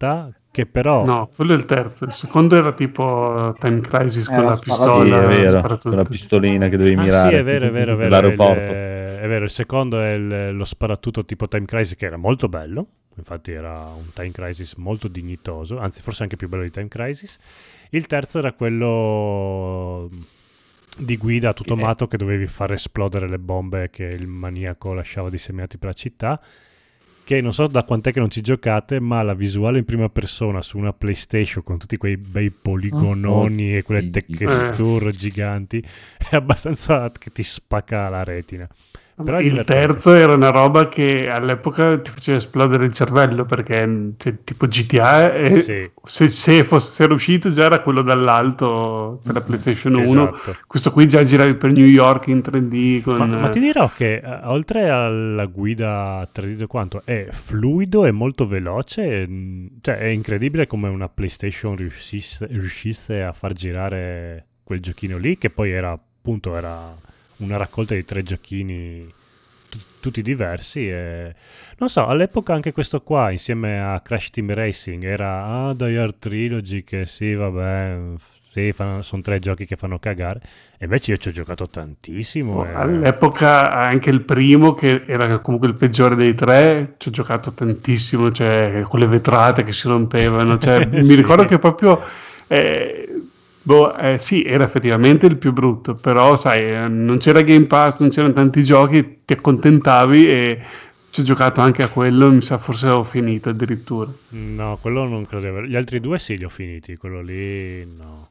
che però... No, quello è il terzo. Il secondo era tipo Time Crisis con Eh, la la pistola. Sì, è vero, sparatutto. con la pistolina che devi Ah, mirare. sì, è vero, è vero, è vero. L'aeroporto. Il, è vero, il secondo è il- lo sparatutto tipo Time Crisis, che era molto bello. Infatti era un Time Crisis molto dignitoso, anzi forse anche più bello di Time Crisis. Il terzo era quello di guida a tutto matto, che dovevi far esplodere le bombe che il maniaco lasciava disseminati per la città. Che non so da quant'è che non ci giocate, ma la visuale in prima persona su una PlayStation con tutti quei bei poligononi Oh, e quelle sì. texture giganti è abbastanza che ti spacca la retina. Però è il divertente. terzo era una roba che all'epoca ti faceva esplodere il cervello, perché cioè, tipo G T A eh, Sì. se, se fosse se era uscito già era quello dall'alto per la PlayStation uno. Esatto. Questo qui già giravi per New York in tre D con, Ma, ma ti dirò che eh, oltre alla guida tre D e quanto è fluido e molto veloce, e, mh, cioè è incredibile come una PlayStation riuscisse, riuscisse a far girare quel giochino lì, che poi era appunto era una raccolta di tre giochini t- tutti diversi e non so, all'epoca anche questo qua insieme a Crash Team Racing era ah, Die Hard Trilogy, che sì vabbè sì, sono tre giochi che fanno cagare, e invece io ci ho giocato tantissimo e... all'epoca anche il primo, che era comunque il peggiore dei tre, ci ho giocato tantissimo, cioè con le vetrate che si rompevano, cioè, mi Sì. ricordo che proprio eh, boh, eh, sì, era effettivamente il più brutto, però sai, eh, non c'era Game Pass, non c'erano tanti giochi, ti accontentavi e ci ho giocato anche a quello, mi sa forse ho finito addirittura. No, quello non credo di aver... Gli altri due sì li ho finiti, quello lì no.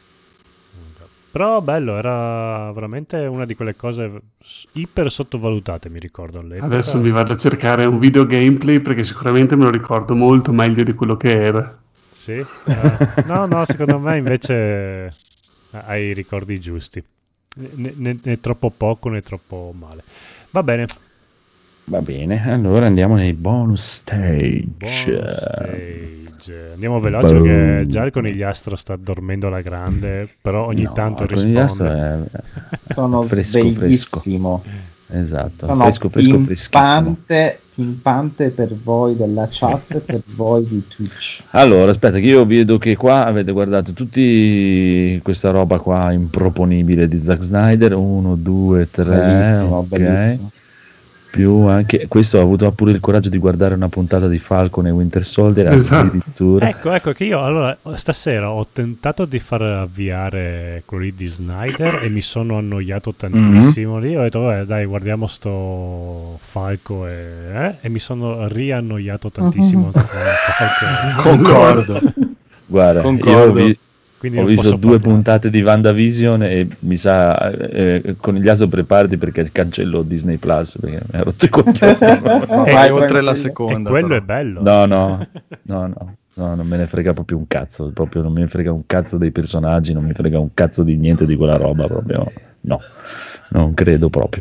Però bello, era veramente una di quelle cose s- iper sottovalutate, mi ricordo all'epoca. Adesso mi vado a cercare un video gameplay perché sicuramente me lo ricordo molto meglio di quello che era. Sì? Eh, no, no, secondo me invece hai i ricordi giusti. Né, né- né troppo poco né troppo male. Va bene. Va bene, allora andiamo nei bonus stage. Bonus stage. Andiamo veloce Boom. perché già il conigliastro sta dormendo alla grande, però ogni No, tanto il conigliastro risponde. è Sono fresco, sveglissimo. esatto, Sono fresco, fresco, freschissimo. pimpante, pimpante per voi della chat e per voi di Twitch. Allora, aspetta, che io vedo che qua avete guardato tutti questa roba qua improponibile di Zack Snyder. Uno, due, tre. Bellissimo, ok. bellissimo. Più anche questo ha avuto pure il coraggio di guardare una puntata di Falcon e Winter Soldier Esatto. addirittura. Ecco, ecco che io allora stasera ho tentato di far avviare quello lì di Snyder e mi sono annoiato tantissimo lì. Ho detto, vabbè, dai, guardiamo sto Falco e, eh, e mi sono riannoiato tantissimo anche con Falco. Concordo. Guarda, Concordo. io vi- Quindi ho non visto posso due parlare. puntate di WandaVision e mi sa, eh, conigliato, preparati perché cancello Disney Plus perché mi ha rotto i coglioni. No, Eh, vai oltre tranquillo. la E seconda. quello però. è bello. No, no, no, no, no, non me ne frega proprio un cazzo, proprio non me ne frega un cazzo dei personaggi, non mi frega un cazzo di niente di quella roba, proprio no, non credo proprio.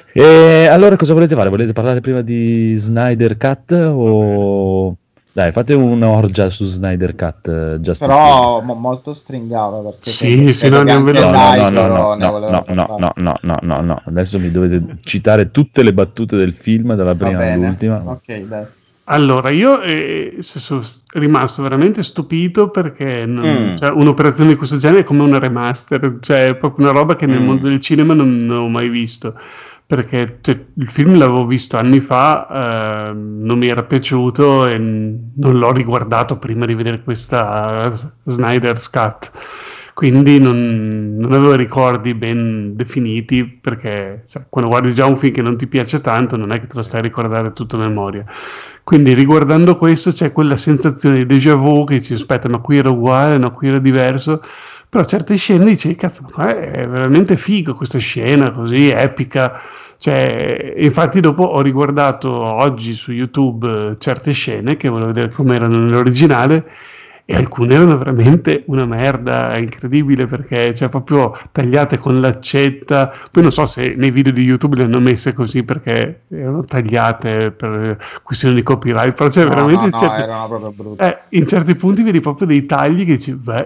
E allora cosa volete fare? Volete parlare prima di Snyder Cut o... Dai, fate un'orgia su Snyder Cut, uh, Justice Però mo- molto stringata perché Sì, credo- sì, credo no, che andiamo anche veloci. No, no, Live no, no, ne no, voleva no, no, parlare. no, no, no, no, no, adesso mi dovete citare tutte le battute del film dalla Va prima bene. all'ultima. Ok, dai. Allora, io eh, se sono s- rimasto veramente stupito perché non- Mm. cioè, un'operazione di questo genere è come una remaster, cioè è proprio una roba che nel Mm. mondo del cinema non, non ho mai visto. Perché cioè, il film l'avevo visto anni fa, eh, non mi era piaciuto e n- non l'ho riguardato prima di vedere questa S- Snyder's Cut. Quindi non, non avevo ricordi ben definiti perché cioè, quando guardi già un film che non ti piace tanto non è che te lo stai a ricordare tutto a memoria. Quindi riguardando questo c'è quella sensazione di déjà vu che ci aspetta, ma qui era uguale, no, qui era diverso. Però certe scene dici, cazzo, ma qua è veramente figo questa scena così epica. Cioè, infatti dopo ho riguardato oggi su YouTube eh, certe scene che volevo vedere come erano nell'originale e alcune erano veramente una merda incredibile perché cioè proprio tagliate con l'accetta. Poi non so se nei video di YouTube le hanno messe così perché erano tagliate per questioni di copyright, però c'è No, veramente no, no, certe- erano proprio brutte. eh, in certi punti vedi proprio dei tagli che dici, beh,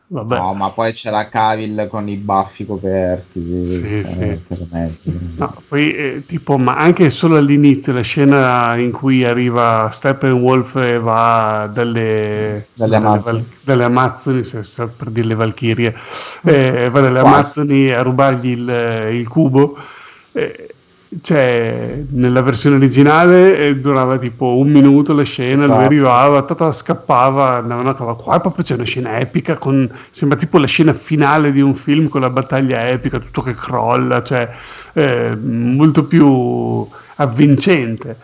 Vabbè. No, ma poi c'era Cavill con i baffi coperti. Sì, cioè, sì. No, poi eh, tipo, ma anche solo all'inizio, la scena in cui arriva Steppenwolf e va dalle, dalle Amazzoni, Val- dalle Amazzoni, se sta per dire le Valchirie, eh, va dalle Amazzoni a rubargli il, il cubo. Eh, cioè nella versione originale eh, durava tipo un minuto la scena, esatto. Lui arrivava, tata, scappava, andavano a cavallo. Qua proprio c'è una scena epica, con, sembra tipo la scena finale di un film con la battaglia epica, tutto che crolla, cioè eh, molto più avvincente.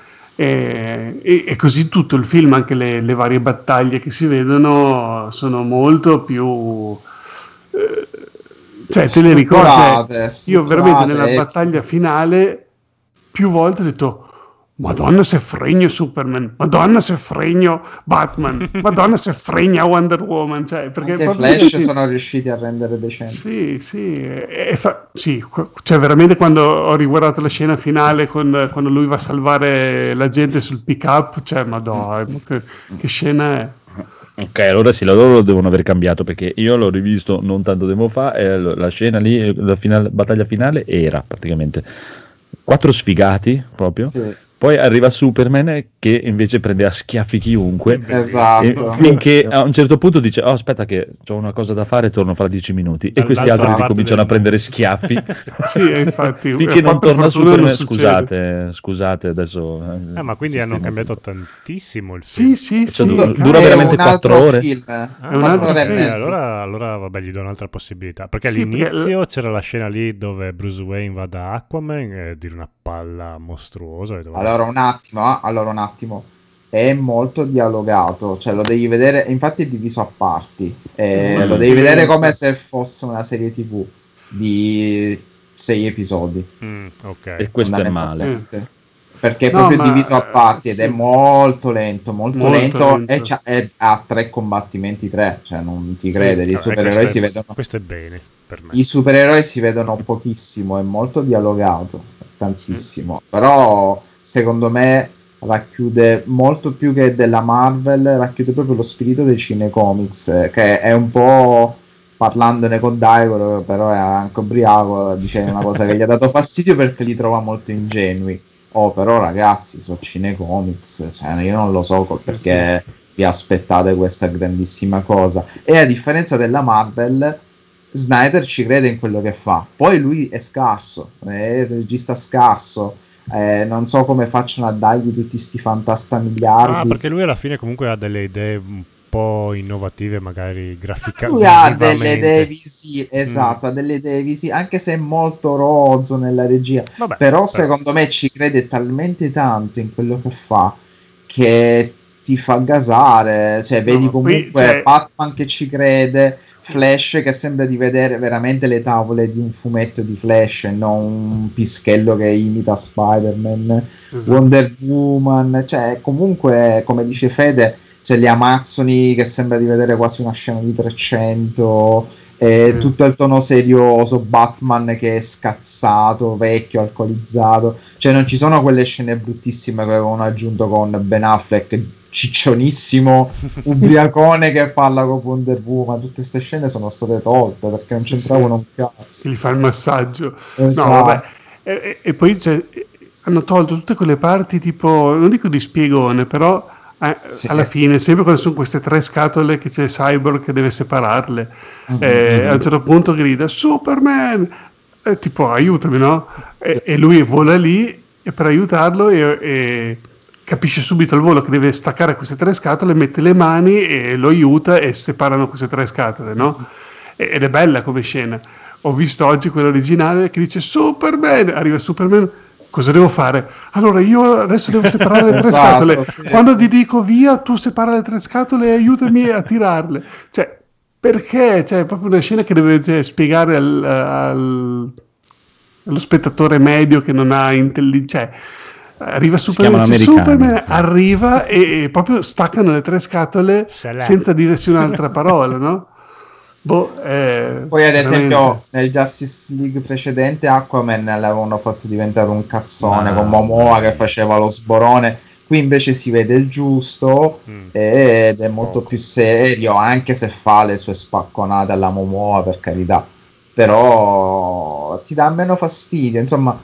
E, e, e così tutto il film, anche le, le varie battaglie che si vedono sono molto più eh, cioè te le ricordi? Io veramente nella eh. battaglia finale più volte ho detto Madonna se fregno Superman, Madonna se fregno Batman, Madonna se fregna Wonder Woman, cioè, perché anche Flash tutti... sono riusciti a rendere decente. Sì, sì, e fa... sì, cioè veramente quando ho riguardato la scena finale con, quando lui va a salvare la gente sul pick up, cioè Madonna, che, che scena è. Ok, allora sì, loro lo devono aver cambiato, perché io l'ho rivisto non tanto tempo fa e la scena lì, la finale, battaglia finale era praticamente quattro sfigati proprio, sì. Poi arriva Superman che invece prende a schiaffi chiunque, esatto. Finché a un certo punto dice oh aspetta che ho una cosa da fare, torno fra dieci minuti e questi altri cominciano del... a prendere schiaffi. Sì, infatti finché non torna Superman non scusate scusate adesso eh, ma quindi hanno cambiato tantissimo il film. Sì sì, cioè, sì. Dura, dura veramente quattro ore film. Ah, è un altro film. Eh, allora, allora vabbè gli do un'altra possibilità, perché sì, all'inizio perché... c'era la scena lì dove Bruce Wayne va da Aquaman e di una palla mostruosa e dove... allora un attimo allora un attimo è molto dialogato, cioè lo devi vedere, infatti è diviso a parti, eh, mm, lo devi vedere come se fosse una serie tv di sei episodi. Mm, okay. E questo è male perché è no, proprio diviso a parti ed sì. È molto lento molto, molto lento, lento. E, e ha tre combattimenti tre, cioè non ti crede, sì, i supereroi si è, vedono questo è bene per me. I supereroi si vedono pochissimo, è molto dialogato tantissimo, mm. Però secondo me racchiude molto più che della Marvel, racchiude proprio lo spirito dei cinecomics, eh, che è un po', parlandone con Daigoro, però è anche ubriaco, dice una cosa che gli ha dato fastidio perché li trova molto ingenui. Oh, però ragazzi, sono cinecomics, cioè io non lo so sì, perché sì. Vi aspettate questa grandissima cosa. E a differenza della Marvel, Snyder ci crede in quello che fa. Poi lui è scarso, è un regista scarso. Eh, non so come facciano a dargli tutti sti fantasta miliardi. Ah, perché lui alla fine comunque ha delle idee un po' innovative, magari graficamente. Lui ha delle idee visive, esatto, mm. ha delle idee visive, anche se è molto rozzo nella regia. Vabbè, però, però secondo me ci crede talmente tanto in quello che fa che ti fa gasare. Cioè, vedi no, comunque qui, cioè... Batman che ci crede. Flash che sembra di vedere veramente le tavole di un fumetto di Flash e non un pischello che imita Spider-Man. Esatto. Wonder Woman, cioè comunque come dice Fede c'è le Amazzoni che sembra di vedere quasi una scena di trecento, e sì. Tutto il tono serioso, Batman che è scazzato, vecchio, alcolizzato, cioè non ci sono quelle scene bruttissime che avevano aggiunto con Ben Affleck ciccionissimo, ubriacone che parla con Wonder Woman. Tutte queste scene sono state tolte perché non sì, c'entravano sì. un cazzo. Gli fa il massaggio. Esatto. No, vabbè. E, e, e poi cioè, hanno tolto tutte quelle parti tipo, non dico di spiegone, però eh, sì. alla fine, sempre quando sono queste tre scatole che c'è Cyborg che deve separarle, mm-hmm. eh, a un certo punto grida Superman, eh, tipo aiutami, no? E, e lui vola lì e per aiutarlo e, e capisce subito al volo che deve staccare queste tre scatole, mette le mani e lo aiuta e separano queste tre scatole, no? Ed è bella come scena. Ho visto oggi quella originale che dice Superman, arriva Superman, cosa devo fare? Allora io adesso devo separare le tre esatto, scatole, sì, quando sì. ti dico via tu separa le tre scatole e aiutami a tirarle. Cioè, perché? Cioè, è proprio una scena che deve cioè, spiegare al, al, allo spettatore medio che non ha intelligenza. Cioè, arriva Superman, Superman arriva e, e proprio staccano le tre scatole senza dirsi un'altra parola, no? Boh, eh, poi ad veramente... esempio nel Justice League precedente Aquaman l'avevano fatto diventare un cazzone ah, con Momoa che faceva lo sborone, Qui invece si vede il giusto Mm. ed è molto Poco. più serio, anche se fa le sue spacconate alla Momoa, per carità, però ti dà meno fastidio, insomma,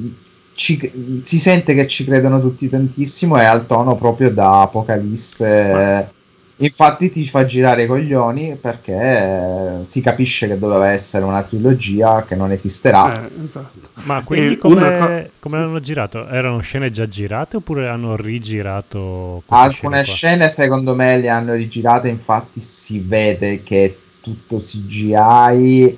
ci- si sente che ci credono tutti tantissimo, è al tono proprio da Apocalisse. Infatti ti fa girare i coglioni perché eh, si capisce che doveva essere una trilogia che non esisterà. Eh, esatto. Ma quindi E come, una co- come sì. l'hanno girato? Erano scene già girate oppure hanno rigirato queste Alcune scene qua? scene secondo me le hanno rigirate, infatti si vede che è tutto C G I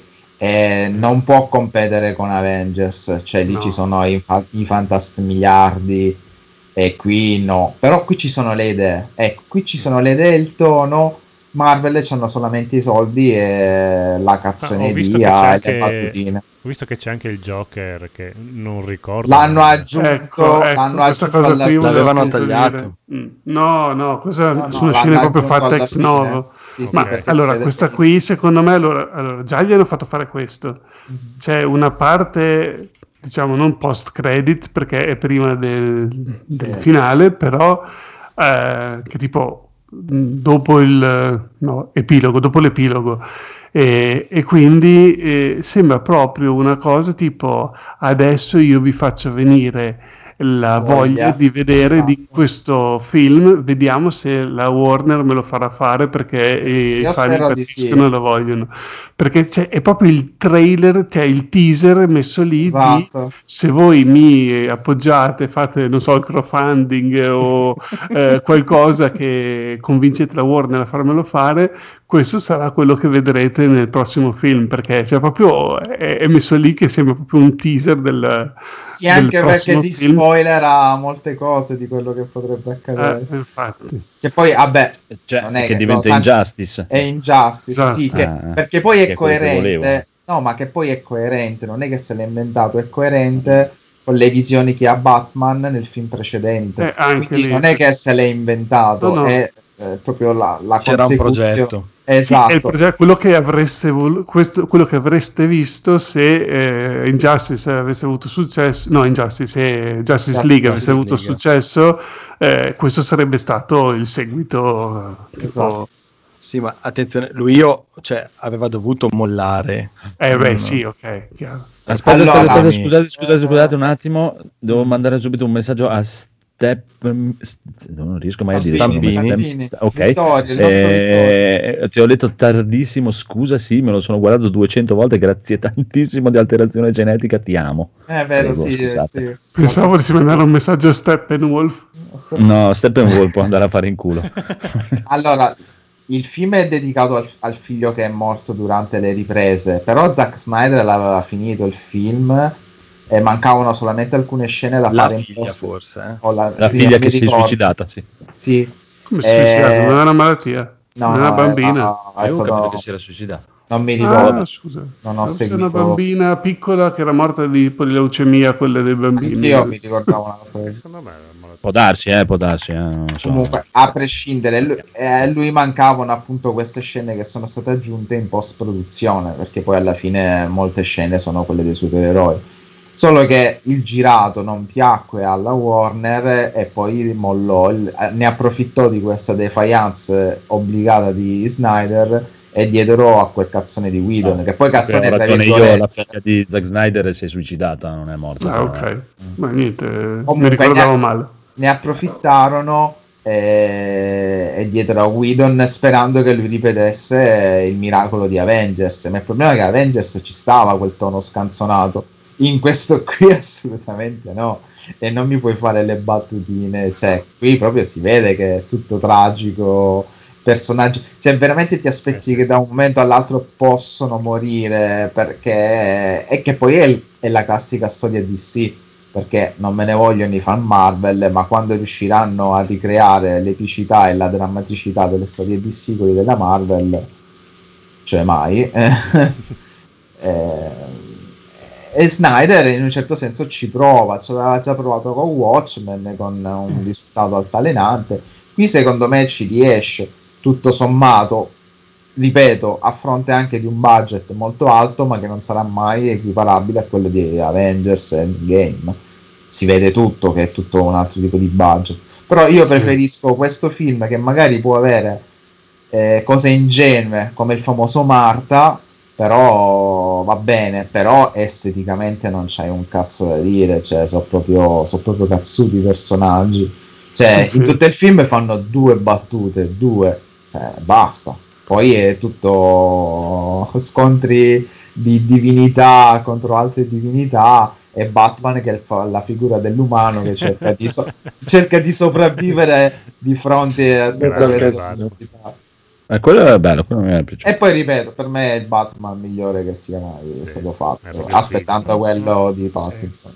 e non può competere con Avengers, cioè lì No. ci sono i, fa- i Fantast miliardi e qui no, però qui ci sono le idee, ecco, qui ci sono le idee e il tono. Marvel c'hanno solamente i soldi e la Ah, ho cazzoneria visto che c'è e le anche, battutine. ho visto che c'è anche il Joker che non ricordo. L'hanno ma- aggiunto, Ecco, ecco, l'hanno questa aggiunto cosa alla qui volevo L'avevano appunto tagliato. dire. Mm. No, no, questa No, no, sono l'hanno scene proprio aggiunto fatte alla ex fine. novo. Sì, sì, Ma perché si allora, vede questa benissimo. qui secondo me, allora, allora, già gli hanno fatto fare questo. C'è una parte, diciamo, non post credit perché è prima del, del Sì. finale, però eh, che tipo mh, dopo il no, epilogo, dopo l'epilogo. E, e quindi eh, sembra proprio una cosa tipo adesso io vi faccio venire la Voglia. voglia di vedere Esatto. di questo film, vediamo se la Warner me lo farà fare perché eh, Io i fan spero di sì. impazziscono e lo vogliono, perché c'è, è proprio il trailer, cioè il teaser messo lì di Esatto. se voi mi appoggiate, fate non so il crowdfunding o eh, qualcosa che convincete la Warner a farmelo fare, questo sarà quello che vedrete nel prossimo film, perché cioè, proprio è, è messo lì che sembra proprio un teaser del, Sì, anche del perché prossimo ti film. spoilerà molte cose di quello che potrebbe accadere. Eh, infatti. Che poi, vabbè, Cioè, non è che che diventa lo sa- Injustice. è Injustice, Esatto. sì, che- Ah, perché poi che è è quello che coerente. volevo. No, ma che poi è coerente, non è che se l'ha inventato, è coerente con le visioni che ha Batman nel film precedente. Eh, anche Quindi lì. non è che se l'è inventato, No, no. è eh, proprio la, la C'era un consecuzione. progetto. Sì, è il Esatto. progetto- quello, che avreste vol- questo- quello che avreste visto se eh, Injustice avesse avuto successo, no, Injustice, se Justice Justice League avesse avuto League. successo, eh, questo sarebbe stato il seguito. eh, Tipo, Esatto. Sì, ma attenzione, lui io, cioè, aveva dovuto mollare. eh, beh, Mm. sì, ok, chiaro. Aspetta, Allora, aspetta, aspetta, mi- scusate, scusate, scusate un attimo. Devo mandare subito un messaggio a Step. st- Non riesco mai a dire. Stampini. Stampini. Step- Ok. Vittorio, il nostro Eh, ti ho letto tardissimo. Scusa, sì, me lo sono guardato duecento volte. Grazie tantissimo di alterazione genetica. Ti amo. È vero, Prego, sì, scusate. sì. Pensavo volessi mandare un messaggio a Steppenwolf. No, Steppenwolf può andare a fare in culo. Allora, il film è dedicato al, al figlio che è morto durante le riprese, però Zack Snyder l'aveva finito il film e mancavano solamente alcune scene da La fare in figlia, post. forse. eh. o la, La sì, figlia non mi che si è ricordo. suicidata, sì. Sì. Come si è Eh, suicidato? Non è una malattia? No, non è no, una bambina? no, è Io ho capito stato- che si era suicidata. non mi ricordo. Ah, scusa. Non ho Forse seguito. una bambina piccola che era morta di polileucemia, quelle dei bambini. Io mi ricordavo una cosa del- Secondo me è una malattia. Può darsi, eh, può darsi. Eh, non so. Comunque, a prescindere, lui, eh, lui mancavano appunto queste scene che sono state aggiunte in post-produzione, perché poi alla fine molte scene sono quelle dei supereroi. Solo che il girato non piacque alla Warner e poi mollò, il- eh, ne approfittò di questa defiance obbligata di Snyder e diedero a quel cazzone di Whedon, che poi cazzone Ho tra ragione io, virgolette. la figlia di Zack Snyder si è suicidata, non è morta. Ah, ok. Ma niente, mi Comunque, ricordavo ne- male. ne approfittarono eh, e dietro a Whedon sperando che lui ripetesse il miracolo di Avengers, ma il problema è che Avengers ci stava quel tono scanzonato, in questo qui assolutamente no, e non mi puoi fare le battutine, cioè qui proprio si vede che è tutto tragico, personaggi, cioè veramente ti aspetti Eh sì. che da un momento all'altro possono morire, perché e che poi è, il- è la classica storia D C, perché non me ne vogliono i fan Marvel, ma quando riusciranno a ricreare l'epicità e la drammaticità delle storie D C, quelle della Marvel, cioè mai. Eh, e Snyder in un certo senso ci prova, ci aveva già provato con Watchmen con un risultato altalenante. Qui secondo me ci riesce, tutto sommato, ripeto, a fronte anche di un budget molto alto, ma che non sarà mai equiparabile a quello di Avengers Endgame. Si vede tutto che è tutto un altro tipo di budget. Però io Sì. preferisco questo film che magari può avere eh, cose ingenue come il famoso Marta, però va bene, però esteticamente non c'hai un cazzo da dire, cioè sono proprio, so proprio cazzuti i personaggi, cioè Sì, in sì. tutto il film fanno due battute, due, cioè basta, poi è tutto scontri di divinità contro altre divinità e Batman che fa la figura dell'umano che cerca di, so- cerca di sopravvivere di fronte a tutte Grande queste Batman. divinità. Eh, quello è bello, quello mi è piaciuto. E poi ripeto, per me è il Batman migliore che sia mai Sì, stato è fatto, proprio aspettando figo. quello di Pattinson.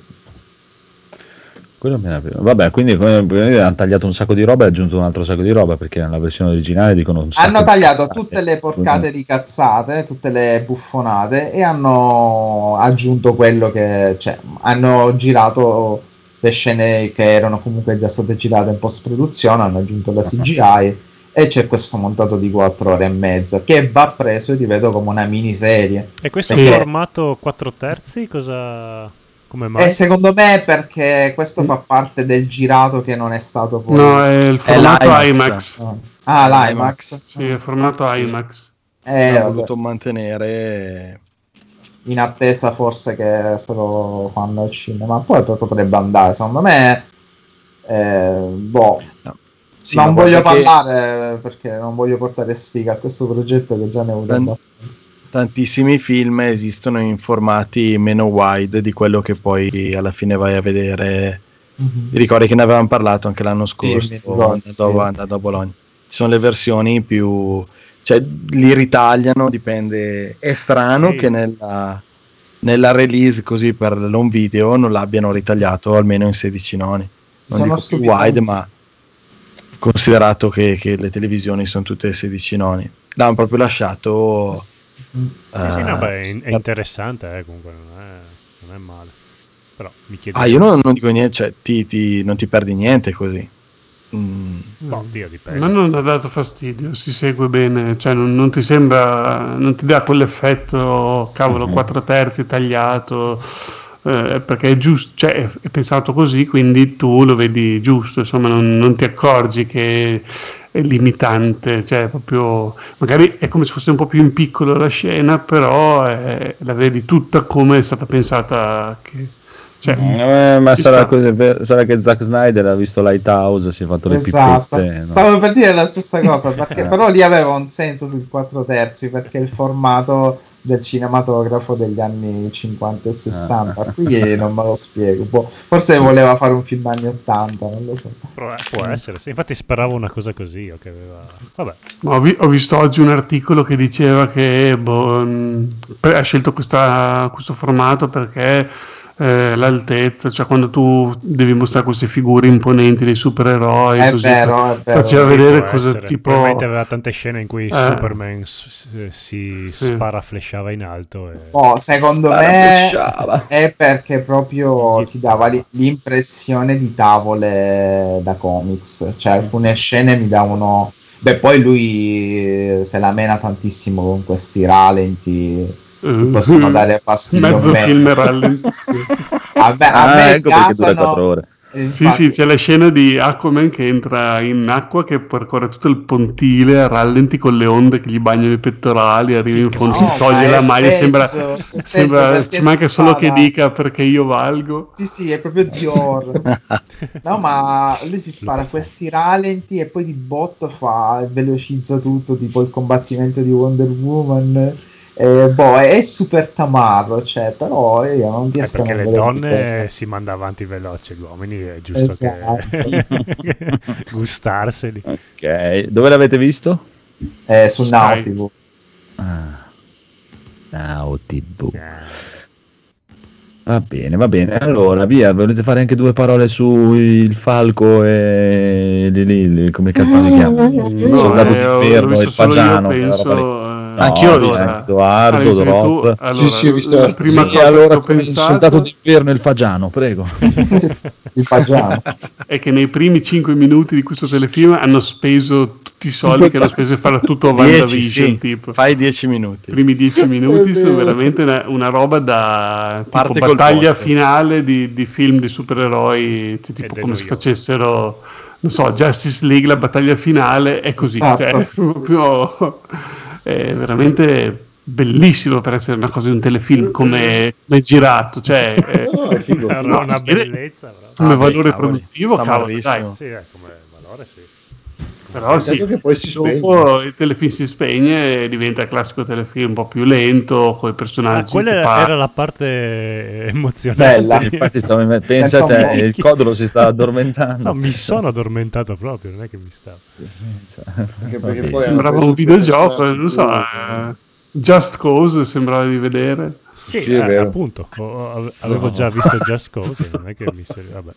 Quello mi era piaciuto. Vabbè, quindi come- quindi hanno tagliato un sacco di roba e aggiunto un altro sacco di roba perché nella versione originale dicono un sacco Hanno di tagliato cazzate. tutte le porcate di cazzate, tutte le buffonate e hanno aggiunto quello che, cioè, hanno girato le scene che erano comunque già state girate in post-produzione, hanno aggiunto la C G I e c'è questo montato di quattro ore e mezza che va preso, ripeto, come una miniserie. E questo Perché- formato quattro terzi cosa... come mai? E secondo me perché questo fa parte del girato che non è stato poi... No, è il formato l'IMAX. IMAX. Ah, l'IMAX. l'IMAX. Sì, è il formato Sì. IMAX. Eh, Hanno vabbè. voluto mantenere. In attesa forse che se lo fanno al cinema, poi poi potrebbe andare, secondo me eh, boh, No. Sì, ma non voglio guarda che parlare perché non voglio portare sfiga a questo progetto che già ne ho avuto Tan- abbastanza. tantissimi film esistono in formati meno wide di quello che poi alla fine vai a vedere. Mhm. Ti ricordi che ne avevamo parlato anche l'anno Sì, scorso, mi ricordo, andando, sì. andando a Bologna. Ci sono le versioni più, cioè li ritagliano, dipende. È strano Sì. che nella, nella release così per l'home video non l'abbiano ritagliato almeno in sedici noni. Non Sono dico più stupito. wide, ma considerato che, che le televisioni sono tutte sedici noni, l'hanno proprio lasciato. Mm. Sì, sì, no, eh, beh, è, è interessante, eh, comunque non è, non è male. Però mi chiedo... Ah, io non, non dico niente, cioè ti, ti- non ti perdi niente così. Mm. Boh, Dio, A dipende. me non ha dato fastidio, si segue bene, cioè non, non ti sembra, non ti dà quell'effetto, cavolo, Mhm. quattro terzi tagliato, eh, perché è giusto, cioè è, è pensato così, quindi tu lo vedi giusto, insomma non, non ti accorgi che è limitante, cioè proprio, magari è come se fosse un po' più in piccolo la scena, però eh, la vedi tutta come è stata pensata, che, cioè, Eh, ma ci sarà, sta. così- sarà che Zack Snyder ha visto Lighthouse, si è fatto le Esatto, pippette. no? stavo per dire la stessa cosa perché Eh. però lì aveva un senso sul quattro terzi perché il formato del cinematografo degli anni cinquanta e sessanta, Ah. qui non me lo spiego. Boh, forse voleva fare un film anni ottanta, non lo so. Però, eh, può essere, sì. Infatti speravo una cosa così, o che aveva... Vabbè, Ma Ho, vi- ho visto oggi un articolo che diceva che boh, mh, pre- ha scelto questa- questo formato perché eh, l'altezza, cioè quando tu devi mostrare queste figure imponenti dei supereroi, È così, vero, è vero. faceva sì, vedere può cosa essere. tipo... Probabilmente aveva tante scene in cui Eh. Superman s- s- si Sì. sparaflesciava in alto e... Oh, secondo me Sparaflesciava. è perché proprio ti dava li- l'impressione di tavole da comics, cioè alcune scene mi davano... Beh, poi lui eh, se la mena tantissimo con questi ralenti, eh, possono dare fastidio. mezzo a me. film rallenti. A me, a Ah, me ecco perché dura gasano- quattro ore. eh, Sì, infatti- sì, c'è la scena di Aquaman che entra in acqua, che percorre tutto il pontile a rallenti con le onde che gli bagnano i pettorali, arriva in fondo, No, si toglie ma la è maglia, peggio, sembra, è peggio sembra perché ci manca si solo spara. che dica perché io valgo. Sì, sì, è proprio Dior. No, ma lui si spara Lo fa. questi ralenti e poi di botto fa, velocizza tutto, tipo il combattimento di Wonder Woman. Eh, boh, è, è super tamarro, cioè, però io non Eh, riesco a perché non le vedere donne di si manda avanti veloce, gli uomini è giusto Esatto. che gustarseli. Ok, dove l'avete visto? questo. Eh, su Sky. Now T V. Ah, Now T V. Eh, Va bene, va bene. Allora, via, volete fare anche due parole su il falco e lì, lì, lì, come cazzo si chiama? No, Soldato eh, ho- d'inverno, l'ho visto il solo io, fagiano, penso, quella roba lì. eh, Anch'io l'ho allora- visto. Edoardo, Ah, l'hai visto Drop. tu? Allora, Sì, sì, ho visto la la- prima Sì, cosa allora che ho con il soldato pensato d'inverno e il fagiano, prego. Il fagiano. è che nei primi cinque minuti di questo telefilm hanno speso t- tutti i soldi che hanno speso a fare tutto WandaVision, sì, tipo. Fai dieci minuti. I primi dieci minuti sono veramente una, una roba da tipo battaglia finale di, di film di supereroi, cioè, tipo come se facessero, non so, Justice League, la battaglia finale è così, ah, cioè, proprio, è veramente bellissimo per essere una cosa di un telefilm, come è girato, cioè è, no, è figo, è no, una bellezza come ah, valore beh, produttivo, cavolo, dai. Sì, è come valore, sì. Però sì, che poi si dopo il telefilm si spegne e diventa il classico telefilm un po' più lento, con i personaggi. Ah, quella era, era la parte emozionante. Bella, infatti stavo, pensa te, il codolo si sta addormentando. No, mi sono addormentato proprio, non è che mi stavo. Anche perché poi sembrava un videogioco, non so, eh, Just Cause sembrava di vedere. Sì, sì eh, appunto, avevo già visto Just Cause, non è che mi sei... Vabbè.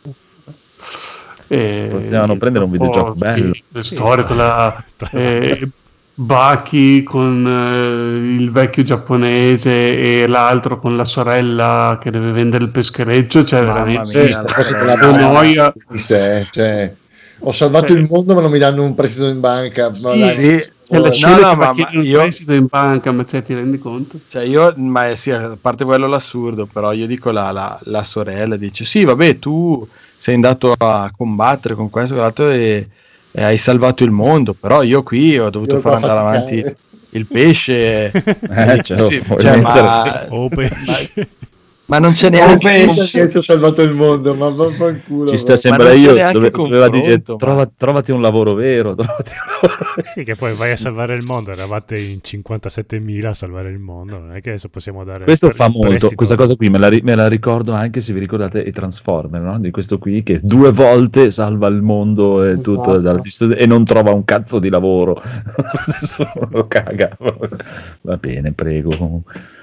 E potevano prendere un videogioco bello, le sì, storie con la eh, Baki con eh, il vecchio giapponese e l'altro con la sorella che deve vendere il peschereccio, cioè Mamma veramente mia, la la noia. Cioè, ho salvato cioè, il mondo ma non mi danno un prestito in banca. Sì, ma sì. C'è la scena no, no, ma, ma io... un prestito in banca, ma cioè, ti rendi conto? Cioè io, ma sì, a parte quello l'assurdo, però io dico la, la, la sorella dice sì vabbè tu sei andato a combattere con questo e, e hai salvato il mondo, però io qui ho dovuto io far andare avanti cade. il pesce eh, cioè, sì, cioè, ma, oh, ma, ma non c'è neanche un che ho salvato il mondo, ma vaffanculo. Ci sta sempre io dove, doveva dire trova, trovati un lavoro vero, trovati un lavoro vero. Sì, che poi vai a salvare il mondo, eravate in cinquantasettemila a salvare il mondo, non è che adesso possiamo dare questo fa molto, prestito. Questa cosa qui me la, me la ricordo anche se vi ricordate i Transformer, no? Di questo qui che due volte salva il mondo e esatto. tutto dal, e non trova un cazzo di lavoro. Nessuno lo caga. Va bene, prego.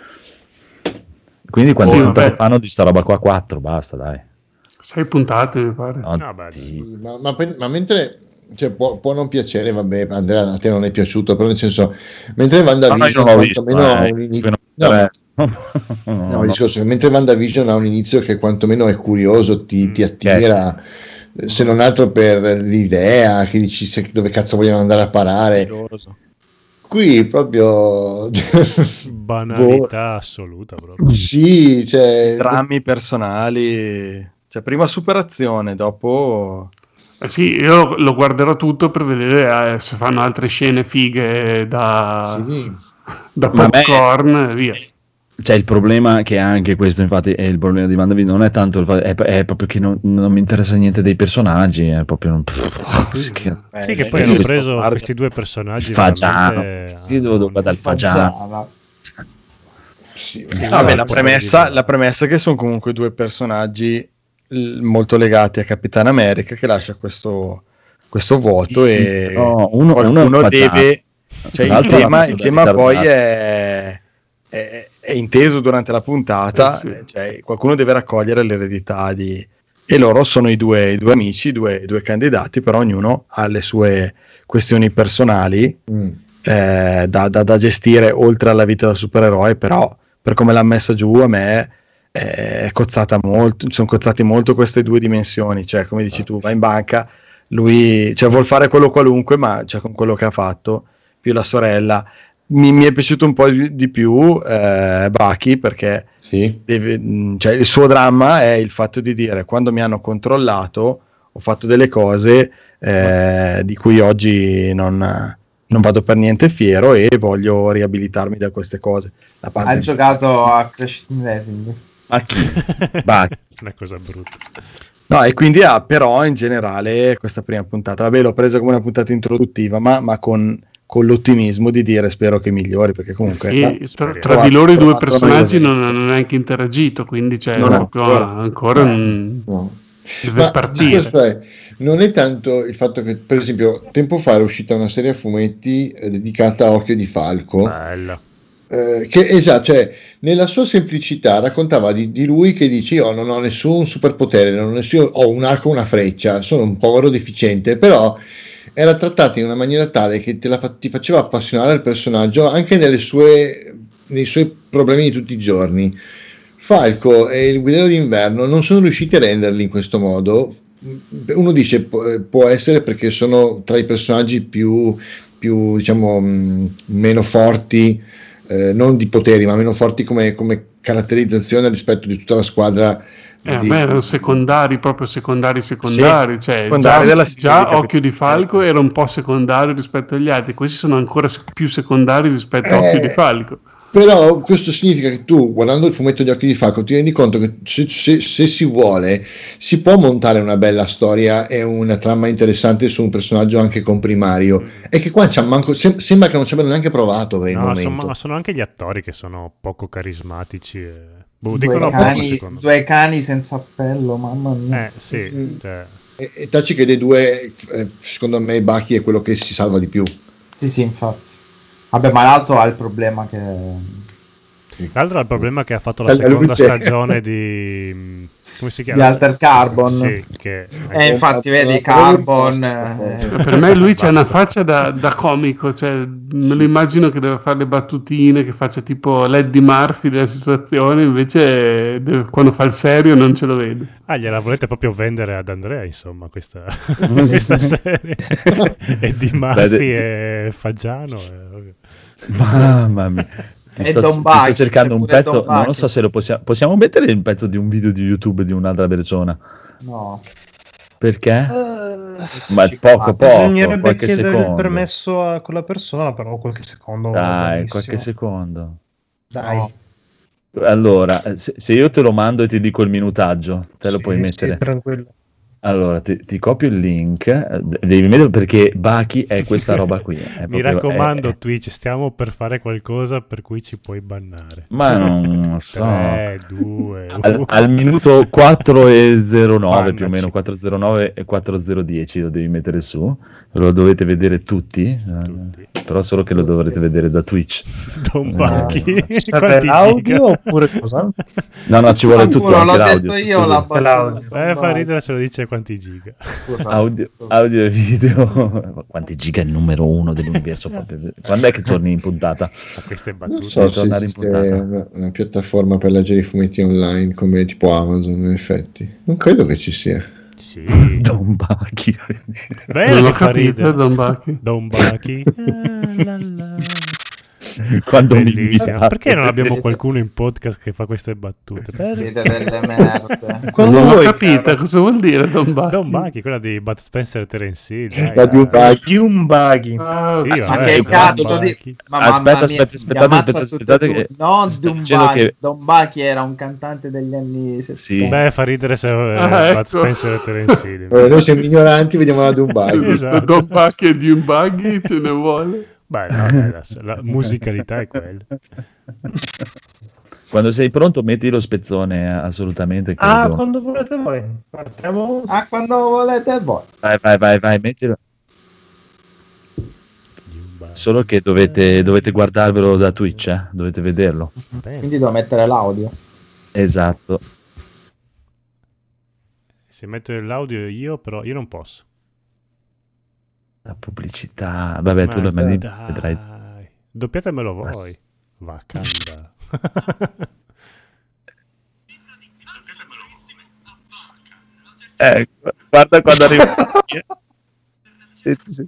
Quindi quante sì, puntate fanno di sta roba qua? Quattro, basta, dai. Sei puntate, mi pare. No, no, beh, sì. ma, ma, ma mentre cioè, può, può non piacere, vabbè, Andrea, a te non è piaciuto, però nel senso, mentre WandaVision no, quantomeno eh, ha un inizio... No, no, no, no, discorso, mentre WandaVision ha un inizio che quantomeno è curioso, ti, ti attira, eh, se non altro per l'idea, che dici se, dove cazzo vogliono andare a parare. Curioso. Qui proprio banalità assoluta proprio. Sì, cioè drammi personali, cioè prima superazione, dopo eh sì, io lo guarderò tutto per vedere eh, se fanno altre scene fighe da, sì. da popcorn e via. C'è il problema che anche questo, infatti, è il problema di WandaVision, non è tanto il fatto, è, è proprio che non, non mi interessa niente dei personaggi, è proprio non, pff, sì, che, eh, sì, che poi hanno preso parte. questi due personaggi Fagiano, veramente... sì, dove dove dal Fagiano. Sì, vabbè, la premessa, la premessa è che sono comunque due personaggi molto legati a Capitan America che lascia questo, questo vuoto sì, e no, uno, qualcuno uno deve, cioè il tema, il tema poi è È, è inteso durante la puntata, eh sì. Cioè, qualcuno deve raccogliere l'eredità di... e loro sono i due, i due amici, i due, i due candidati, però ognuno ha le sue questioni personali mm. eh, da, da, da gestire oltre alla vita da supereroe, però per come l'ha messa giù a me è cozzata molto, sono cozzati molto queste due dimensioni, cioè come dici tu, va in banca, lui cioè, vuol fare quello qualunque, ma cioè, con quello che ha fatto, più la sorella. Mi, mi è piaciuto un po' di più eh, Bucky perché sì. deve, cioè, il suo dramma è il fatto di dire quando mi hanno controllato ho fatto delle cose eh, di cui oggi non, non vado per niente fiero e voglio riabilitarmi da queste cose. La ha in... giocato a Crash Team Racing? A chi? Bucky. Una cosa brutta. No, e quindi ha però in generale questa prima puntata, vabbè l'ho presa come una puntata introduttiva ma, ma con con l'ottimismo di dire spero che migliori perché comunque sì, no, tra, tra di loro i due personaggi non hanno neanche interagito, quindi cioè non ancora, ancora non no. deve Ma partire. È, non è tanto il fatto che per esempio tempo fa era uscita una serie a fumetti eh, dedicata a Occhio di Falco. Bella. Eh, che esatto, cioè nella sua semplicità raccontava di, di lui che dice io non ho nessun superpotere, non ho, nessun, ho un arco e una freccia, sono un povero deficiente, però era trattata in una maniera tale che te la fa- ti faceva appassionare al personaggio anche nelle sue, nei suoi problemi di tutti i giorni. Falco e il Guerriero d'Inverno non sono riusciti a renderli in questo modo, uno dice può essere perché sono tra i personaggi più, più diciamo mh, meno forti, eh, non di poteri ma meno forti come, come caratterizzazione rispetto di tutta la squadra. Eh, di... a me erano secondari, proprio secondari secondari, sì, cioè secondari già, della già serie, Occhio di Falco era un po' secondario rispetto agli altri, questi sono ancora più secondari rispetto a eh, Occhio di Falco. Però questo significa che tu, guardando il fumetto di Occhi di Falco, ti rendi conto che se, se, se si vuole si può montare una bella storia e una trama interessante su un personaggio anche comprimario, e che qua c'ha manco, sem- sembra che non ci abbiano neanche provato per il no, momento. Sono, sono anche gli attori che sono poco carismatici e... boh, Due, dicono cani, poco, due cani senza appello, mamma mia. eh sì, Mm. cioè... E, e taci che dei due, eh, secondo me Bucky è quello che si salva di più. Sì, sì, infatti. Vabbè, ma l'altro ha il problema che... L'altro è il problema che ha fatto la La seconda luce. stagione di... come si Di chiama? Alter Carbon. Sì, che... E infatti, vedi, Carbon... eh, Per me lui c'ha una faccia da, da comico, cioè me lo immagino che deve fare le battutine, che faccia tipo l'Eddie Murphy della situazione, invece deve- quando fa il serio non ce lo vedo. Ah, gliela volete proprio vendere ad Andrea, insomma, questa, questa serie. E di Murphy e Faggiano. E... Mamma mia. Ti E sto, Don ti Bucky, sto cercando c'è un pure pezzo, Don non Bucky. so se lo possiamo, possiamo mettere il pezzo di un video di YouTube di un'altra persona, No. perché? Eh, Ma poco poco, bisognerebbe qualche chiedere il secondo. permesso a quella persona, però qualche secondo. va Dai, benissimo. qualche secondo. Dai. No. Allora, se, se io te lo mando e ti dico il minutaggio, te lo Sì, puoi sì, mettere. tranquillo. Allora, ti, ti copio il link, eh, devi metterlo perché Bucky è questa roba qui. È Mi proprio- raccomando, è- è- Twitch, stiamo per fare qualcosa per cui ci puoi bannare. Ma non so. tre, due, Al, uno. al minuto quattro e zero nove Bannaci. più o meno, quattro zero nove e quattro zero dieci lo devi mettere su, lo dovete vedere tutti, eh, Tutti. però solo che lo dovrete vedere da Twitch. Don Bucky. Serve Quanti l'audio giga? oppure cosa? No, no, ci vuole tutto, Sicuro, anche l'ho l'audio. detto io tutto. la battuta. L'audio. Eh, fa ridere se lo dice quanti giga. Scusa. Audio, audio e video. Quanti giga è il numero uno dell'universo? proprio? Quando è che torni in puntata? A queste Non battute. so Devi se tornare in esiste puntata. una, una piattaforma per leggere i fumetti online come tipo Amazon, in effetti. Non credo che ci sia. Sì. Don Bucky. Bene Non l'ho che fa capito, ridere. Don Bucky. Don Bucky. Ah, la, la. Quando mi Bellissimo. invitate. Perché non abbiamo qualcuno in podcast che fa queste battute? Siete delle merde. Quando Non l'ho vuoi, capita, cosa vuol dire Don Bucky? Don Bucky, quella di Bud Spencer e Terence Hill. dai, La di un dai. Bucky. di un buggy. Ah, Sì, ok. vabbè, Ma che Don cazzo Bucky. di... Ma Aspetta, mamma mia, aspetta, aspettate, mi ammazza aspetta, tutto aspettate tu. che- Non sto Don dicendo Bucky. che- Don Bucky era un cantante degli anni Sì. settanta. Beh, fa ridere se eh, Ah, Bud ecco. Spencer e Terence Hill. Eh, Noi siamo ignoranti, vediamo la Dumbai. Esatto. Don Bucky e di un buggy ce ne vuole. Beh, no, dai, la, la musicalità è quella. Quando sei pronto metti lo spezzone, eh, assolutamente. Ah, credo. quando volete voi. Partiamo. Ah, quando volete voi. Vai, vai, vai, vai, mettilo. Solo che dovete, dovete guardarvelo da Twitch, eh? Dovete vederlo. Bene. Quindi devo mettere l'audio. Esatto. Se metto l'audio io, però io non posso. La pubblicità. Vabbè, tu lo Ma metti, dai. vedrai. Doppiatemelo voi. Ma s- Wakanda. Eh, gu- guarda quando arriva. Sì, sì.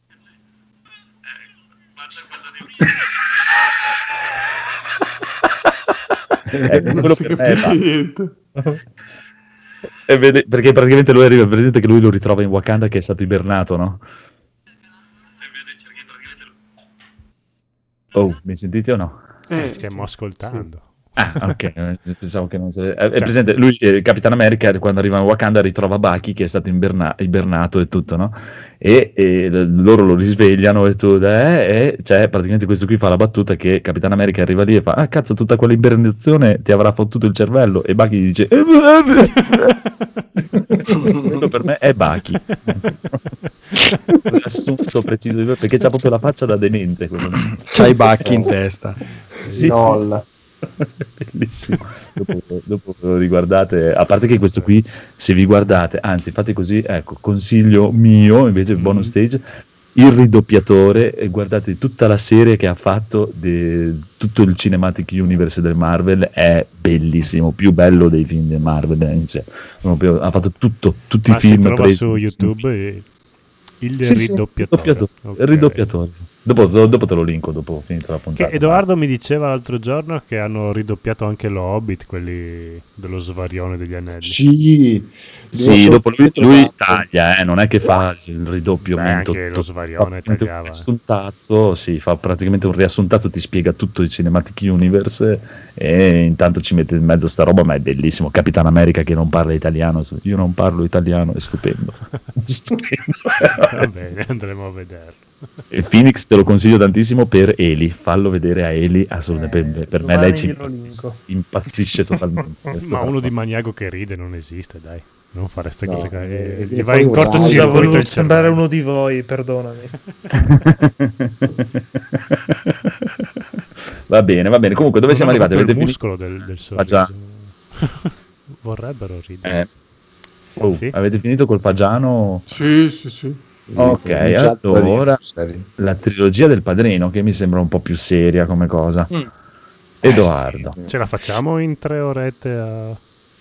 Ecco, Non quello si per me è capisce Bucky. niente. E vede- perché praticamente lui arriva, vedete che lui lo ritrova in Wakanda che è stato ibernato, no? Oh, mi sentite o no? Eh, Stiamo ascoltando. Ah, ok, eh, pensavo che non se... È presente, lui, eh, Capitan America, quando arriva in Wakanda ritrova Bucky che è stato inverna- ibernato e tutto, no? E, e l- loro lo risvegliano e tu, eh, e cioè, praticamente questo qui fa la battuta che Capitan America arriva lì e fa, ah cazzo, tutta quella ibernazione ti avrà fottuto il cervello, e Bucky gli dice, "Eh, quello per me è Bucky. Riassunto preciso, di- perché c'ha proprio la faccia da demente. quello lì. C'hai Bucky in testa. Sì, LOL. bellissimo. Dopo, dopo lo riguardate, a parte che questo qui, se vi guardate, anzi fate così, ecco, consiglio mio, invece bonus stage, il ridoppiatore, e guardate tutta la serie che ha fatto di tutto il Cinematic Universe del Marvel, è bellissimo, più bello dei film del Marvel, cioè, proprio, ha fatto tutto, tutti Ma i film si trova presi su YouTube e- il sì, ridoppiatore, sì, ridoppiatore, Ok. il ridoppiatore. Dopo, do- dopo te lo linko, dopo finita la Che puntata. Edoardo mi diceva l'altro giorno che hanno ridoppiato anche lo Hobbit, quelli dello Svarione degli Anelli. Sì, Sì, devo- dopo lui, devo lui trovato. taglia, eh, non è che fa il ridoppio. Beh, mento- anche lo to- Svarione fa praticamente tagliava, un eh. riassuntazzo, sì, fa praticamente un riassuntazzo, ti spiega tutto il Cinematic Universe e intanto ci mette in mezzo sta roba, ma è bellissimo. Capitan America che non parla italiano, io non parlo italiano, è stupendo. Stupendo. Va bene, andremo a vederlo. E Phoenix te lo consiglio tantissimo per Eli, fallo vedere a Eli, assolutamente, Eh, per, per me domani lei ci glielo impazzisce, linko. impazzisce totalmente. Ma uno di Maniaco che ride non esiste, dai. Non fare queste No, cose qua. eh, eh, viene Gli vai in fuori un raggio. Scusa, cortocircuito volevo il sembrare cervello. uno di voi, perdonami. Va bene, va bene. Comunque, dove Non siamo hanno arrivati? proprio Avete il finito? muscolo del, del sorriso. Ah, già. Vorrebbero ridere. Eh. Oh, Sì. Avete finito col Fagiano? Sì, sì, sì. Ok, Cominciato da allora dire, serio. la trilogia del Padrino, che mi sembra un po' più seria come cosa. Mm. Edoardo. Ce la facciamo in tre orette a...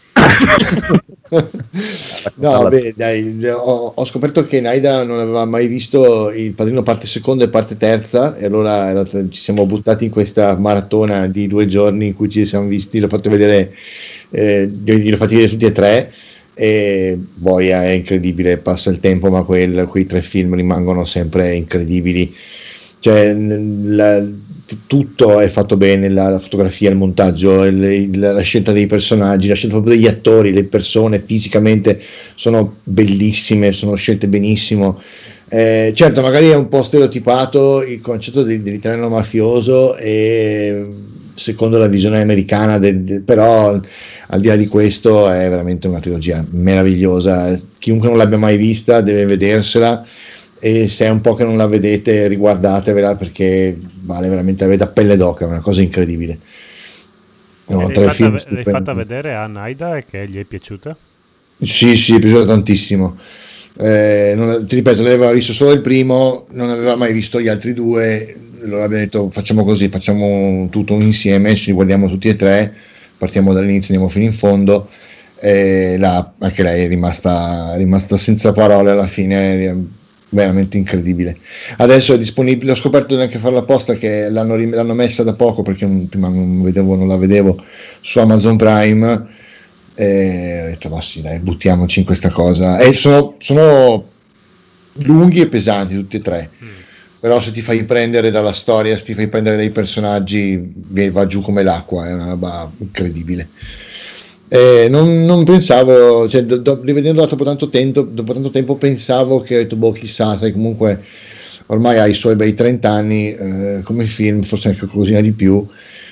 No, vabbè, dai, ho, ho scoperto che Naida non aveva mai visto Il Padrino parte seconda e parte terza, e allora allora ci siamo buttati in questa maratona di due giorni in cui ci siamo visti, l'ho fatto vedere, eh, gliel'ho fatti vedere tutti e tre, e boia, è incredibile, passa il tempo, ma quel, quei tre film rimangono sempre incredibili. Cioè, n- la- t- tutto è fatto bene, la, la fotografia, il montaggio, il- il- la scelta dei personaggi, la scelta proprio degli attori, le persone fisicamente sono bellissime, sono scelte benissimo. Eh, certo, magari è un po' stereotipato il concetto di- dell'italiano mafioso, e secondo la visione americana, del- del- però al di là di questo è veramente una trilogia meravigliosa. Chiunque non l'abbia mai vista deve vedersela, e se è un po' che non la vedete, riguardatevela, perché vale veramente, avete a pelle d'oca, è una cosa incredibile. No, L'hai tre fatta, film l'hai stupendi. fatta vedere a Naida e che gli è piaciuta? Sì, sì, è piaciuto tantissimo. Eh, non- ti ripeto, lei aveva visto solo il primo, non aveva mai visto gli altri due. Allora abbiamo detto: facciamo così, facciamo tutto un insieme, ci guardiamo tutti e tre, partiamo dall'inizio, andiamo fino in fondo. E là, anche lei è rimasta, è rimasta senza parole alla fine, è veramente incredibile. Adesso è disponibile, ho scoperto neanche farla apposta che l'hanno, rim- l'hanno messa da poco, perché non- prima non, vedevo, non la vedevo, su Amazon Prime, e ho detto: ma sì, dai, buttiamoci in questa cosa. E sono, sono lunghi e pesanti tutti e tre, però se ti fai prendere dalla storia, se ti fai prendere dai personaggi, vi- va giù come l'acqua, è una roba incredibile. Eh, non, non pensavo, cioè, do, do, rivedendo dopo tanto tempo, dopo tanto tempo pensavo che, ho detto, boh, chissà, sai, comunque ormai ha i suoi bei trenta anni, eh, come film, forse anche qualcosina di più,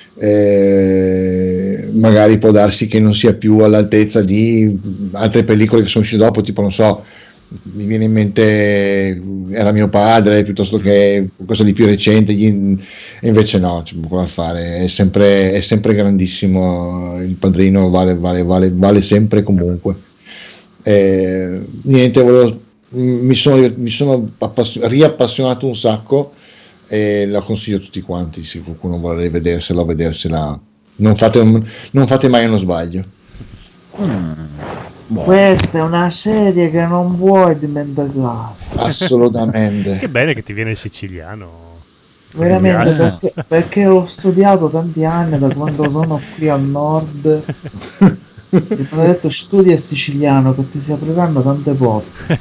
eh, magari può darsi che non sia più all'altezza di altre pellicole che sono uscite dopo, tipo, non so, mi viene in mente Era mio padre, piuttosto che qualcosa di più recente, gli- e invece no, c'è poco da fare, è sempre, è sempre grandissimo. Il Padrino vale, vale, vale, vale sempre comunque. Eh, niente, volevo, mi sono, mi sono appass- riappassionato un sacco, e la consiglio a tutti quanti, se qualcuno vuole rivedersela o vedersela, non fate, un- non fate mai uno sbaglio. Questa è una serie che non vuoi dimenticare. Assolutamente. Che bene che ti viene il siciliano. Veramente, Conigliastro. perché, perché ho studiato tanti anni da quando sono qui al nord. Mi hanno detto: studia il siciliano che ti si apriranno tante porte.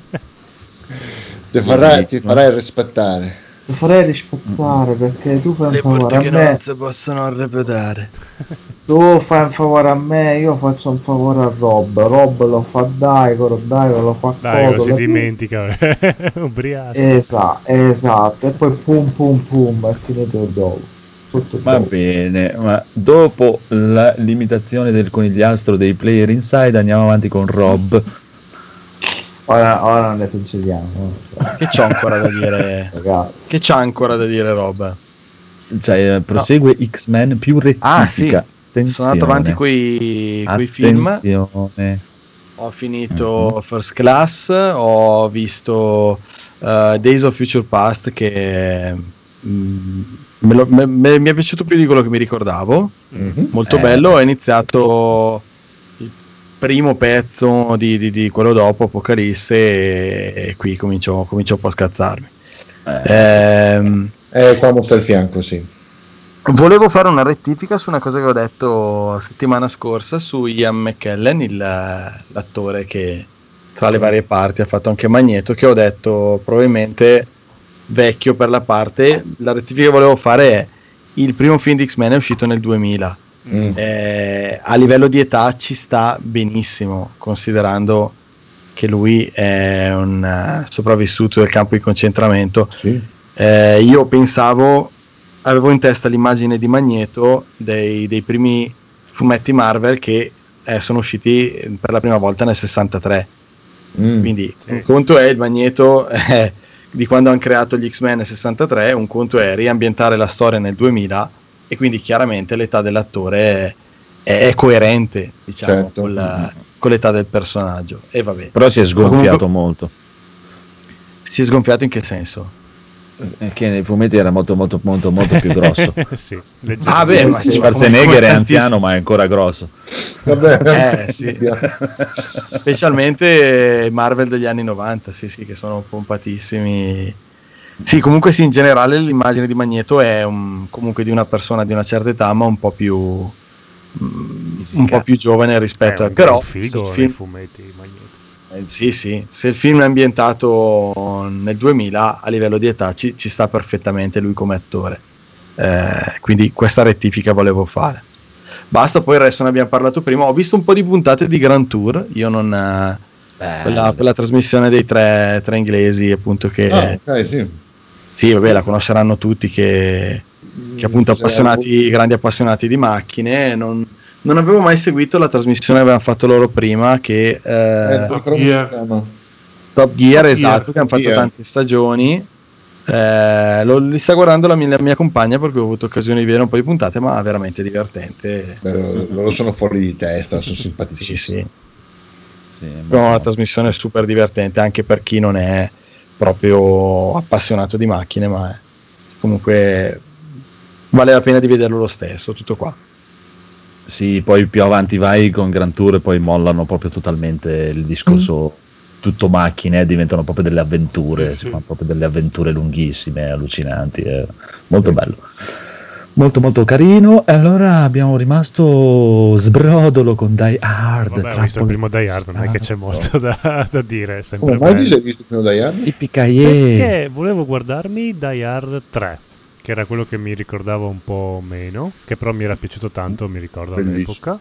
Ti farai, ti farai rispettare. Ti farei rispettare, perché tu fai un Le favore porte a che me. non si possono ripetere. Tu fai un favore a me, io faccio un favore a Rob. Rob lo fa Daigoro, Daigoro lo fa Dai, Coso, si lo- dimentica. Ubriaco. Esatto, esatto. E poi pum pum pum, è finito dopo. Tutto Va dopo. bene, ma dopo la limitazione del conigliastro dei player inside andiamo avanti con Rob. Ora, ora non esageriamo. non so. Che c'ho ancora da dire? Ragazzi. Che c'ha ancora da dire, Rob? Cioè, prosegue X-Men più rettifica. Ah, sì. Attenzione. Sono andato avanti coi, coi film. Attenzione. ho finito mm-hmm. First Class, ho visto uh, Days of Future Past che mm, me lo, me, me, mi è piaciuto più di quello che mi ricordavo, mm-hmm. molto eh. bello. Ho iniziato il primo pezzo di, di, di quello dopo, Apocalisse, e, e qui comincio, comincio un po' a scazzarmi. Eh, ehm, eh, qua sta il fianco, sì. Volevo fare una rettifica su una cosa che ho detto settimana scorsa su Ian McKellen, il, l'attore che tra le varie parti ha fatto anche Magneto, che ho detto probabilmente vecchio per la parte. La rettifica che volevo fare è: il primo film di X-Men è uscito nel duemila, mm. eh, a livello di età ci sta benissimo, considerando che lui è un uh, sopravvissuto del campo di concentramento. Sì. Eh, io pensavo, avevo in testa l'immagine di Magneto dei, dei primi fumetti Marvel che eh, sono usciti per la prima volta nel sessantatré. Mm. Quindi sì. Un conto è il Magneto eh, di quando hanno creato gli X-Men nel sessantatré, un conto è riambientare la storia nel duemila, e quindi chiaramente l'età dell'attore è, è coerente, diciamo, certo. con, la, con l'età del personaggio. E vabbè. Però si è sgonfiato comunque, molto. Si è sgonfiato in che senso? Che nei fumetti era molto molto molto molto più grosso. Sì, ah beh, ma Schwarzenegger è anziano ma è ancora grosso. Vabbè, eh, sì. Specialmente Marvel degli anni novanta, sì sì, che sono pompatissimi. Sì, comunque sì, in generale l'immagine di Magneto è un, comunque di una persona di una certa età, ma un po' più mm, un po' più giovane rispetto è a però figo film... nei fumetti Magneto. Eh, sì, sì, se il film è ambientato nel duemila a livello di età ci, ci sta perfettamente lui come attore, eh, quindi questa rettifica volevo fare. Basta, poi il resto ne abbiamo parlato prima. Ho visto un po' di puntate di Grand Tour, io non eh, quella, quella trasmissione dei tre, tre inglesi appunto che ah, okay, sì. sì, vabbè, la conosceranno tutti, che, che appunto appassionati, grandi appassionati di macchine. Non Non avevo mai seguito la trasmissione che avevano fatto loro prima, che eh, eh, Top Gear, Top Gear, esatto, che hanno fatto Gear. tante stagioni. Eh, lo, li sta guardando la mia, la mia compagna, perché ho avuto occasione di vedere un po' di puntate, ma veramente divertente. Beh, loro sono fuori di testa, sono simpatici. Sì, sì. Sì, è una trasmissione super divertente anche per chi non è proprio appassionato di macchine, ma è, comunque vale la pena di vederlo lo stesso. Tutto qua. Sì, poi più avanti vai con Grand Tour e poi mollano proprio totalmente il discorso mm. tutto macchine, diventano proprio delle avventure, sì, si sì. fanno proprio delle avventure lunghissime, allucinanti, è molto sì. bello, molto molto carino. E allora abbiamo rimasto sbrodolo con Die Hard. Vabbè, ho visto il primo Die Hard, non è che c'è molto da, da dire, è sempre oh, ma hai visto il primo Die Hard? Perché volevo guardarmi Die Hard tre, che era quello che mi ricordavo un po' meno, che però mi era piaciuto tanto, mi ricordo all'epoca.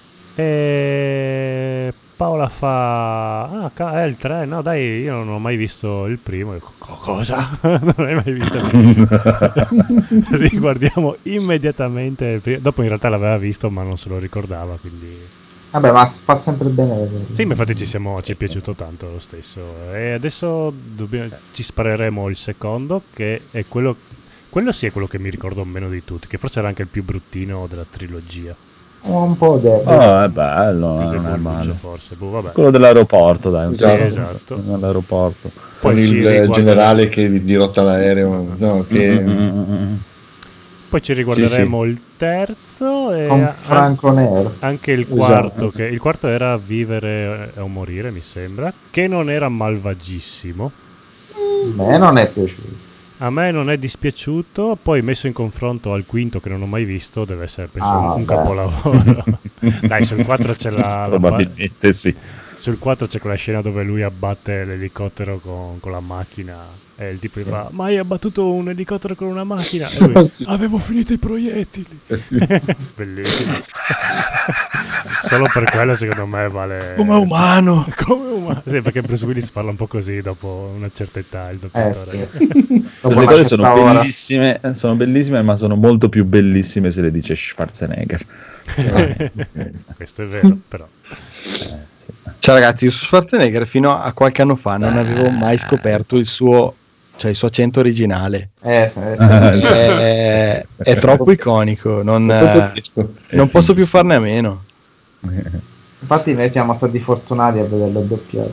E Paola fa: ah, è il tre? No dai, io non ho mai visto il primo. Dico, cosa? Non hai mai visto il primo? Riguardiamo immediatamente il primo. Dopo in realtà l'aveva visto ma non se lo ricordava, quindi... Vabbè, ma fa sempre bene. Sì, ma infatti ci, siamo, ci è piaciuto tanto lo stesso. E adesso dobbiamo, ci spareremo il secondo, che è quello... Quello sì è quello che mi ricordo meno di tutti, che forse era anche il più bruttino della trilogia. Un po' debole. Oh, è bello, non è male. Forse. Boh, vabbè. Quello dell'aeroporto, dai. Sì, esatto. Nell'aeroporto. Con Poi il generale che dirotta l'aereo. No, che... Mm-hmm. Poi ci riguarderemo sì, sì. il terzo e con Franco Nero. Anche il quarto, esatto. che il quarto era Vivere o morire, mi sembra, che non era malvagissimo. A me non è piaciuto. A me non è dispiaciuto, poi messo in confronto al quinto che non ho mai visto, deve essere penso ah, un beh. capolavoro. Dai, sul quattro c'è la... Probabilmente la... sì. Sul quattro c'è quella scena dove lui abbatte l'elicottero con, con la macchina e il tipo gli fa: ma hai abbattuto un elicottero con una macchina? E lui: avevo finito i proiettili. Bellissimo. Solo per quello secondo me vale... Come umano. Come umano. Sì, perché Bruce Willis parla un po' così dopo una certa età, il eh, sì. Queste cose sono bellissime, sono bellissime, ma sono molto più bellissime se le dice Schwarzenegger. Questo è vero, però. Eh, sì. Ciao ragazzi, io su Schwarzenegger fino a qualche anno fa non avevo mai scoperto il suo, cioè il suo accento originale. Eh, sì. è, è, è troppo iconico, non, non posso più farne a meno. Infatti noi siamo stati fortunati a vederlo doppiato.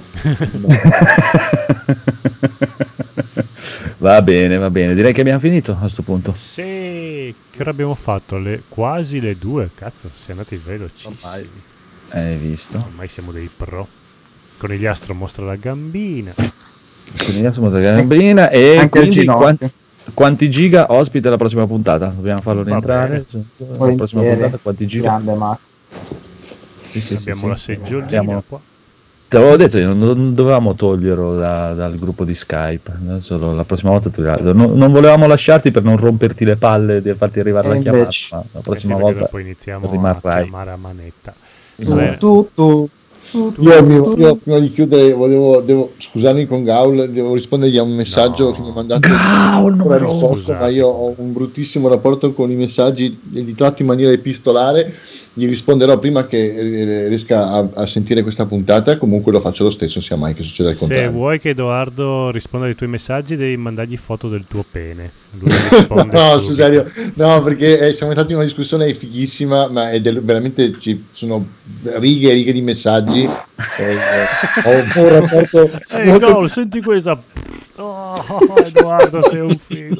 Va bene, va bene. Direi che abbiamo finito a questo punto. Sì, che ora abbiamo fatto le, quasi le due. Cazzo, siamo andati velocissimi. Hai visto? Ormai siamo dei pro. Conigliastro mostra la gambina. Conigliastro mostra la gambina e anche quindi il quanti, quanti giga ospita la prossima puntata? Dobbiamo farlo rientrare. La prossima puntata quanti giga? Grande Max. Sì, sì, abbiamo sì, la sì. seggiolina Abbiamo... qua. Te l'avevo detto io, non dovevamo toglierlo da, dal gruppo di Skype. Adesso lo, la prossima volta togliamo. Non, non volevamo lasciarti per non romperti le palle di farti arrivare e la invece... chiamata, ma la prossima eh sì, volta poi iniziamo rimarrai. a chiamare a manetta. Tu, tu, tu. Io, io, io prima di chiudere volevo devo, scusarmi con Gaul, devo rispondergli a un messaggio No. che mi ha mandato Gaul, non me lo risposto, ma io ho un bruttissimo rapporto con i messaggi e li tratto in maniera epistolare. Gli risponderò prima che riesca a, a sentire questa puntata, comunque lo faccio lo stesso, sia mai che succeda il Se contrario. vuoi che Edoardo risponda ai tuoi messaggi devi mandargli foto del tuo pene. Lui risponde No, subito. sul serio, no, perché eh, siamo stati in una discussione fighissima, ma è del, veramente ci sono righe e righe di messaggi. eh, eh, ho un rapporto Ehi, molto... Gaul, senti questa. Oh, Edoardo, sei un figo.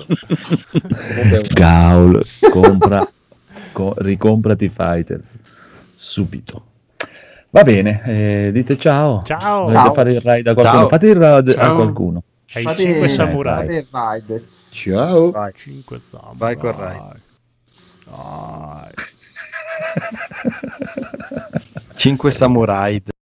Gaul, compra, co- ricomprati Fighters subito. Va bene, eh, dite ciao. Ciao. Volete Ciao. fare il raid a qualcuno? Ciao. Fate il raid a Ciao. qualcuno. Hai Fate- cinque samurai. fate il ride. Ciao. Vai, cinque samurai. vai col Rai. Dai. cinque samurai.